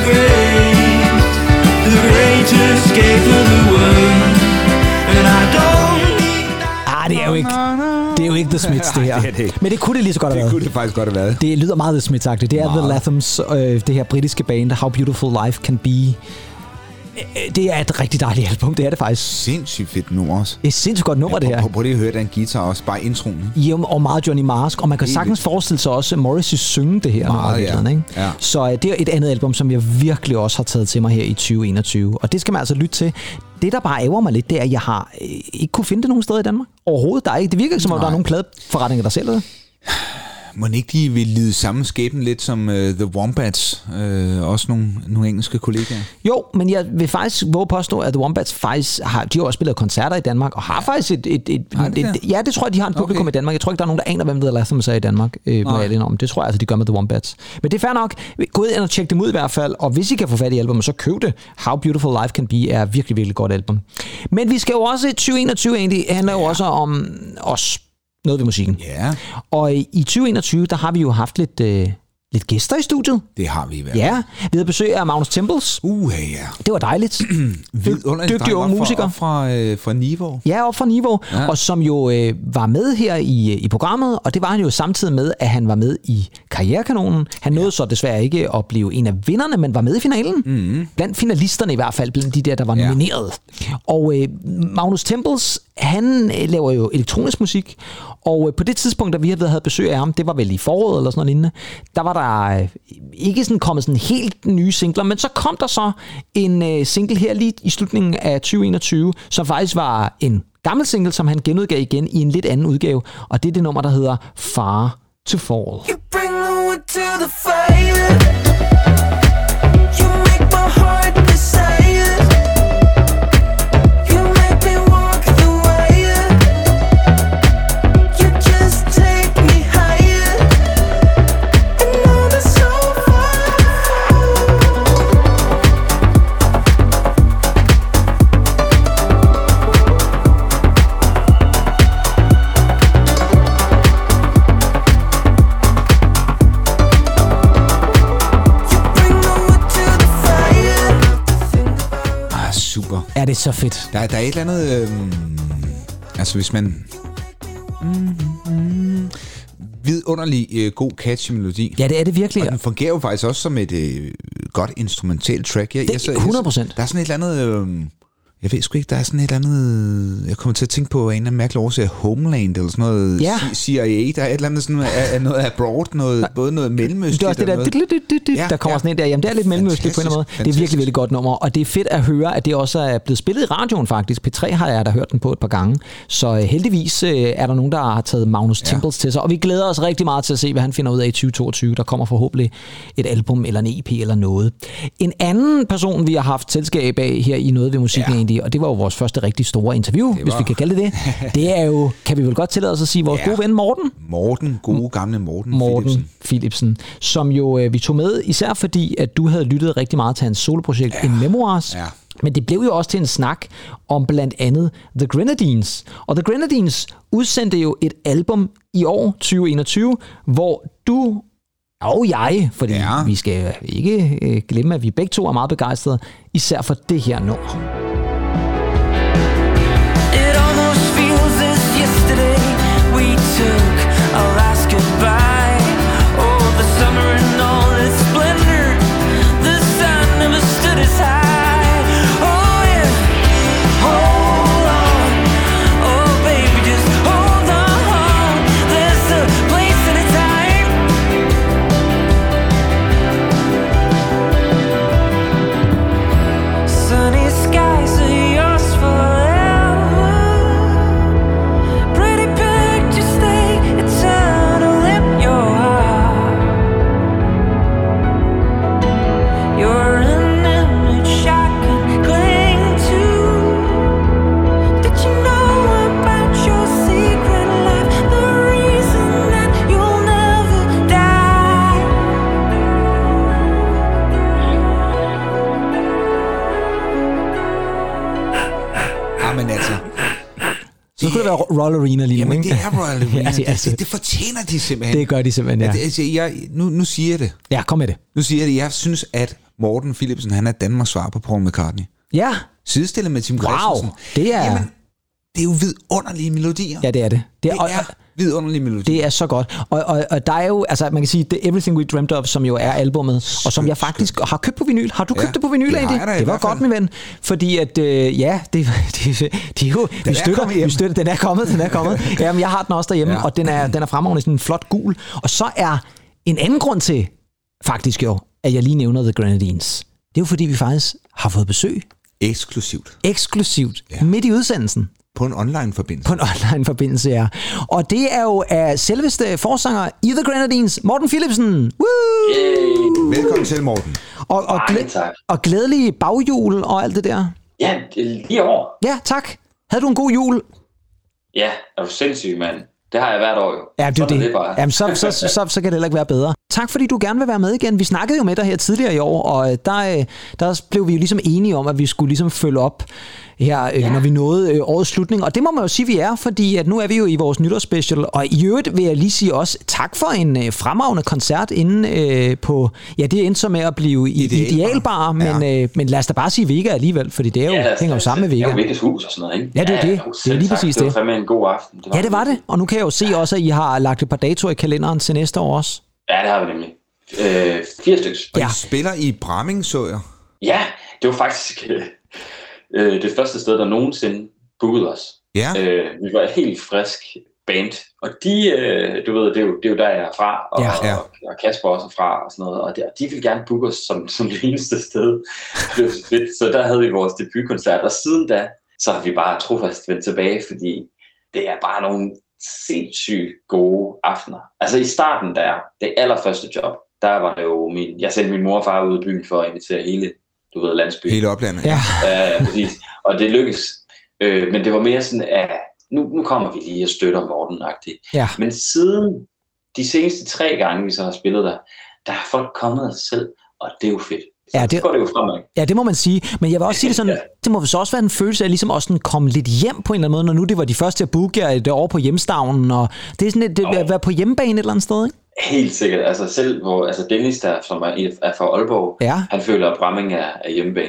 great escape of the world. And I don't need that. Det er jo ikke The Smiths, det her. Det. Men det kunne det lige så godt have været. Det kunne det faktisk godt have været. Det lyder meget The Smiths-agtigt. Det er The Lathams, det her britiske band, How Beautiful Life Can Be. Det er et rigtig dejligt album, det er det faktisk. Sindssygt fedt nummer også. Et sindssygt godt nummer, det her. Prøv lige at høre den guitar også, bare introen. Ja, og meget Johnny Marr, og man kan sagtens forestille sig også Morrissey synge det her. Meget, ikke? Ja. Så det er et andet album, som jeg virkelig også har taget til mig her i 2021. Og det skal man altså lytte til. Det, der bare ærger mig lidt, det er, at jeg har ikke kunne finde det nogen steder i Danmark. Overhovedet. Det virker ikke, som om der er nogen pladeforretninger, der sælger det. Må ikke de vil lide samme skæbne lidt som The Wombats, også nogle engelske kollegaer? Jo, men jeg vil faktisk våge påstå, at The Wombats faktisk de har også spillet koncerter i Danmark, og har faktisk ja, det tror jeg, de har en publikum i Danmark. Jeg tror ikke, der er nogen, der aner, hvem The Lathams er i Danmark. Det tror jeg altså, de gør med The Wombats. Men det er fair nok. Gå ind og tjek dem ud i hvert fald, og hvis I kan få fat i albumet, så køb det. How Beautiful Life Can Be er virkelig, virkelig godt album. Men vi skal jo også 2021 egentlig, handler jo også om os. Noget ved musikken. Ja. Og i 2021, der har vi jo haft lidt gæster i studiet. Det har vi i hvert fald. Ja, vi havde besøg af Magnus Tempels. Ja. Det var dejligt. Dygtig unge musiker. Fra Niveau. Ja, op fra Niveau. Ja. Og som jo var med her i programmet, og det var han jo samtidig med, at han var med i Karrierekanonen. Han nåede så desværre ikke at blive en af vinderne, men var med i finalen. Mm-hmm. Blandt finalisterne i hvert fald, blandt de der var nomineret. Og Magnus Tempels, han laver jo elektronisk musik, og på det tidspunkt, da vi havde besøg af ham, det var vel i foråret eller sådan noget lignende, der var der ikke sådan kommet sådan helt nye singler, men så kom der så en single her lige i slutningen af 2021, som faktisk var en gammel single, som han genudgav igen i en lidt anden udgave, og det er det nummer, der hedder Far to Fall. You bring the wood to the fire. You make my heart desire. You make me walk the wire. You just take me higher. And all the so far. Super. Er det så fedt? Der er et eller andet... altså hvis man... vidunderlig god catchy melodi. Ja, det er det virkelig. Og den fungerer jo faktisk også som et godt instrumentalt track. 100%. Der er sådan et eller andet... Jeg ved sgu ikke, der er sådan et andet... Jeg kommer til at tænke på en eller anden mærkelig årsag, Homeland eller sådan noget, CIA, der er et eller andet sådan noget abroad, både noget mellemøstligt. Det er også det der, der kommer sådan en der. Jamen, det er lidt mellemøstligt på en eller anden måde. Det er virkelig, virkelig godt nummer, og det er fedt at høre, at det også er blevet spillet i radioen faktisk. P3 har jeg da hørt den på et par gange, så heldigvis er der nogen, der har taget Magnus Temples til sig, og vi glæder os rigtig meget til at se, hvad han finder ud af i 2022. Der kommer forhåbentlig et album eller en EP eller noget. En anden person, vi har haft selskab af her i Noget ved musikken egentlig, og det var jo vores første rigtig store interview, hvis vi kan kalde det. Det er jo, kan vi vel godt tillade os at sige, vores gode ven Morten. Gamle Morten Philipsen, som jo vi tog med, især fordi, at du havde lyttet rigtig meget til hans soloprojekt In Memoirs. Ja. Men det blev jo også til en snak om blandt andet The Grenadines. Og The Grenadines udsendte jo et album i år 2021, hvor du og jeg, fordi vi skal ikke glemme, at vi begge to er meget begejstrede, især for det her nummer. It almost feels as yesterday we took our last goodbye. Oh, the summer and all its splendor, the sun never stood as high. Oh yeah, hold on, oh baby, just hold on. There's a place and a time. Sunny skies are yours forever. Pretty pictures stay eternal in your heart. You're an image I can cling to. Did you know about your secret life? The reason that you'll never die. Men altså... Så skulle det være Royal Arena lige nu, Jamen, ikke? det er Royal Arena. Det fortjener de simpelthen. Det gør de simpelthen, ja. Altså, nu siger jeg det. Ja, kom med det. Nu siger jeg det. Jeg synes, at Morten Philipsen, han er Danmarks svar på Paul McCartney. Ja. Sidestillet med Tim Christensen. Det er... Jamen, det er jo vidunderlige melodier. Ja, det er det. Det er vidunderlige melodier. Det er så godt. Og der er jo, altså man kan sige, The Everything We Dreamt Of, som jo er albumet, og som jeg faktisk har købt på vinyl. Har du købt det på vinyl, egentlig? Det var godt, min ven. Fordi at, det er jo... Vi støtter, den er kommet. Jamen, jeg har den også derhjemme, og den er fremragende sådan en flot gul. Og så er en anden grund til, faktisk jo, at jeg lige nævner The Grenadines. Det er jo fordi, vi faktisk har fået besøg. Eksklusivt. Ja. Midt i udsendelsen. På en online-forbindelse, ja. Og det er jo af selveste forsanger i The Grenadines, Morten Philipsen. Woo! Velkommen til, Morten. Og glædelig baghjul og alt det der. Ja, lige over. Ja, tak. Havde du en god jul? Ja, er du sindssyg, mand. Det har jeg hvert år jo. Ja, det er det. Jamen, så kan det heller ikke være bedre. Tak fordi du gerne vil være med igen. Vi snakkede jo med dig her tidligere i år, og der blev vi jo ligesom enige om, at vi skulle ligesom følge op her, når vi nåede årets slutning. Og det må man jo sige, vi er, fordi at nu er vi jo i vores nytårsspecial. Og i øvrigt vil jeg lige sige også tak for en fremragende koncert inde på... Ja, det endte så med at blive Idealbar, men lad os da bare sige Vega alligevel, fordi det er jo, hænger jo sammen med Vega. Det er jo Vegas hus og sådan noget, ikke? Ja, det er det. Det er lige præcis det. Det var fandme en god aften. Det var det. Og nu kan jeg jo se også, at I har lagt et par datoer i kalenderen til næste år også. Ja, det har vi nemlig. 4 stykker. Og I spiller i Bramming, så jeg. Ja, det var faktisk det første sted, der nogensinde bookede os. Ja. Vi var et helt frisk band, og de, du ved, det er jo der, jeg er fra, og Kasper også er fra, og sådan noget, og de ville gerne booke os som det eneste sted. Det var så fedt. Så der havde vi vores debutkoncert, og siden da, så har vi bare trofast vendt tilbage, fordi det er bare nogle sindssygt gode aftener. Altså i starten der, det allerførste job, der var det jo jeg sendte min mor og far ud i byen for at invitere hele, du ved, landsbyen. Hele oplandet. Ja. Præcis. Og det lykkedes. Men det var mere sådan, at nu kommer vi lige og støtter Morten-agtigt. Ja. Men siden de seneste 3 gange, vi så har spillet der er folk kommet af sig selv, og det er jo fedt. Så går det jo fremad. Ja, det må man sige. Men jeg vil også sige det sådan, det må så også være en følelse af ligesom også sådan komme lidt hjem på en eller anden måde, når nu det var de første at booke jer et år på hjemstavnen, og det er sådan et, at være på hjemmebane et eller andet sted, ikke? Helt sikkert. Altså selv hvor Dennis der, som er fra Aalborg, han føler, at Bramming er hjemmebane.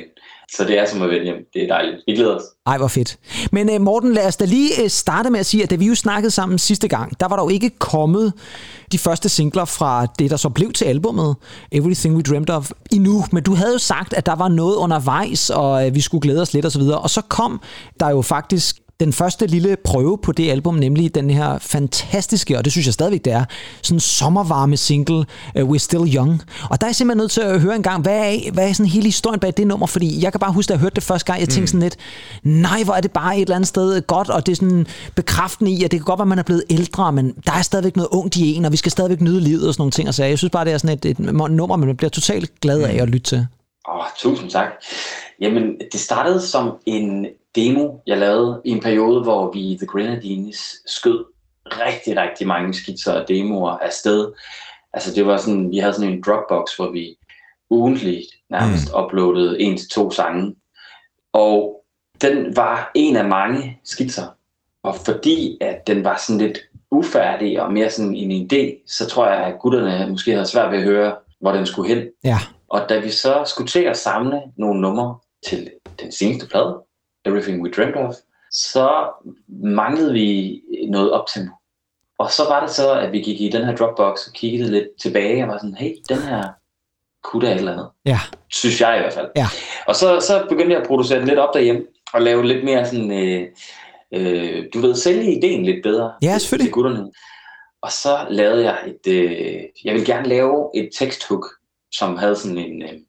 Så det er som at vende hjem. Det er dejligt. Vi glæder os. Ej, hvor fedt. Men Morten, lad os da lige starte med at sige, at da vi jo snakkede sammen sidste gang, der var der jo ikke kommet de første singler fra det, der så blev til albummet, Everything We Dreamed Of, endnu. Men du havde jo sagt, at der var noget undervejs, og vi skulle glæde os lidt og så videre. Og så kom der jo faktisk den første lille prøve på det album, nemlig den her fantastiske, og det synes jeg stadigvæk det er, sådan sommervarme single, We're Still Young. Og der er jeg simpelthen nødt til at høre en gang, hvad er sådan hele historien bag det nummer, fordi jeg kan bare huske, at jeg hørte det første gang, jeg tænkte sådan lidt, nej, hvor er det bare et eller andet sted godt, og det er sådan bekræftende i, at det kan godt være, at man er blevet ældre, men der er stadigvæk noget ungt i en, og vi skal stadigvæk nyde livet og sådan nogle ting. Så jeg synes bare, det er sådan et nummer, man bliver totalt glad af at lytte til. Tusind tak. Jamen, det startede som en demo, jeg lavede i en periode, hvor vi i The Grenadines skød rigtig, rigtig mange skitser og demoer afsted. Altså det var sådan, vi havde sådan en Dropbox, hvor vi ugentligt nærmest uploadede 1 til 2 sange. Og den var en af mange skitser. Og fordi at den var sådan lidt ufærdig og mere sådan en idé, så tror jeg, at gutterne måske havde svært ved at høre, hvor den skulle hen. Ja. Og da vi så skulle til at samle nogle numre til den seneste plade, Everything We Dreamed Of, så manglede vi noget optempo. Og så var det så, at vi gik i den her Dropbox og kiggede lidt tilbage og var sådan, hey, den her kunne da et eller andet. Ja. Synes jeg i hvert fald. Ja. Og så begyndte jeg at producere den lidt op derhjemme og lave lidt mere sådan, du ved, sælge ideen lidt bedre til gutterne. Og så lavede jeg jeg ville gerne lave et teksthook, som havde sådan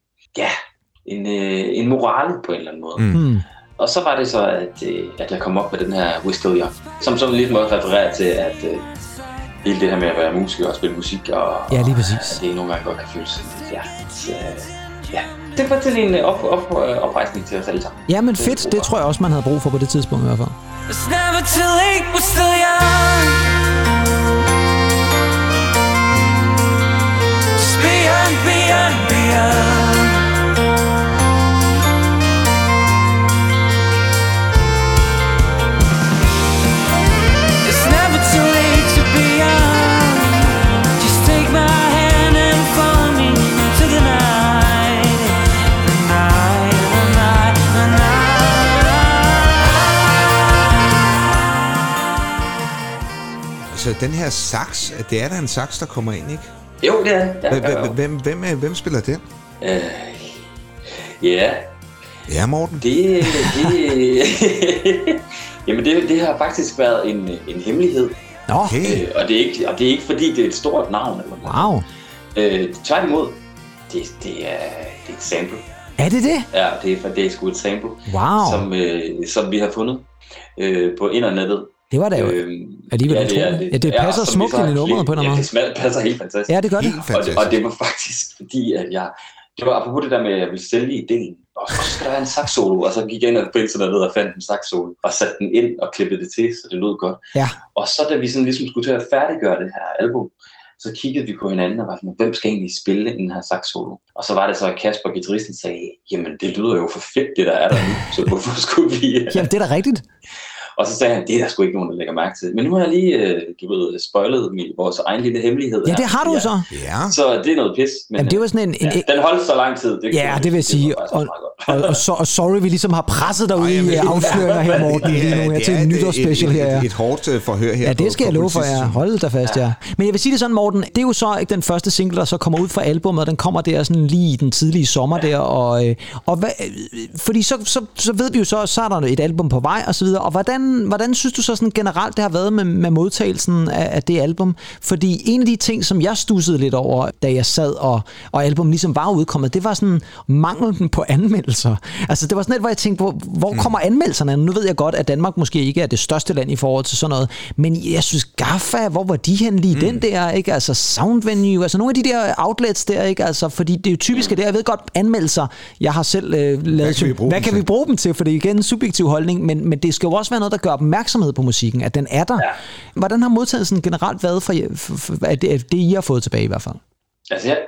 en morale på en eller anden måde. Og så var det så, at jeg kom op med den her We're Still Young, som sådan lidt måde refererer til, at hele det her med at være musiker og spille musik, og lige præcis. At det nogle gange godt kan føles det var til en oprejsning til os alle sammen. Ja, men fedt. Det tror jeg også, man havde brug for på det tidspunkt i hvert fald. It's never too late, we're still young. Just be young, be young, be young. It's never too late to be young. Just take my hand and follow me to the night. The night, the night, the night. Så den her sax, det er der en sax, der kommer ind, ikke? Jo, det er. Hvem spiller den? Ja, Morten. Jamen, det har faktisk været en hemmelighed. Okay. Og det er ikke fordi, det er et stort navn. Eller wow. Tværtimod, det er et sample. Er det det? Ja, det er sgu et sample, wow. som vi har fundet på internettet. Det var da jo alligevel utroligt. Ja, det passer smukt ind i nummeret på en eller anden måde. Ja, det passer helt fantastisk. Ja, det gør det. Og det var faktisk fordi, at det var apropos det der med, at jeg ville sælge ideen. Og så skal der være en sax-solo, og så gik jeg ind på internettet og fandt en sax-solo, og satte den ind og klippede det til, så det lød godt. Ja. Og så da vi sådan ligesom skulle til at færdiggøre det her album, så kiggede vi på hinanden og var sådan, hvem skal egentlig spille den her sax-solo? Og så var det så, at Kasper, guitaristen, sagde, jamen det lyder jo for fedt, det der er der nu, så hvorfor skulle vi... Jamen det er da rigtigt. Og så sagde han, det er der sgu ikke nogen, der lægger mærke til. Men nu har jeg lige, spoilet vores egen lille hemmelighed. Ja, det har du så. Ja. Så det er noget pis. Men jamen, det var sådan den holdt så lang tid. Det vil jeg sige. Og sorry, vi ligesom har presset dig ud i afsløringer her, Morten, lige nu her til en nytårsspecial her. Ja. Et hårdt forhør her. Ja, det skal jeg love for jer. Hold da fast, ja. Men jeg vil sige det sådan, Morten, det er jo så ikke den første single, der så kommer ud fra albumet, og den kommer der sådan lige i den tidlige sommer der, og fordi så ved vi jo så er der et album på vej og så videre, og hvordan synes du så sådan generelt, det har været med modtagelsen af det album? Fordi en af de ting, som jeg stussede lidt over, da jeg sad, og album ligesom var udkommet, det var sådan manglen på anmeldelser. Altså det var sådan et, hvor jeg tænkte, hvor kommer anmeldelserne? Nu ved jeg godt, at Danmark måske ikke er det største land i forhold til sådan noget, men jeg synes, GAFFA, hvor var de hen lige den der, ikke? Altså Soundvenue, altså nogle af de der outlets der, ikke? Altså, fordi det er jo typisk, at jeg ved godt, anmeldelser, jeg har selv lavet, hvad kan vi bruge dem til? For det er igen en subjektiv holdning, men det skal jo også være noget, der gør opmærksomhed på musikken, at den er der. Ja. Hvordan har modtagelsen generelt været for det, I har fået tilbage i hvert fald? Altså,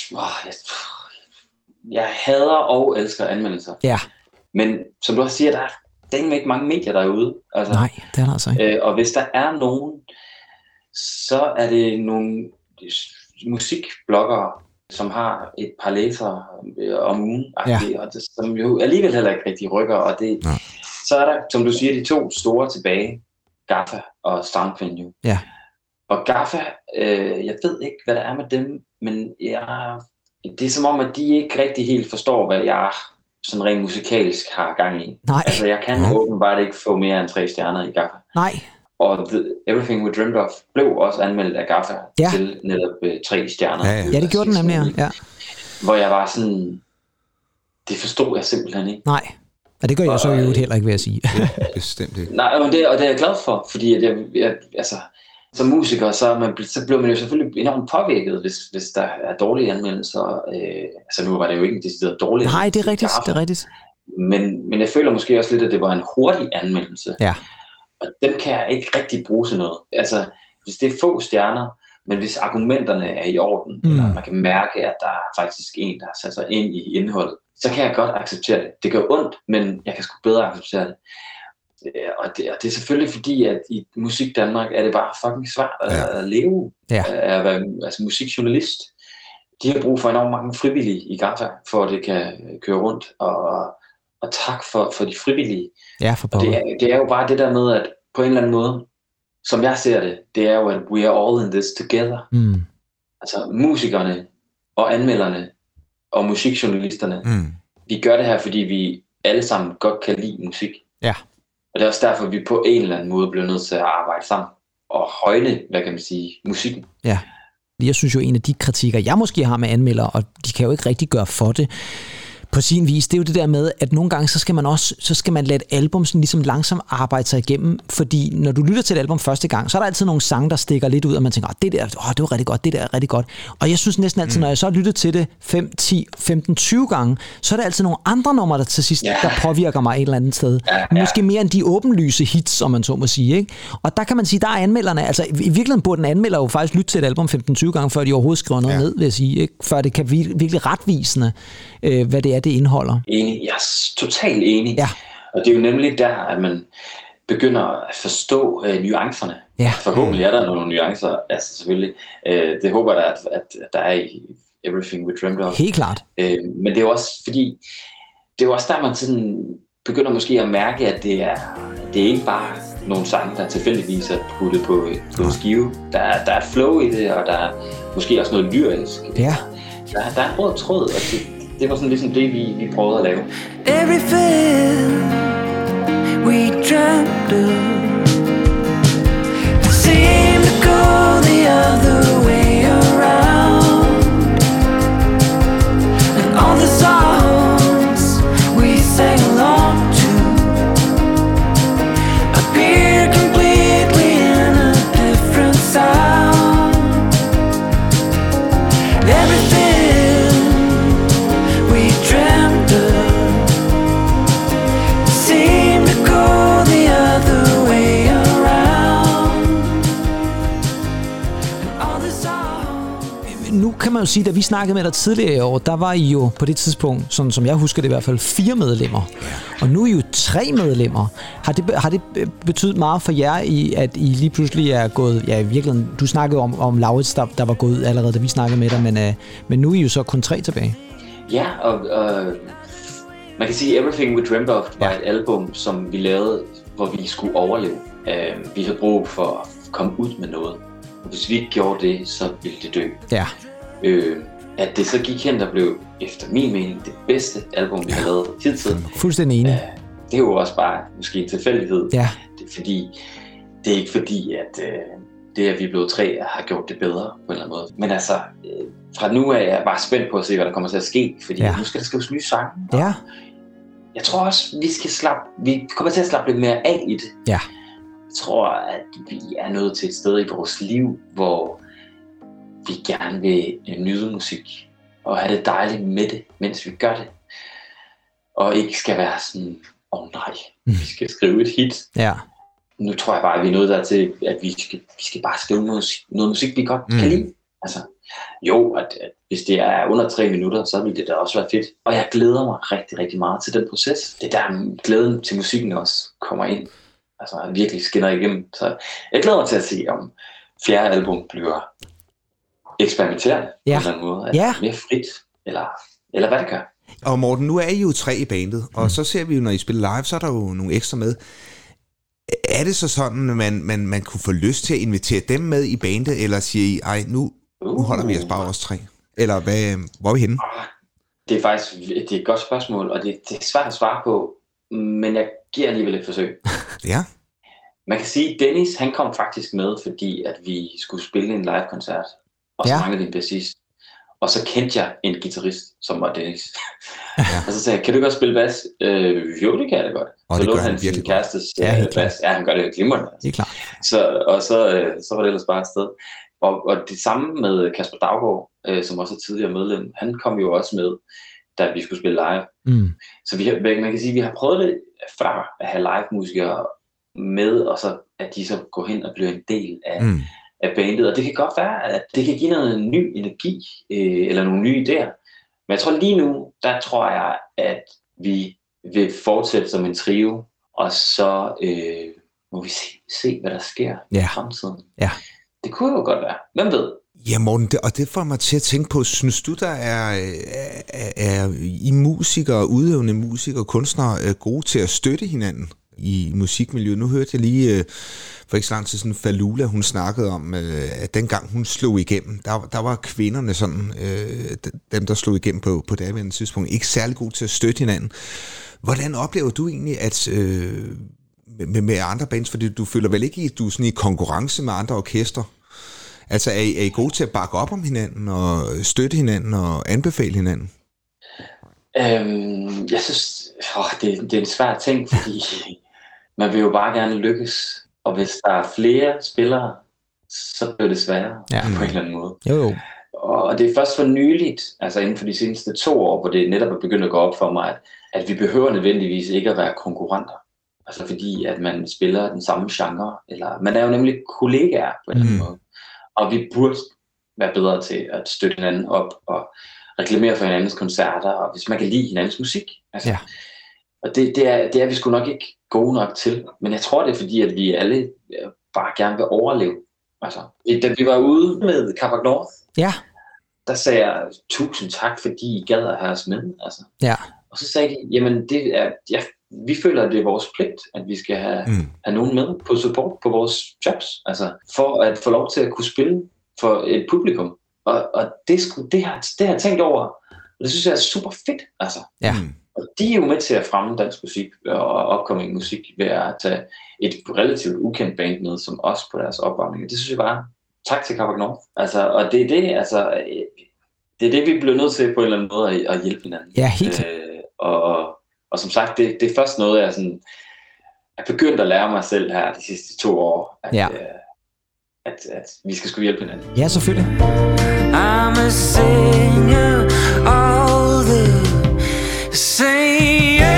jeg hader og elsker anmeldelser. Ja. Men som du også siger, der er ikke mange medier derude. Altså, nej, det er der altså ikke. Og hvis der er nogen, så er det nogle musikbloggere, som har et par læsere om ugen, og det, som jo alligevel heller ikke rigtig rykker, og det, så er der, som du siger, de 2 store tilbage, Gaffa og Soundvenue. Ja. Og Gaffa, jeg ved ikke, hvad der er med dem, men det er som om, at de ikke rigtig helt forstår, hvad jeg sådan rent musikalsk har gang i. Nej. Altså, jeg kan åbenbart ikke få mere end 3 stjerner i Gaffa. Nej. Og Everything We Dreamed Of blev også anmeldt af Gaffa til netop 3 stjerner. Ja, det gjorde den nemlig, ja. Hvor jeg var sådan, det forstod jeg simpelthen ikke. Nej, og det gør jeg så jo heller ikke, vil jeg sige. Bestemt ikke. Nej, og det er jeg glad for, fordi at jeg altså, som musiker, så bliver man jo selvfølgelig enormt påvirket, hvis der er dårlige anmeldelser. Altså nu var det jo ikke en decideret dårlig anmeldelse. Nej, det er rigtigt, Men jeg føler måske også lidt, at det var en hurtig anmeldelse. Ja. Og den kan jeg ikke rigtig bruge til noget. Altså, hvis det er få stjerner, men hvis argumenterne er i orden, eller man kan mærke, at der er faktisk en, der har sat sig ind i indholdet, så kan jeg godt acceptere det. Det gør ondt, men jeg kan sgu bedre acceptere det. Og det er selvfølgelig fordi, at i Musik Danmark er det bare fucking svært at leve at være musikjournalist. De har brug for enormt mange frivillige i Gaffa, for at det kan køre rundt, og tak for de frivillige. Ja, for pokker. Det er jo bare det der med, at på en eller anden måde, som jeg ser det, det er jo, at we are all in this together. Altså musikerne og anmelderne og musikjournalisterne, vi gør det her, fordi vi alle sammen godt kan lide musik. Ja. Og det er også derfor, vi på en eller anden måde bliver nødt til at arbejde sammen og højne, hvad kan man sige, musikken. Ja. Jeg synes jo, en af de kritikker, jeg måske har med anmeldere, og de kan jo ikke rigtig gøre for det, på sin vis, det er jo det der med, at nogle gange, så skal man lade et album sådan ligesom langsomt arbejde sig igennem, fordi når du lytter til et album første gang, så er der altid nogle sange, der stikker lidt ud, og man tænker, det var rigtig godt, det der er rigtig godt. Og jeg synes næsten altid, når jeg så lytter til det 5, 10, 15, 20 gange, så er der altid nogle andre numre, der til sidst, der påvirker mig et eller andet sted. Måske mere end de åbenlyse hits, som man så må sige, ikke? Og der kan man sige, der er anmelderne, altså i virkeligheden burde en anmelder jo faktisk lytte til et album 15-20 gange, før de overhovedet skriver noget ned, vil jeg sige, ikke? Før det kan virkelig retvisende, hvad det er, det indeholder. Enig. Jeg er totalt enig. Ja. Og det er jo nemlig der, at man begynder at forstå nuancerne. Ja. Forhåbentlig er der nogle nuancer, altså selvfølgelig. Det håber jeg, at der er i Everything We Dreamed Of. Helt klart. Men det er jo også fordi, det er jo også der, man sådan begynder måske at mærke, at det er ikke bare nogle sange, der tilfældigvis er puttet på en skive. Der er et flow i det, og der er måske også noget lyrisk. Ja. Der er en rød tråd, og det var sådan ligesom det, vi prøvede at lave. Everything we dreamt of seemed to go the other way around, and all the songs we sang along to appeared completely in a different sound. Everything we dreamt of seemed to go the other way around, and all the songs. Nu kan man jo sige, da vi snakkede med dig tidligere i år, der var I jo på det tidspunkt, sådan som jeg husker det i hvert fald, 4 medlemmer. Og nu er I jo 3 medlemmer. Har det betydet meget for jer, at I lige pludselig er gået, ja i virkeligheden, du snakkede om Laurits, der var gået allerede, da vi snakkede med dig, men nu er I jo så kun 3 tilbage. Ja, og man kan sige, Everything We Dreamed Of var et album, som vi lavede, hvor vi skulle overleve. Vi havde brug for at komme ud med noget. Hvis vi ikke gjorde det, så ville det dø. Ja. At det så gik hen, der blev, efter min mening, det bedste album, vi har lavet hidtil. Fuldstændig enig. Det er jo også bare måske en tilfældighed. Ja. Det er ikke fordi, at det, at vi er blevet 3, har gjort det bedre på en eller anden måde. Men altså, fra nu af er jeg bare spændt på at se, hvad der kommer til at ske, fordi nu skal der skrives nye sange. Ja. Jeg tror også, vi kommer til at slappe lidt mere af i det. Ja. Jeg tror, at vi er nået til et sted i vores liv, hvor vi gerne vil nyde musik og have det dejligt med det, mens vi gør det. Og ikke skal være sådan, nej, vi skal skrive et hit. Ja. Nu tror jeg bare, at vi er nået dertil, at vi skal bare skrive noget musik, vi godt kan lide. Altså, jo, at hvis det er under 3 minutter, så vil det da også være fedt. Og jeg glæder mig rigtig, rigtig meget til den proces. Det er der glæden til musikken også kommer ind. Altså virkelig skinner igennem. Så jeg glæder mig til at se, om 4. album bliver eksperimenterende på en eller anden måde. Altså, mere frit, eller hvad det gør. Og Morten, nu er I jo 3 i bandet, og så ser vi jo, når I spiller live, så er der jo nogle ekstra med. Er det så sådan, at man kunne få lyst til at invitere dem med i bandet, eller siger I, ej, nu holder vi os bare os 3? Eller hvor er vi henne? Det er faktisk et godt spørgsmål, og det er svært at svare på, men jeg giver alligevel et forsøg. Ja. Man kan sige, at Dennis, han kom faktisk med, fordi at vi skulle spille en live-koncert, og så manglede vi en bassist. Og så kendte jeg en guitarist, som var Dennis. Og så sagde jeg, kan du godt spille bas? Jo, det kan jeg da godt. Og så lå han sin kærestes bas. Ja, han gør det glimrende. Det er klart. Så var det ellers bare afsted. Og det samme med Kasper Daugaard, som også er tidligere medlem. Han kom jo også med, da vi skulle spille live. Så man kan sige, at vi har prøvet det før at have live-musikere med, og så at de så går hen og bliver en del af bandet. Og det kan godt være, at det kan give noget ny energi, eller nogle nye idéer. Men jeg tror lige nu, der tror jeg, at vi vil fortsætte som en trio, og så må vi se, hvad der sker i fremtiden. Ja. Det kunne jo godt være. Hvem ved? Ja, Morten, det får mig til at tænke på, synes du, der er I musikere, udøvende musikere og kunstnere gode til at støtte hinanden i musikmiljøet? Nu hørte jeg lige for ikke så lang tid sådan Falula, hun snakkede om, at dengang hun slog igennem, der var kvinderne sådan, dem der slog igennem på daværende tidspunkt, ikke særlig gode til at støtte hinanden. Hvordan oplever du egentlig, at med andre bands, fordi du føler vel ikke, at du er sådan i konkurrence med andre orkester? Altså er I gode til at bakke op om hinanden og støtte hinanden og anbefale hinanden? Jeg synes, det er en svær ting, fordi man vil jo bare gerne lykkes. Og hvis der er flere spillere, så bliver det sværere på en eller anden måde. Jo. Og det er først for nyligt, altså inden for de seneste 2 år, hvor det netop er begyndt at gå op for mig, at vi behøver nødvendigvis ikke at være konkurrenter. Altså fordi, at man spiller den samme genre, eller man er jo nemlig kollegaer på en eller anden måde. Og vi burde være bedre til at støtte hinanden op og reklamere for hinandens koncerter, og hvis man kan lide hinandens musik. Altså. Og det er vi sgu nok ikke gode nok til. Men jeg tror, det er fordi, at vi alle bare gerne vil overleve. Altså, da vi var ude med Carpac North, der sagde jeg, 1000 tak, fordi I gad at have os med. Altså. Ja. Og så sagde de, jamen vi føler, at det er vores pligt, at vi skal have nogen med på support på vores jobs. Altså, for at få lov til at kunne spille for et publikum. Og det har jeg tænkt over, og det synes jeg er super fedt. Altså. Ja. Og de er jo med til at fremme dansk musik og upcoming musik ved at tage et relativt ukendt band med, som os på deres opvarmning. Det synes jeg bare, tak til Carpac North. Altså, og det er det, vi bliver nødt til på en eller anden måde at hjælpe hinanden. Ja, helt. Og som sagt, det er først noget, jeg sådan er begyndt at lære mig selv her de sidste 2 år, at vi skal sgu hjælpe hinanden. Ja, selvfølgelig. I'm a singer all the same.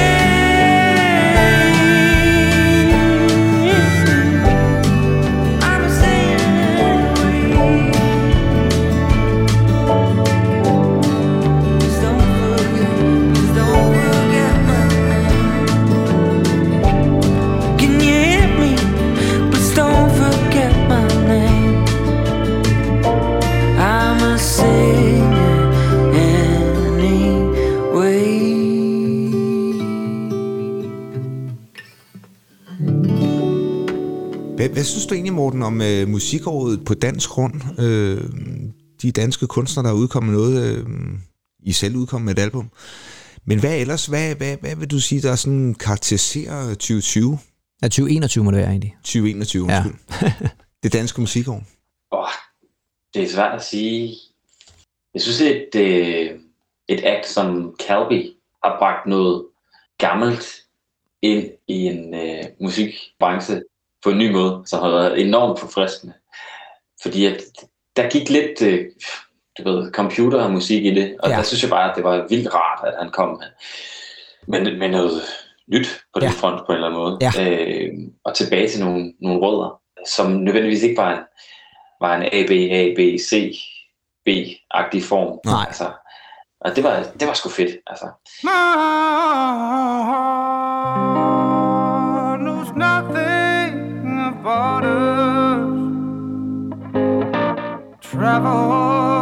Hvad synes du egentlig, Morten, om musikåret på dansk grund? De danske kunstnere, der er udkommet noget, I selv udkommet med et album. Men hvad ellers? Hvad vil du sige, der sådan karakteriserer 2020? Ja, 2021 må det være egentlig. 2021, undskyld. Ja. Det danske musikår. Det er svært at sige. Jeg synes, et act som Calby har bragt noget gammelt ind i en musikbranche på en ny måde, som har været enormt forfriskende. Fordi at der gik lidt computer og musik i det, og der synes jeg bare, at det var vildt rart, at han kom med noget nyt på den front på en eller anden måde. Ja. Og tilbage til nogle rødder, som nødvendigvis ikke var en A-B-C-B-agtig form. Nej. Altså, og det var sgu fedt. Altså. Travel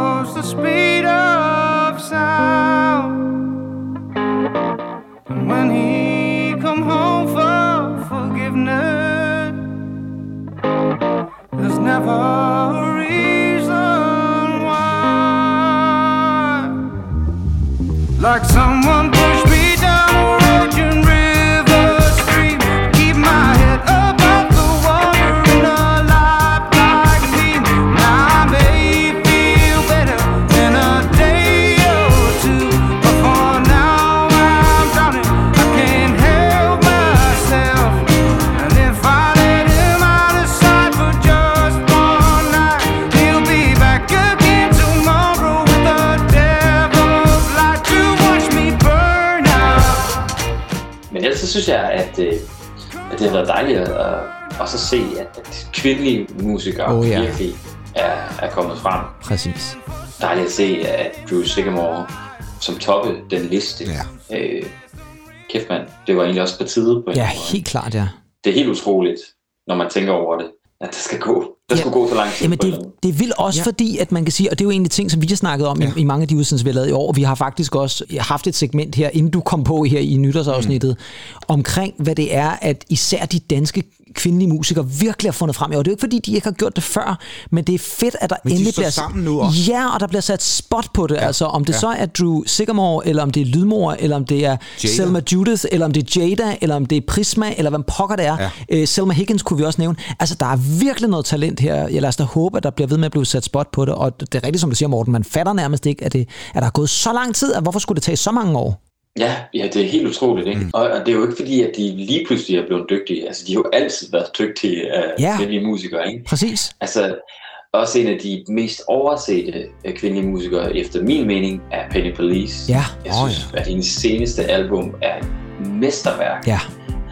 like someone pushed me down a raging river stream. Keep my head above the water in a life like me. Now I may feel better in a day or two, but for now I'm drowning. I can't help myself, and if I let him out of sight for just one night, he'll be back again tomorrow with the devil's light to watch me burn out. Men ellers så synes jeg, at det har været dejligt at også se, at kvindelige musikere virkelig er kommet frem. Præcis. Dejligt at se, at Drew Sycamore som toppe den liste. Ja. Kæft mand, det var egentlig også på tide på en Ja, måde. helt klart, ja. Det er helt utroligt, når man tænker over det, at det skal gå. Der skulle gå så lang tid. Jamen det er vildt også fordi, at man kan sige, og det er jo egentlig ting, som vi har snakket om i mange af de udsendelser, vi har lavet i år. Vi har faktisk også haft et segment her, inden du kom på her i nytårsafsnittet, omkring hvad det er, at især de danske kvindelige musikere virkelig har fundet frem. Og det er jo ikke fordi, de ikke har gjort det før, men det er fedt, at der endelig bliver sammen nu også. Ja, og der bliver sat spot på det. Altså om det så er Drew Sycamore, eller om det er Lydmor, eller om det er Jada. Selma Judith, eller om det er Jada, eller om det er Prisma, eller hvad pokker det er. Selma Higgins kunne vi også nævne. Altså der er virkelig noget talent her. Jeg lader os da håbe, at der bliver ved med at blive sat spot på det. Og det er rigtigt, som du siger, Morten, man fatter nærmest ikke, at der er gået så lang tid, at hvorfor skulle det tage så mange år? Ja, det er helt utroligt, ikke? Og det er jo ikke fordi, at de lige pludselig er blevet dygtige. Altså, de har jo altid været dygtige kvindelige musikere, ikke? Præcis. Altså, også en af de mest oversete kvindelige musikere, efter min mening, er Penny Police. Ja. Jeg synes, at hendes seneste album er et mesterværk. Ja.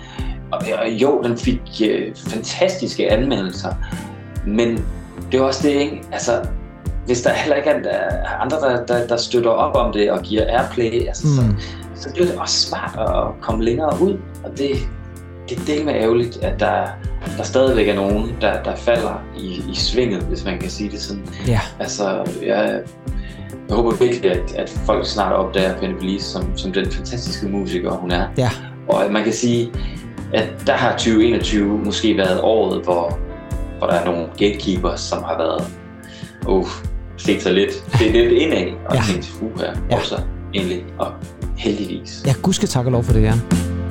Og jo, den fik fantastiske anmeldelser, men det er også det, ikke? Altså, hvis der heller ikke er andre, der støtter op om det og giver airplay, altså, så bliver det også smart at komme længere ud. Og det er det med ærgerligt, at der stadigvæk er nogen, der falder i svinget, hvis man kan sige det sådan. Ja. Altså, jeg håber virkelig, at folk snart opdager Penny Police som den fantastiske musiker, hun er. Ja. Og man kan sige, at der har 2021 måske været året, hvor der er nogle gatekeepers, som har været set sig lidt indad og tænkt, her også egentlig, og heldigvis. Ja, gud skal takke og lov for det, ja.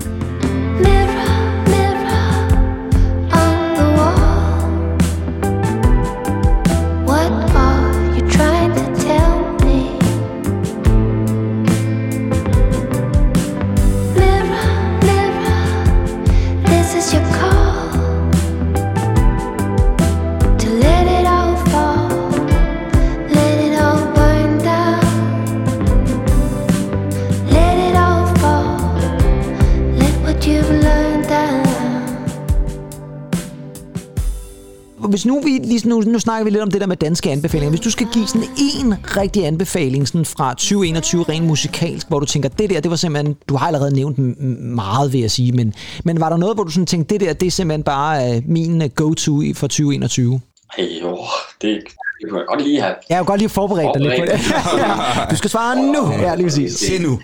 Hvis nu snakker vi lidt om det der med danske anbefalinger. Hvis du skal give sådan en rigtig anbefaling sådan fra 2021 rent musikalsk, hvor du tænker, det var simpelthen, du har allerede nævnt meget, vil jeg sige, men var der noget, hvor du sådan tænkte, det er simpelthen bare min go-to for 2021? Jo, det kunne jeg godt lige have. Jeg kan godt lige forberede dig lidt på det. Du skal svare nu. Ja, lige præcis. Se nu.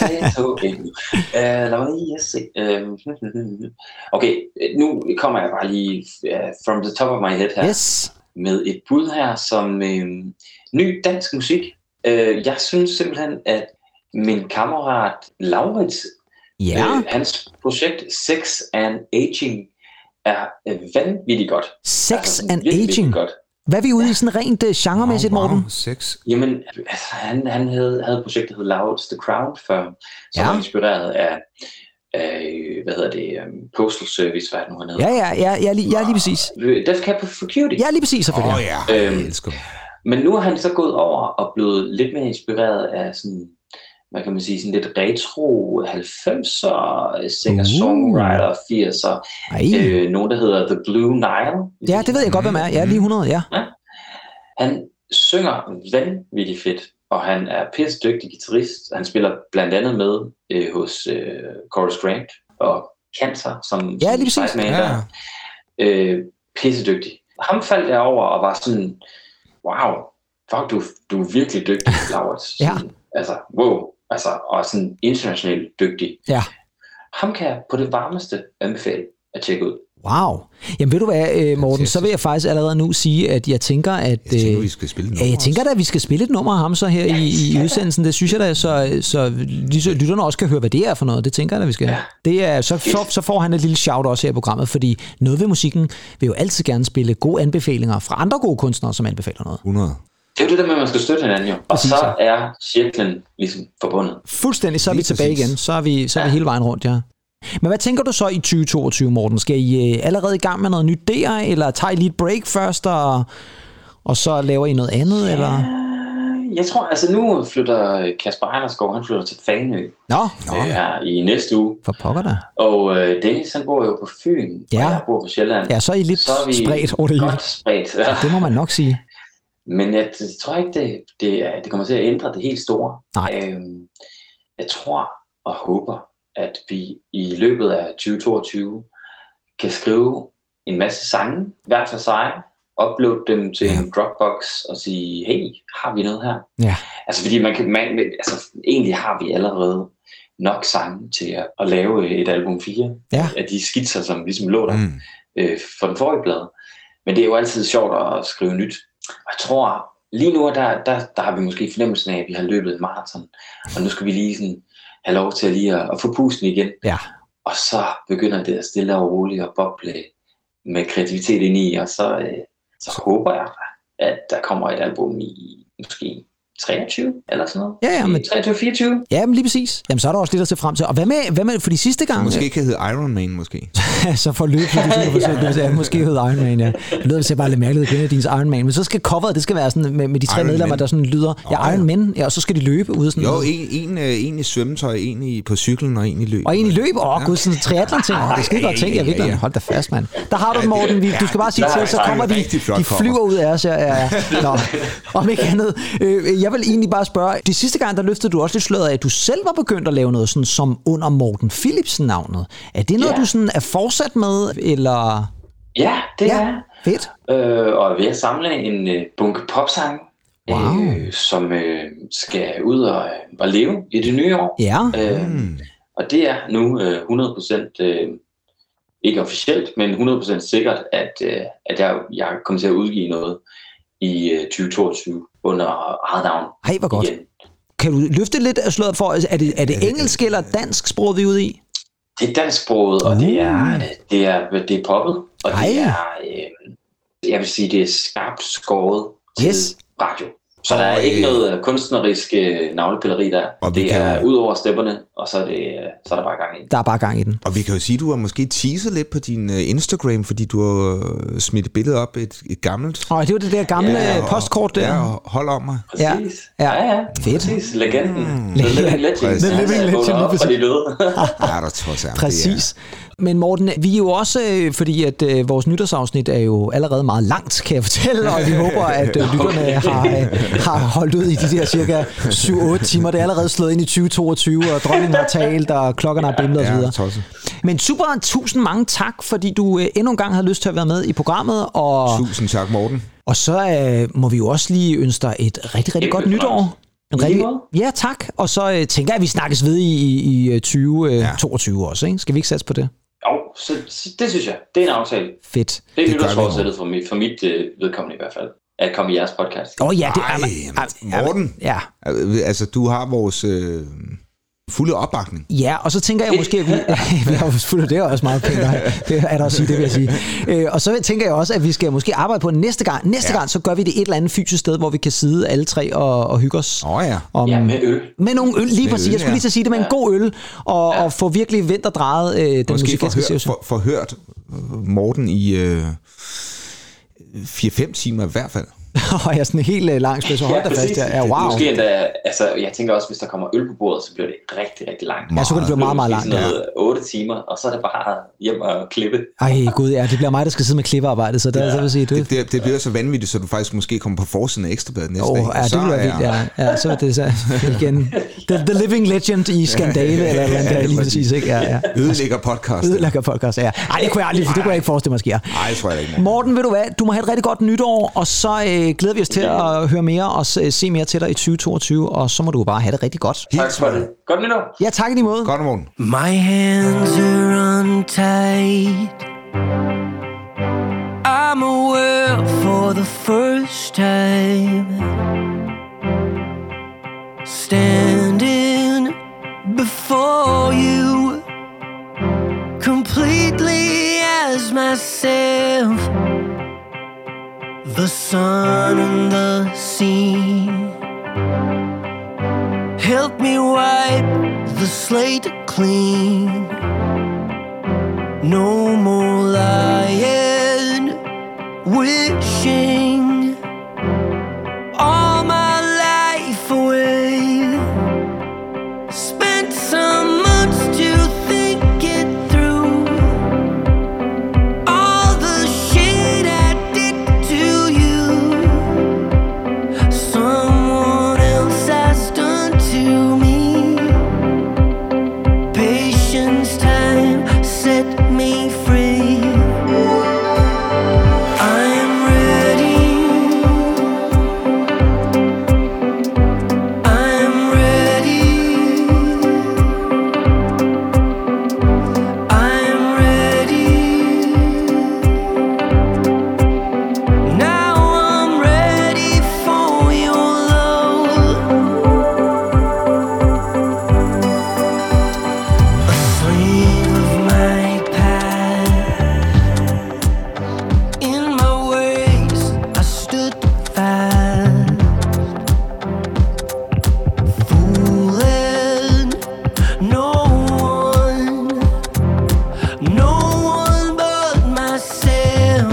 Lad mig lige se. Okay, nu kommer jeg bare lige from the top of my head her. Yes. Med et bud her som ny dansk musik. Jeg synes simpelthen, at min kammerat Laurits, hans projekt Sex and Aging, er vanvittigt godt. Sex and Aging? Godt. Hvad er vi ude i sådan rent genremæssigt, Morten? Sex. Jamen, altså, han havde projektet, der hed Laurits The Crown før, som var inspireret af Postal Service, hvad nu han hedder. Ja, lige præcis. Death Cab for Cutie. Ja, lige præcis, selvfølgelig. Jeg elsker. Men nu har han så gået over og blevet lidt mere inspireret af sådan, hvad kan man sige, sådan lidt retro 90'er, singer-songwriter 80'er, nogen der hedder The Blue Nile. Ja, det ved jeg godt, hvem er. Ja, lige 100, ja. Han synger vanvittigt fedt, og han er pisse dygtig guitarist. Han spiller blandt andet med hos Chorus Grant og Cancer, som lige præcis. Pisse dygtig. Ham faldt jeg over og var sådan, wow, fuck, du er virkelig dygtig, Laurits. Altså, wow. Altså, og sådan internationalt dygtig. Ja. Ham kan jeg på det varmeste anbefale at tjekke ud. Wow. Jamen ved du hvad, Morten, så vil jeg faktisk allerede nu sige, at jeg tænker, at... Jeg tænker, vi skal spille et nummer. Jeg tænker da, at vi skal spille et nummer af ham så her i udsendelsen. Det synes jeg da, så lytterne også kan høre, hvad det er for noget. Det tænker jeg da, vi skal. Ja. Det er, så får han et lille shout også her i programmet, fordi noget ved musikken vil jo altid gerne spille gode anbefalinger fra andre gode kunstnere, som anbefaler noget. 100. Det er jo det der med, at man skal støtte hinanden jo. Og så er cirklen ligesom forbundet. Fuldstændig, så er vi tilbage igen. Så er vi hele vejen rundt, ja. Men hvad tænker du så i 2022, Morten? Skal I allerede i gang med noget nyt der, eller tager I lige et break først, og så laver I noget andet, eller? Jeg tror, altså nu flytter Kasper Ejlerskov, han flytter til Fanø. Nå. Her i næste uge. For pokker da. Og Dennis, han bor jo på Fyn, og jeg bor på Sjælland. Ja, så er I lidt spredt over det hele. Godt spredt. Ja. Det må man nok sige. Men jeg tror ikke, det kommer til at ændre det helt store. Nej. Jeg tror og håber, at vi i løbet af 2022 kan skrive en masse sange, hver for sig, uploade dem til en Dropbox og sige, hey, har vi noget her? Ja. Altså fordi egentlig har vi allerede nok sange til at lave et album 4 af de skitser, som ligesom lå der for den forrige plade. Men det er jo altid sjovt at skrive nyt. Og jeg tror, lige nu der har vi måske fornemmelsen af, at vi har løbet et maraton, og nu skal vi lige sådan have lov til lige at få pusten igen. Ja. Og så begynder det at stille og roligt og boble med kreativitet ind i, og så håber jeg, at der kommer et album i måske 23 eller sådan noget. Ja, men 23-24. Ja, men lige præcis. Jamen, så er der også lidt at se frem til. Og hvad med for de sidste gange? Så måske kan hedde Iron Man, måske. Så for løbet, måske hedder Iron Man, ja. Det lyder til bare lidt mærkeligt, Benedins Iron Man. Men så skal coveret, det skal være sådan med de tre Iron medlemmer, Man. der sådan lyder, Iron Man, og så skal de løbe ud sådan. Jo, en i svømmetøj, en på cyklen og en i løb. Og en i løb, gud, sådan en triathlon-ting. Det skal godt tænke, jeg virkelig. Hold da fast, mand. Der har du, Morten. Du skal bare sige til, så kommer de flyver ud af os. Ja. Nå, om ikke andet. Jeg vil egentlig bare spørge, de sidste gang, der løftede du også lidt sløret af, at du selv var begyndt at lave noget sådan som under Morten Philipsen-navnet. Er det noget, du sådan er fortsat med, eller? Ja, det er. Fedt. Og ved at samle en bunke popsange, som skal ud og leve i det nye år. Ja. Og det er nu 100% ikke officielt, men 100% sikkert, at jeg kommer til at udgive noget i 2022 under eget navn. Hej, hvor godt. Igen. Kan du løfte lidt af sløret for, er det engelsk eller dansk sprog, vi er ude i? Det er dansk sproget, og det er poppet, og det er, jeg vil sige, det er skarpt skåret til radio. Så der er ikke noget kunstnerisk navlepilleri der. Og det er ud over stepperne, og så er der bare gang i den. Der er bare gang i den. Og vi kan jo sige, at du har måske teaset lidt på din Instagram, fordi du har smidt et billede op, et gammelt. Det var det der gamle postkort der. Ja, og hold om mig. Præcis. Ja. Fedt. Præcis. Legenden. The Living Legend. The Living Legend, lige præcis. Ja, der trods alt. Præcis. Men Morten, vi er jo også, fordi at vores nytårsafsnit er jo allerede meget langt, kan jeg fortælle, og vi håber, at lytterne har holdt ud i de der cirka 7-8 timer. Det er allerede slået ind i 2022, og dronningen har talt, og klokkerne har bimlet osv. Men super, tusind mange tak, fordi du endnu en gang havde lyst til at være med i programmet. Og tusind tak, Morten. Og så må vi jo også lige ønske dig et rigtig, rigtig godt nytår. Ja, tak. Og så tænker jeg, at vi snakkes ved i 2022 også, ikke? Skal vi ikke satse på det? Jo, så det synes jeg. Det er en aftale. Fedt. Det er nytårsforsættet for mit vedkommende i hvert fald. At komme i jeres podcast. Ja, det er Morten. Ja. Altså, du har vores fulde opbakning. Ja, og så tænker jeg måske, at vi har fuldt det er også meget pænt. Det er der at sige, det vil jeg sige. Og så tænker jeg også, at vi skal måske arbejde på næste gang. Næste gang, så gør vi det et eller andet fysisk sted, hvor vi kan sidde alle tre og hygge os. Med øl. Med nogle øl, lige præcis. Jeg skulle lige til at sige det med en god øl, og få virkelig vendt og drejet den musik. Måske forhørt Morten i 4-5 timer i hvert fald. Og jeg er sådan helt langt spids og holdt der fast. Ja, wow. Måske endda, altså jeg tænker også, hvis der kommer øl på bordet, så bliver det rigtig, rigtig langt. Ja, så kan det blive meget, meget langt. Sådan noget 8 timer, og så er det bare hjem og klippe. Ej gud, ja, det bliver mig, der skal sidde med klippearbejdet, så der så vil sige det. Det bliver så vanvittigt, så du faktisk måske kommer på forsiden af Ekstrabladet næste dag. Ja, det bliver vildt, ja. Så er det så igen. The Living Legend i skandale, eller hvad det er lige præcis, ikke? Ja. Ødelægger podcast, ja. Ej, det kunne jeg ikke forestille mig sker. Nej, det tror jeg ikke. Morten, ved du hvad, du må have et rigtig godt nytår, og så glæder vi os til at høre mere og se mere til dig i 2022, og så må du bare have det rigtig godt. Tak for det. Godt nytår. Ja, tak i lige måde. Godt, Morten. My hands are untied. I'm aware for the first time, standing before you, completely as myself. The sun and the sea help me wipe the slate clean. No more lying, wishing all my life away. Spent some months to think it through, all the shit I did to you. Someone else has done to me. Patience, time set me free. I'm ready. I'm ready. I'm ready. Now I'm ready for your love. A slave of my past. In my ways I stood fast, fooling no one but myself.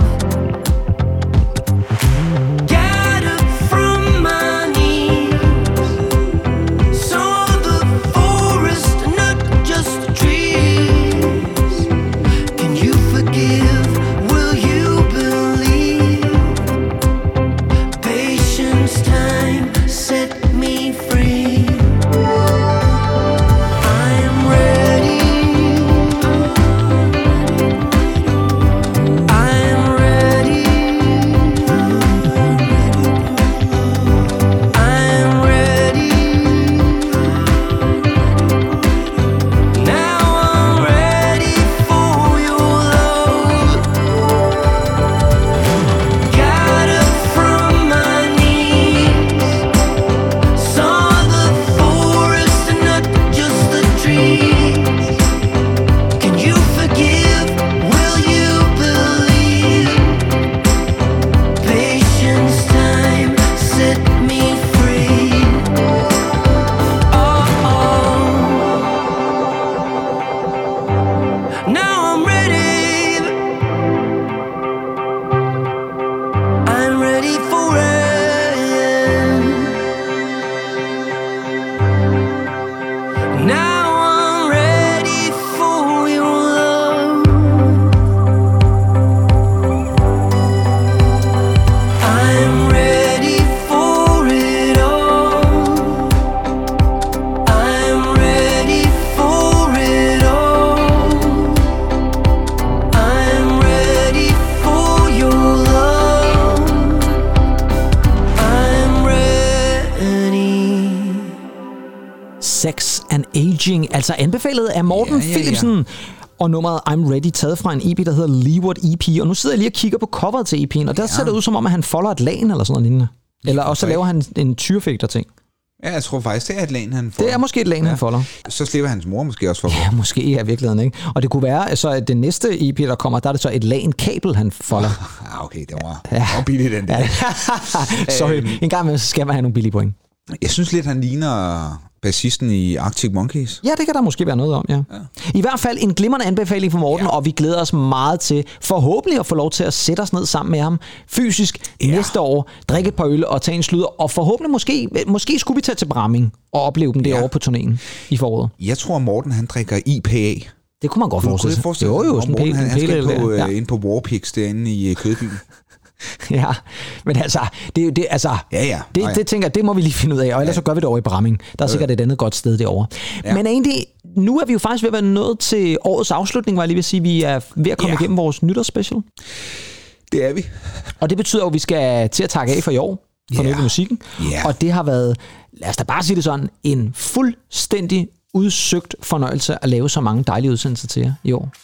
Got up from my knees, saw the forest, not just the trees. Can you forgive? Will you believe? Patience, time set me free. I'm ready. I'm ready. I'm ready. Now I'm ready for your love. Got up from my knees, saw the forest and not just the trees. Can you forgive? Will you believe? Patience, time set me free. Now I'm ready. I'm ready for it. Now I'm ready for your love. I'm ready for it all. I'm ready for it all. I'm ready for your love. I'm ready. Sex and Aging, altså anbefalet af Morten Philipsen. Og nummeret I'm Ready, taget fra en EP, der hedder Leeward EP. Og nu sidder jeg lige og kigger på coveret til EP'en, og der ser det ud som om, at han folder et lagen eller sådan noget lignende. Eller også så laver han en tyrefægter-ting. Ja, jeg tror faktisk, det er et lagen, han folder. Det er måske et lagen, han folder. Så slipper hans mor måske også for. Ja, måske i virkeligheden, ikke? Og det kunne være, så at den næste EP, der kommer, der er det så et lagen-kabel, han folder. Okay, det var billigt, den der. Sorry, en gang med, så skal man have nogle billige point. Jeg synes lidt, han ligner bassisten i Arctic Monkeys. Ja, det kan der måske være noget om, ja. I hvert fald en glimrende anbefaling fra Morten, og vi glæder os meget til forhåbentlig at få lov til at sætte os ned sammen med ham fysisk næste år, drikke et par øl og tage en sludder, og forhåbentlig måske skulle vi tage til Bramming og opleve dem derovre på turnéen i foråret. Jeg tror, Morten han drikker IPA. Det kunne man godt forestille sig. Jo, sådan han skal ind på Warpix derinde i Kødbyen. Ja, men altså, det tænker jeg, det må vi lige finde ud af, og ellers så gør vi det over i Bramming. Der er sikkert et andet godt sted derovre. Ja. Men egentlig, nu er vi jo faktisk ved at være nået til årets afslutning, var jeg lige ved at sige, vi er ved at komme igennem vores nytårsspecial. Det er vi. Og det betyder jo, at vi skal til at takke af for i år, for noget af musikken. Og det har været, lad os da bare sige det sådan, en fuldstændig udsøgt fornøjelse at lave så mange dejlige udsendelser til jer i år.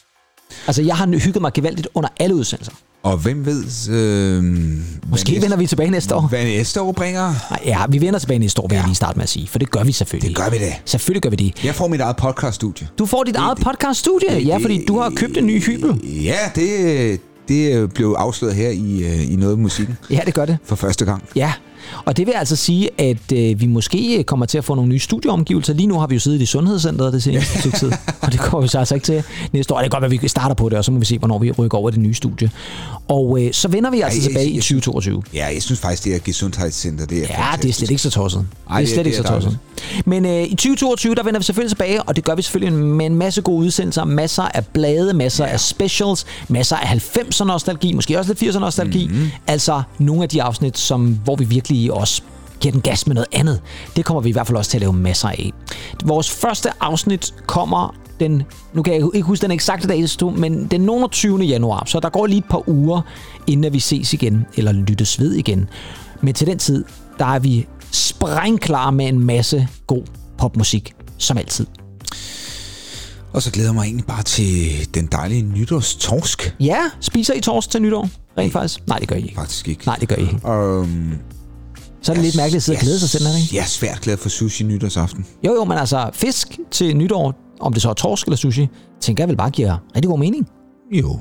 Altså, jeg har hygget mig gevaldigt under alle udsendelser. Og hvem ved... Måske vender vi tilbage næste år. Hvad næste år bringer? Ja, vi vender tilbage næste år, vil jeg lige starte med at sige. For det gør vi selvfølgelig. Det gør vi det. Selvfølgelig gør vi det. Jeg får mit eget podcaststudie. Du får dit eget podcaststudie? Ja, fordi du har købt en ny hybel. Ja, det blev afsløret her i noget musikken. Ja, det gør det. For første gang. Ja, og det vil altså sige, at vi måske kommer til at få nogle nye studieomgivelser. Lige nu har vi jo siddet i Sundhedscenteret det seneste stykke tid, og det kommer vi så altså ikke til næste år. Det er godt, at vi starter på det, og så må vi se, hvornår vi rykker over i det nye studie. Og så vender vi altså tilbage i 2022. Ja, jeg synes faktisk, det her Sundhedscenter, det er fantastisk. Det er slet ikke så tosset. Det er slet ikke så tosset. Men i 2022, der vender vi selvfølgelig tilbage, og det gør vi selvfølgelig med en masse gode udsendelser, masser af blade, masser af specials, masser af 90'er nostalgi, måske også lidt 80'er nostalgi. Altså nogle af de afsnit, hvor vi virkelig også giver den gas med noget andet. Det kommer vi i hvert fald også til at lave masser af. Vores første afsnit kommer nu kan jeg ikke huske den eksakte dato, men den 29. januar, så der går lige et par uger, inden vi ses igen, eller lyttes ved igen. Men til den tid, der er vi sprængklar med en masse god popmusik, som altid. Og så glæder jeg mig egentlig bare til den dejlige nytårstorsk. Ja, spiser I torsk til nytår? Rent faktisk? Nej, det gør I ikke. Faktisk ikke. Nej, det gør I ikke. Så er det lidt mærkeligt at sidde og glæde sig selv, ikke? Jeg er svært glad for sushi nytårsaften. Jo, men altså fisk til nytår, om det så er torsk eller sushi, tænker jeg vel bare giver rigtig god mening. Jo.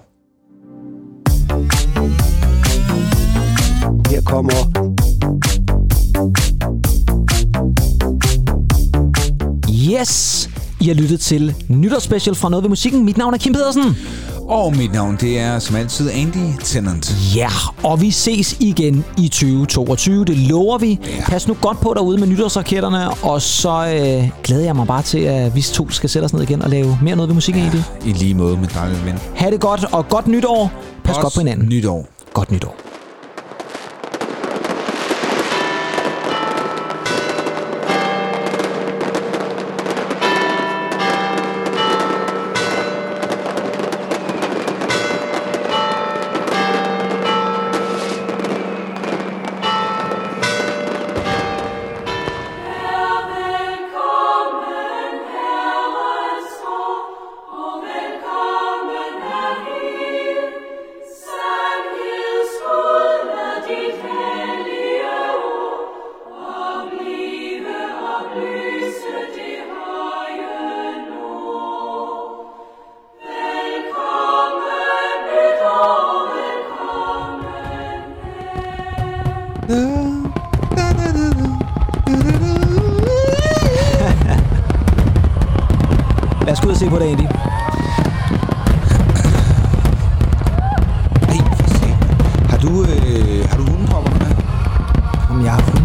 Her kommer Yes! I har lyttet til nytårsspecial fra Noget ved Musikken. Mit navn er Kim Pedersen. Og mit navn, det er som altid Andy Tennant. Ja, og vi ses igen i 2022. Det lover vi. Ja. Pas nu godt på derude med nytårsraketterne, og så glæder jeg mig bare til, at vi to skal sætte os ned igen og lave mere Noget ved Musikken i det. I lige måde med dig, ven. Ha' det godt, og godt nytår. Pas godt på hinanden. Nytår. Godt nytår. Lad os gå ud og se på det, Andy. Hey, har du hundepropperne med? Om jeg har